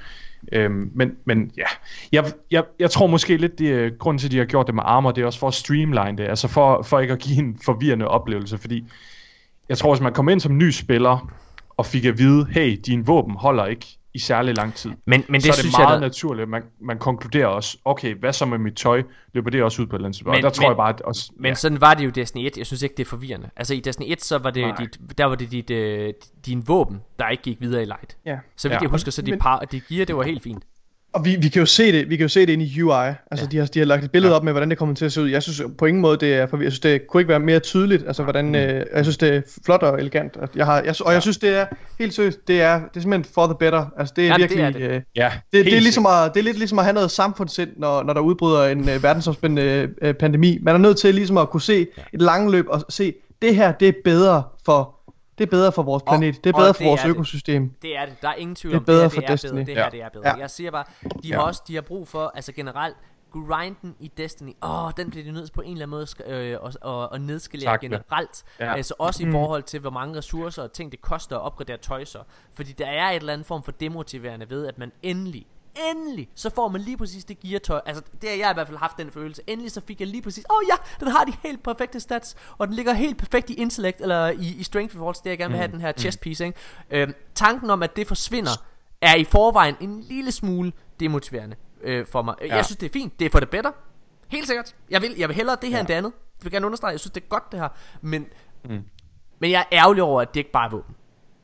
Men ja, jeg tror måske lidt det grunden til at de har gjort det med armor, det er også for at streamline det, altså for ikke at give en forvirrende oplevelse, fordi jeg tror, hvis man kommer ind som ny spiller og fik at vide, hey, din våben holder ikke i særlig lang tid, men det så er det synes meget naturligt, at man konkluderer også, okay, hvad så med mit tøj? Løber det også ud på et eller andet? Og der tror jeg bare, at også... Men sådan var det jo i Destiny 1. Jeg synes ikke, det er forvirrende. Altså i Destiny 1, så var det din våben, der ikke gik videre i light. Ja. Så vidt jeg husker, så de gear, det var helt fint. Og vi kan jo se det ind i UI. Altså de har lagt et billede op med, hvordan det kommer til at se ud. Jeg synes på ingen måde det er forvirrende. Jeg synes det kunne ikke være mere tydeligt. Altså hvordan jeg synes det er flot og elegant. Jeg synes det er helt seriøst. Det er simpelthen for the better. Altså det er virkelig. Det er ligesom det er lidt ligesom at have noget samfundssind, når der udbryder en verdensomspændende pandemi. Man er nødt til ligesom at kunne se et langt løb og se det her. Det er bedre for. Det er bedre for vores planet. Det er bedre for vores økosystem. Det er det. Der er ingen tvivl om det. Det er bedre for Destiny. Det her det er bedre. Jeg siger bare, de har brug for, altså generelt, grinden i Destiny. Den bliver de nødt på en eller anden måde at nedskalere generelt. Altså også i forhold til, hvor mange ressourcer og ting det koster at opgradere tøj så. Fordi der er et eller andet form for demotiverende ved, at man endelig, så får man lige præcis det gear-tøj. Altså det har jeg i hvert fald haft den følelse. Endelig så fik jeg lige præcis, den har de helt perfekte stats, og den ligger helt perfekt i intellect, eller i strength i forhold til det jeg gerne vil have, den her chest piece, ikke? Tanken om at det forsvinder er i forvejen en lille smule demotiverende for mig. Jeg synes det er fint, det er for det bedre. Helt sikkert. Jeg vil hellere det her end det andet. Jeg vil gerne understrege, jeg synes det er godt det her. Men jeg er ærgerlig over at det ikke bare er våben.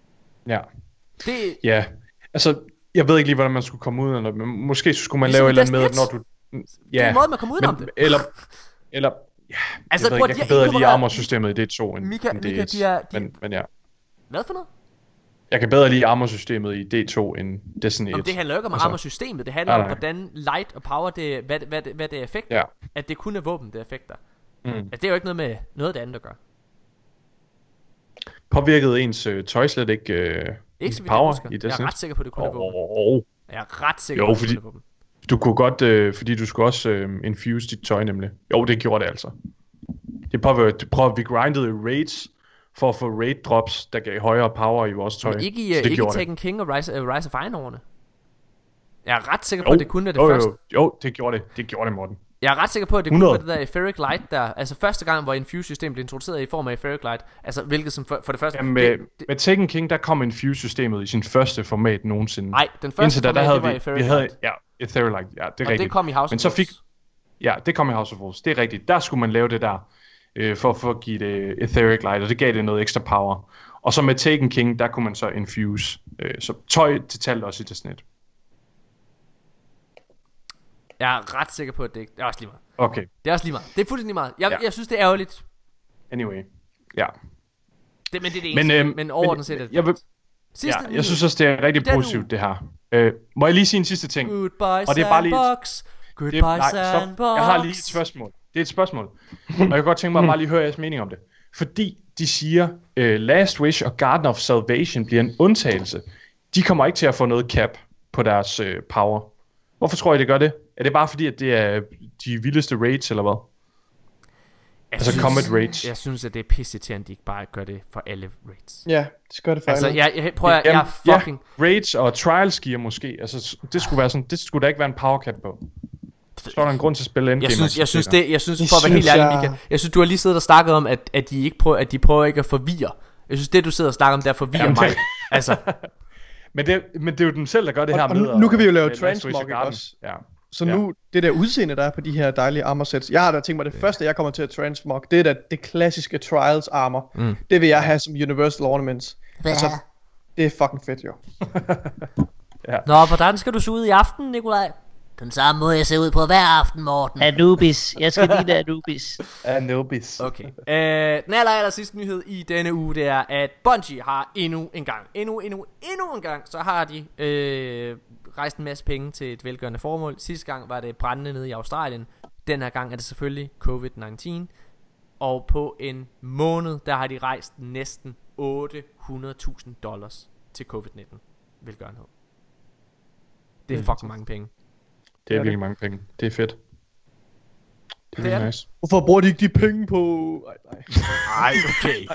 Altså jeg ved ikke lige, hvordan man skulle komme ud af det, men måske skulle man lave et eller andet med, når du... Det er en måde, man kommer ud af det. Eller altså, jeg kan bedre lide armorsystemet i D2 end D1. Men ja. Hvad for noget? Jeg kan bedre lide armorsystemet i D2 end Destiny 1. Det handler jo ikke om armorsystemet, det handler om, hvordan light og power, hvad det er effekt. At det kun er våben, det er effekter. At det er jo ikke noget med noget af det andet at gøre. Påvirkede ens tøj slet ikke power i Destiny? Jeg er ret sikker på, at det kunne våben. Jeg er ret sikker på, at det kunne våben. Du kunne godt, fordi du skulle også infuse dit tøj nemlig. Jo, det gjorde det altså. Vi grindede raids for at få raid drops, der gav højere power i vores tøj. Men ikke i Taken King og Rise of Iron-årene. Jeg er ret sikker på, at det kun er det første. Jo, det gjorde det. Det gjorde det, Morten. Jeg er ret sikker på, at det kun var det der Etheric Light der. Altså første gang, hvor Infuse-systemet blev introduceret i form af Etheric Light. Altså hvilket som for det første... Med Taken King, der kom Infuse-systemet i sin første format nogensinde. Nej, den første format, der det var Etheric Light. Ja, Etheric Light, ja, det er rigtigt. Og det kom i House of Wolves. Ja, det kom i House of Wolves. Det er rigtigt. Der skulle man lave det der, for at give det Etheric Light, og det gav det noget ekstra power. Og så med Taken King, der kunne man så infuse. Så tøj, det talte også i Destiny 1. Jeg er ret sikker på, at det er også lige meget. Okay. Det er også lige meget. Det er fuldstændig meget. Jeg synes, det er ærgerligt. Anyway, ja. Men det er det eneste. Men overordnet set jeg synes også, det er rigtig positivt, det her. Må jeg lige sige en sidste ting? Goodbye, og det er bare lige... Goodbye, Sandbox. Jeg har lige et spørgsmål. Det er et spørgsmål. Og jeg kan godt tænke mig at bare lige høre jeres mening om det. Fordi de siger, Last Wish og Garden of Salvation bliver en undtagelse. De kommer ikke til at få noget cap på deres power. Hvorfor tror I, det gør det? Er det bare fordi, at det er de vildeste raids, eller hvad? Combat raids. Jeg synes, at det er pisseirriterende, at de ikke bare gør det for alle raids. Ja, det gør det for alle. Jeg er fucking... raids og trials gear måske. Altså, det skulle være sådan, det skulle der ikke være en power cap på. Så er der en grund til at spille endgame. Jeg synes for at være helt ærlig, Mika, jeg synes, du har lige siddet og snakket om, at de prøver ikke at forvirre. Jeg synes, det du sidder og snakker om, der forvirrer mig. Altså... Men det er jo dem selv, der gør det her med. Nu kan vi jo lave transmog også. Ja. Så nu, det der udseende, der er på de her dejlige armorsets. Jeg har da tænkt mig, det første, jeg kommer til at transmog, det er da det klassiske Trials armor. Det vil jeg have som Universal Ornaments. Altså, det er fucking fedt, jo. Nå, hvordan skal du se ud i aften, Nikolaj? Den samme måde, jeg ser ud på hver aften, Morten. Anubis. Jeg skal lide Anubis. Anubis. Okay. Den aller sidste nyhed i denne uge, det er, at Bungie har endnu en gang, så har de rejst en masse penge til et velgørende formål. Sidste gang var det brændende nede i Australien. Den her gang er det selvfølgelig COVID-19. Og på en måned, der har de rejst næsten $800,000 til COVID-19 velgørenhed. Det er fucking mange penge. Det er virkelig mange penge. Det er fedt. Det er nice. Hvorfor bruger de ikke de penge på... Nej, okay.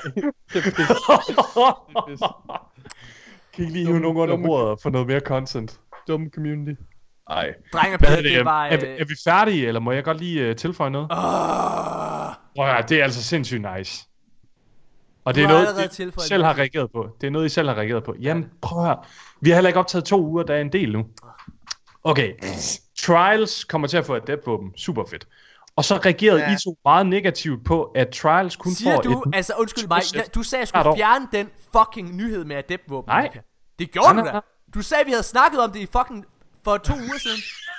Kan ikke lige hive nogen under bordet for noget mere content? Dumme community. Nej. Drenge, det var... Er vi færdige, eller må jeg godt lige tilføje noget? Det er altså sindssygt nice. Og det er noget, I selv har reageret på. Det er noget, I selv har reageret på. Jamen, prøv her. Vi har heller ikke optaget 2 uger, der er en del nu. Okay. Trials kommer til at få et adept-våben. Super fedt. Og så reagerede I to meget negativt på, at Trials kun siger får du, altså undskyld mig, du sagde, at jeg skulle fjerne den fucking nyhed med adept-våben. Nej. Mika. Det gjorde du da. Du sagde, at vi havde snakket om det i fucking for 2 uger siden.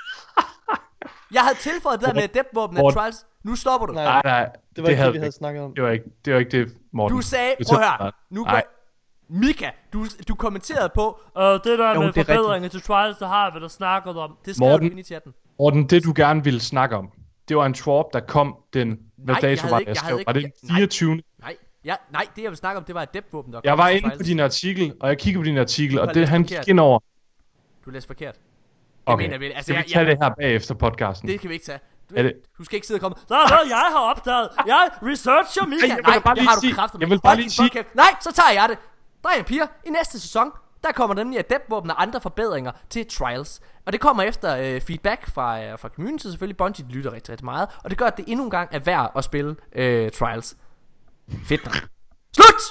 Jeg havde tilføjet det der med adept-våben af Trials. Nu stopper du. Nej, det var ikke det, vi havde snakket om. Det var ikke det, Morten. Du sagde, prøv her. Nu går Mika, du kommenterede på det der med forbedringer til Trials, der har vi der snakket om. Det skrev du ind i chatten. Morten, det du gerne ville snakke om, det var en twarp, der kom den... Hvad dato var det, jeg skrev? Var det den 24? Nej, det jeg vil snakke om, det var adept-våben, der kom. Jeg var inde på din artikel, og jeg kiggede på din artikel, og det han gik ind over... Du læste forkert. Okay, altså, skal vi tage det her bagefter podcasten? Det kan vi ikke tage. Du skal ikke sidde og komme. Så er noget, jeg har opdaget. Jeg researcher Mika. Nej, det har du kræfter med. Jeg vil bare lige sige... Nej, så tager jeg det. Drenge og piger, i næste sæson, der kommer nemlig adept-våben og andre forbedringer til Trials. Og det kommer efter feedback fra community selvfølgelig. Bungie lytter rigtig, rigtig meget. Og det gør, at det endnu en gang er værd at spille Trials. Fedt nok. Slut!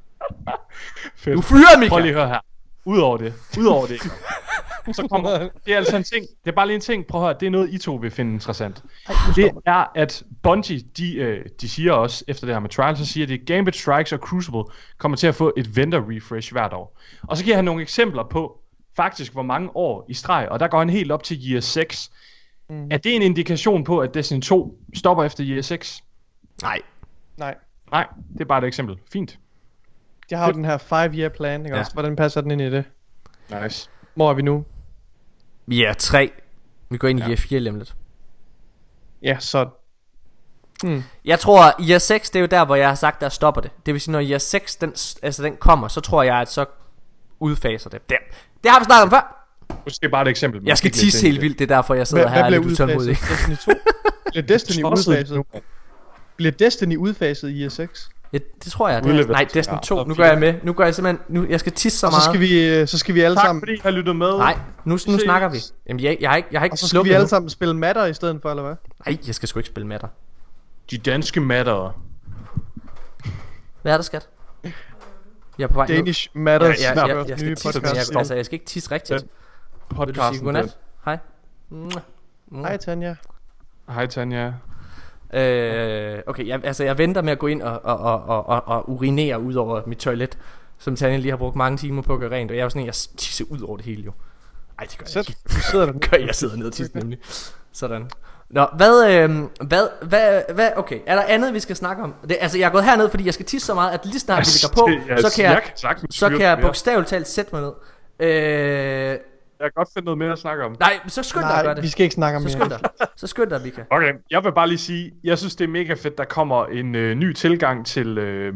Fedt. Du fyrer, Mika. Prøv lige at høre her. Udover det. Så kommer det er altså en ting. Det er bare lige en ting. Prøv at høre. Det er noget I to vil finde interessant. Det er at Bungie de siger også efter det her med Trials, så siger de Gambit, Strikes og Crucible kommer til at få et vendor refresh hvert år. Og så giver han nogle eksempler på faktisk hvor mange år i streg, og der går han helt op til year 6. Er det en indikation på at Destiny 2 stopper efter year 6? Nej, det er bare et eksempel. Fint. Jeg har jo den her 5-year plan, ikke også? Hvordan passer den ind i det? Nice. Hvor er vi nu? Vi er 3. Vi går ind i year 4 lige om lidt. Ja, så... Jeg tror, year 6, det er jo der, hvor jeg har sagt, der stopper det. Det vil sige, når year 6, den kommer, så tror jeg, at så udfaser det. Det har vi snakket om før. Måske bare et eksempel. Jeg skal tisse helt vildt, det er derfor, jeg sidder her og er lidt utålmodig. Destiny 2? Bliver Destiny udfaset? Bliver Destiny udfaset i year 6? Ja, det tror jeg. Nej, Destiny 2. Nu går jeg med. Nu går jeg simpelthen. Jeg skal tisse så meget. Og så skal vi alle sammen. Tak fordi I har lyttet med. Nej, nu snakker vi. Jamen jeg har ikke og så skal vi alle sammen spille matter i stedet for, eller hvad? Nej, jeg skal sgu ikke spille matter. De danske matter. Hvad er der, skat? Jeg er på vej Danish Matters. Jeg skal tisse, altså jeg skal ikke tisse rigtigt. Podcasten. Godnat. Hej. Hej Tanja. Hej Tanja. Okay, jeg venter med at gå ind og urinere ud over mit toilet, som Tanja lige har brugt mange timer på at gøre rent. Og jeg er jo sådan, jeg tisser ud over det hele jo. Ej, det gør jeg ikke. Du sidder der. Jeg sidder ned og tisser nemlig. Sådan. Nå, hvad, okay, er der andet vi skal snakke om? Det, altså jeg er gået herned, fordi jeg skal tisse så meget, at lige snart vi ligger på, så kan jeg bogstaveligt talt sætte mig ned. Jeg kan godt finde noget mere at snakke om. Nej, så skynd dig at gøre det. Vi skal ikke snakke om mere. Så skynd dig, Mika. Okay, jeg vil bare lige sige, jeg synes det er mega fedt, der kommer en ny tilgang til,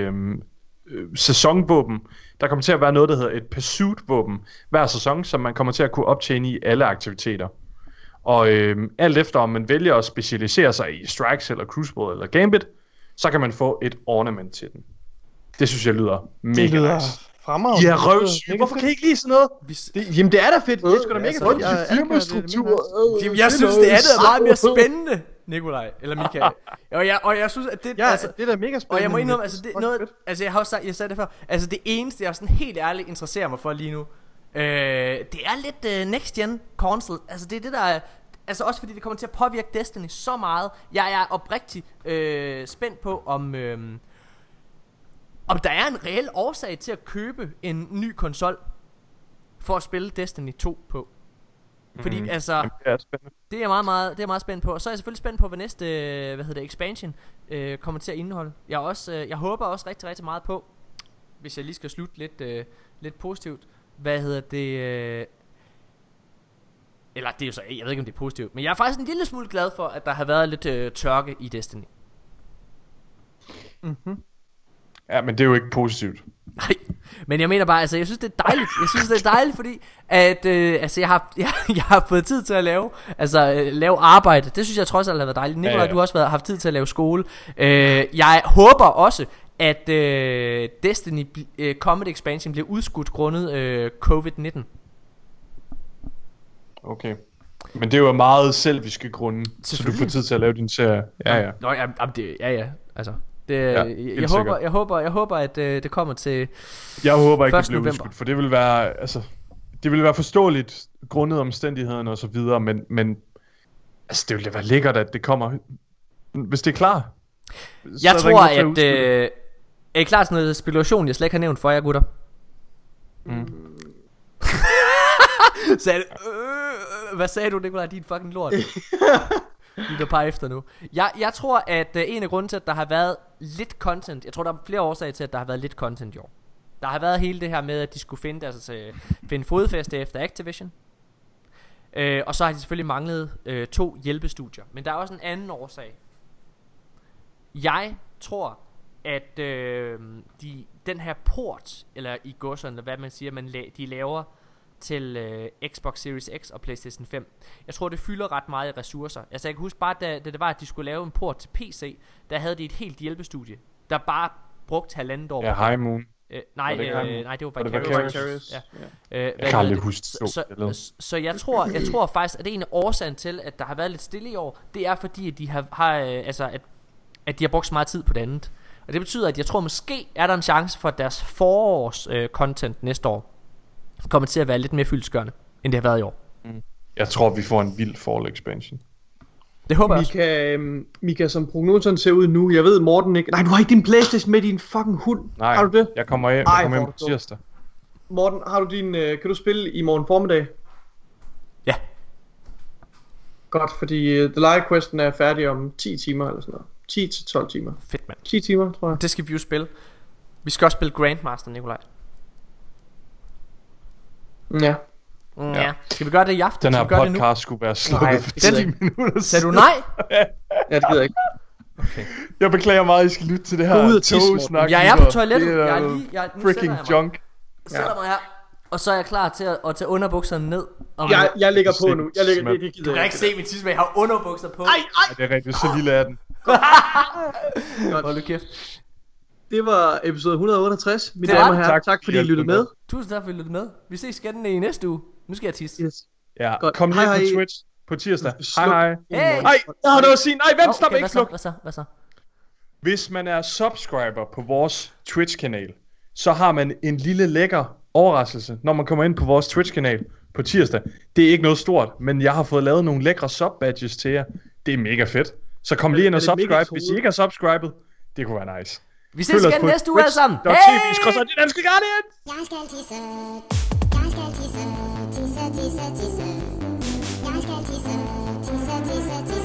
sæsonvåben. Der kommer til at være noget, der hedder et pursuit-våben hver sæson, som man kommer til at kunne optjene i alle aktiviteter. Og alt efter om man vælger at specialisere sig i Strikes eller Crucible eller Gambit, så kan man få et ornament til den. Det synes jeg lyder mega nice. Fremragende. Ja, røvsyge. Hvorfor kan I ikke lide sådan noget? Jamen det er da fedt. Det er sgu da mega fedt. Jamen jeg synes det andet er meget mere spændende, Nikolaj eller Mikael. Og jeg synes at det det er da mega spændende. Og jeg må indrømme altså det noget, altså jeg har også sagt, jeg sagde det før. Altså det eneste jeg sådan helt ærligt interesserer mig for lige nu, det er lidt next gen console. Altså det er det der altså også fordi det kommer til at påvirke Destiny så meget. Jeg er oprigtig spændt på om der er en reel årsag til at købe en ny konsol for at spille Destiny 2 på. Fordi altså det er meget spændt på. Og så er jeg selvfølgelig spændt på hvad næste expansion kommer til at indeholde. Jeg håber også rigtig rigtig meget på, hvis jeg lige skal slutte lidt positivt. Eller det er jo så, jeg ved ikke om det er positivt, men jeg er faktisk en lille smule glad for at der har været lidt tørke i Destiny. Ja, men det er jo ikke positivt. Nej, men jeg mener bare, altså jeg synes det er dejligt. Jeg synes det er dejligt, fordi at altså jeg har fået tid til at lave arbejde. Det synes jeg trods alt har været dejligt. Nikolaj, du har også haft tid til at lave skole. Jeg håber også at Destiny Comet Expansion bliver udskudt grundet COVID-19. Okay. Men det er jo meget selviske grunde, så du får tid til at lave din serie. Ja. Nå, ja, altså Jeg håber at det kommer til. Jeg håber ikke det bliver november. udskudt, for det vil være det vil være forståeligt grundet omstændighederne og så videre, men altså det ville være lækkert at det kommer, hvis det er klar. Jeg tror at er I klar til noget spekulation jeg slet ikke har nævnt for jer gutter? Hvad sagde du Nikolaj, din fucking lort? Du bare efter nu. Jeg tror at en af grunden til at der har været lidt content, jeg tror der er flere årsager til at der har været lidt content i år. Der har været hele det her med at de skulle finde fodfæste efter Activision, og så har de selvfølgelig manglet 2 hjælpestudier. Men der er også en anden årsag. Jeg tror at den her port, eller i godserne, eller hvad man siger, de laver til Xbox Series X og PlayStation 5. Jeg tror det fylder ret meget i ressourcer. Altså jeg kan huske bare da det var at de skulle lave en port til PC, der havde de et helt hjælpestudie der bare brugt 1,5 år. Ja, High Moon. Nej, det var Vicarious. Ja. Jeg kan aldrig huske så jeg tror faktisk at det er en af årsagen til at der har været lidt stille i år. Det er fordi at de at de har brugt så meget tid på det andet. Og det betyder at jeg tror måske er der en chance for at deres forårs content næste år kommer til at være lidt mere fyldestgørende end det har været i år. Jeg tror vi får en vild fall expansion. Det håber jeg også. Mika, som prognoserne ser ud nu, jeg ved Morten ikke. Nej, du har ikke din PlayStation med din fucking hund. Nej, har du det? Jeg kommer hjem på tirsdag. Morten, har du kan du spille i morgen formiddag? Ja. Godt, fordi The Light Questen er færdig om 10 timer eller sådan noget. 10 til 12 timer. Fedt mand. 10 timer, tror jeg. Det skal vi jo spille. Vi skal også spille Grandmaster, Nikolaj. Ja. Ja. Skal vi gøre det i aften? Den her podcast skulle være slukket for 10 minutter. Sagde du nej? Ja, det gider jeg ikke. Okay. Jeg beklager meget, at I skal lytte til det her togsnak. Jeg er på toilettet. Jeg er freaking junk. Sætter mig her. Og så er jeg klar til at tage underbukserne ned. Jeg ligger på nu. Det gider du kan ikke se min tidsmag. Jeg har underbukser på. Ej. Det er rigtigt, så lille er den. Hold nu kæft. Det var episode 168. Mine damer og herrer, tak fordi I lyttede med. Tusind tak fordi I lyttede med. Vi ses igen i næste uge. Nu skal jeg tisse. Yes. Ja, kom lige på Twitch på tirsdag. Hej. Hey. Nej, jeg har noget at sige. Nej, vent, stop, ikke sluk. Hvad så? Hvis man er subscriber på vores Twitch-kanal, så har man en lille lækker overraskelse, når man kommer ind på vores Twitch-kanal på tirsdag. Det er ikke noget stort, men jeg har fået lavet nogle lækre sub-badges til jer. Det er mega fedt. Så kom lige ind og subscribe, hvis I ikke er subscribet. Det kunne være nice. Vi ses igen næste uge alle sammen. Hey! Det danske Guardian. Jeg skal tisse. Jeg skal tisse. Tisse. Jeg skal tisse. Tisse.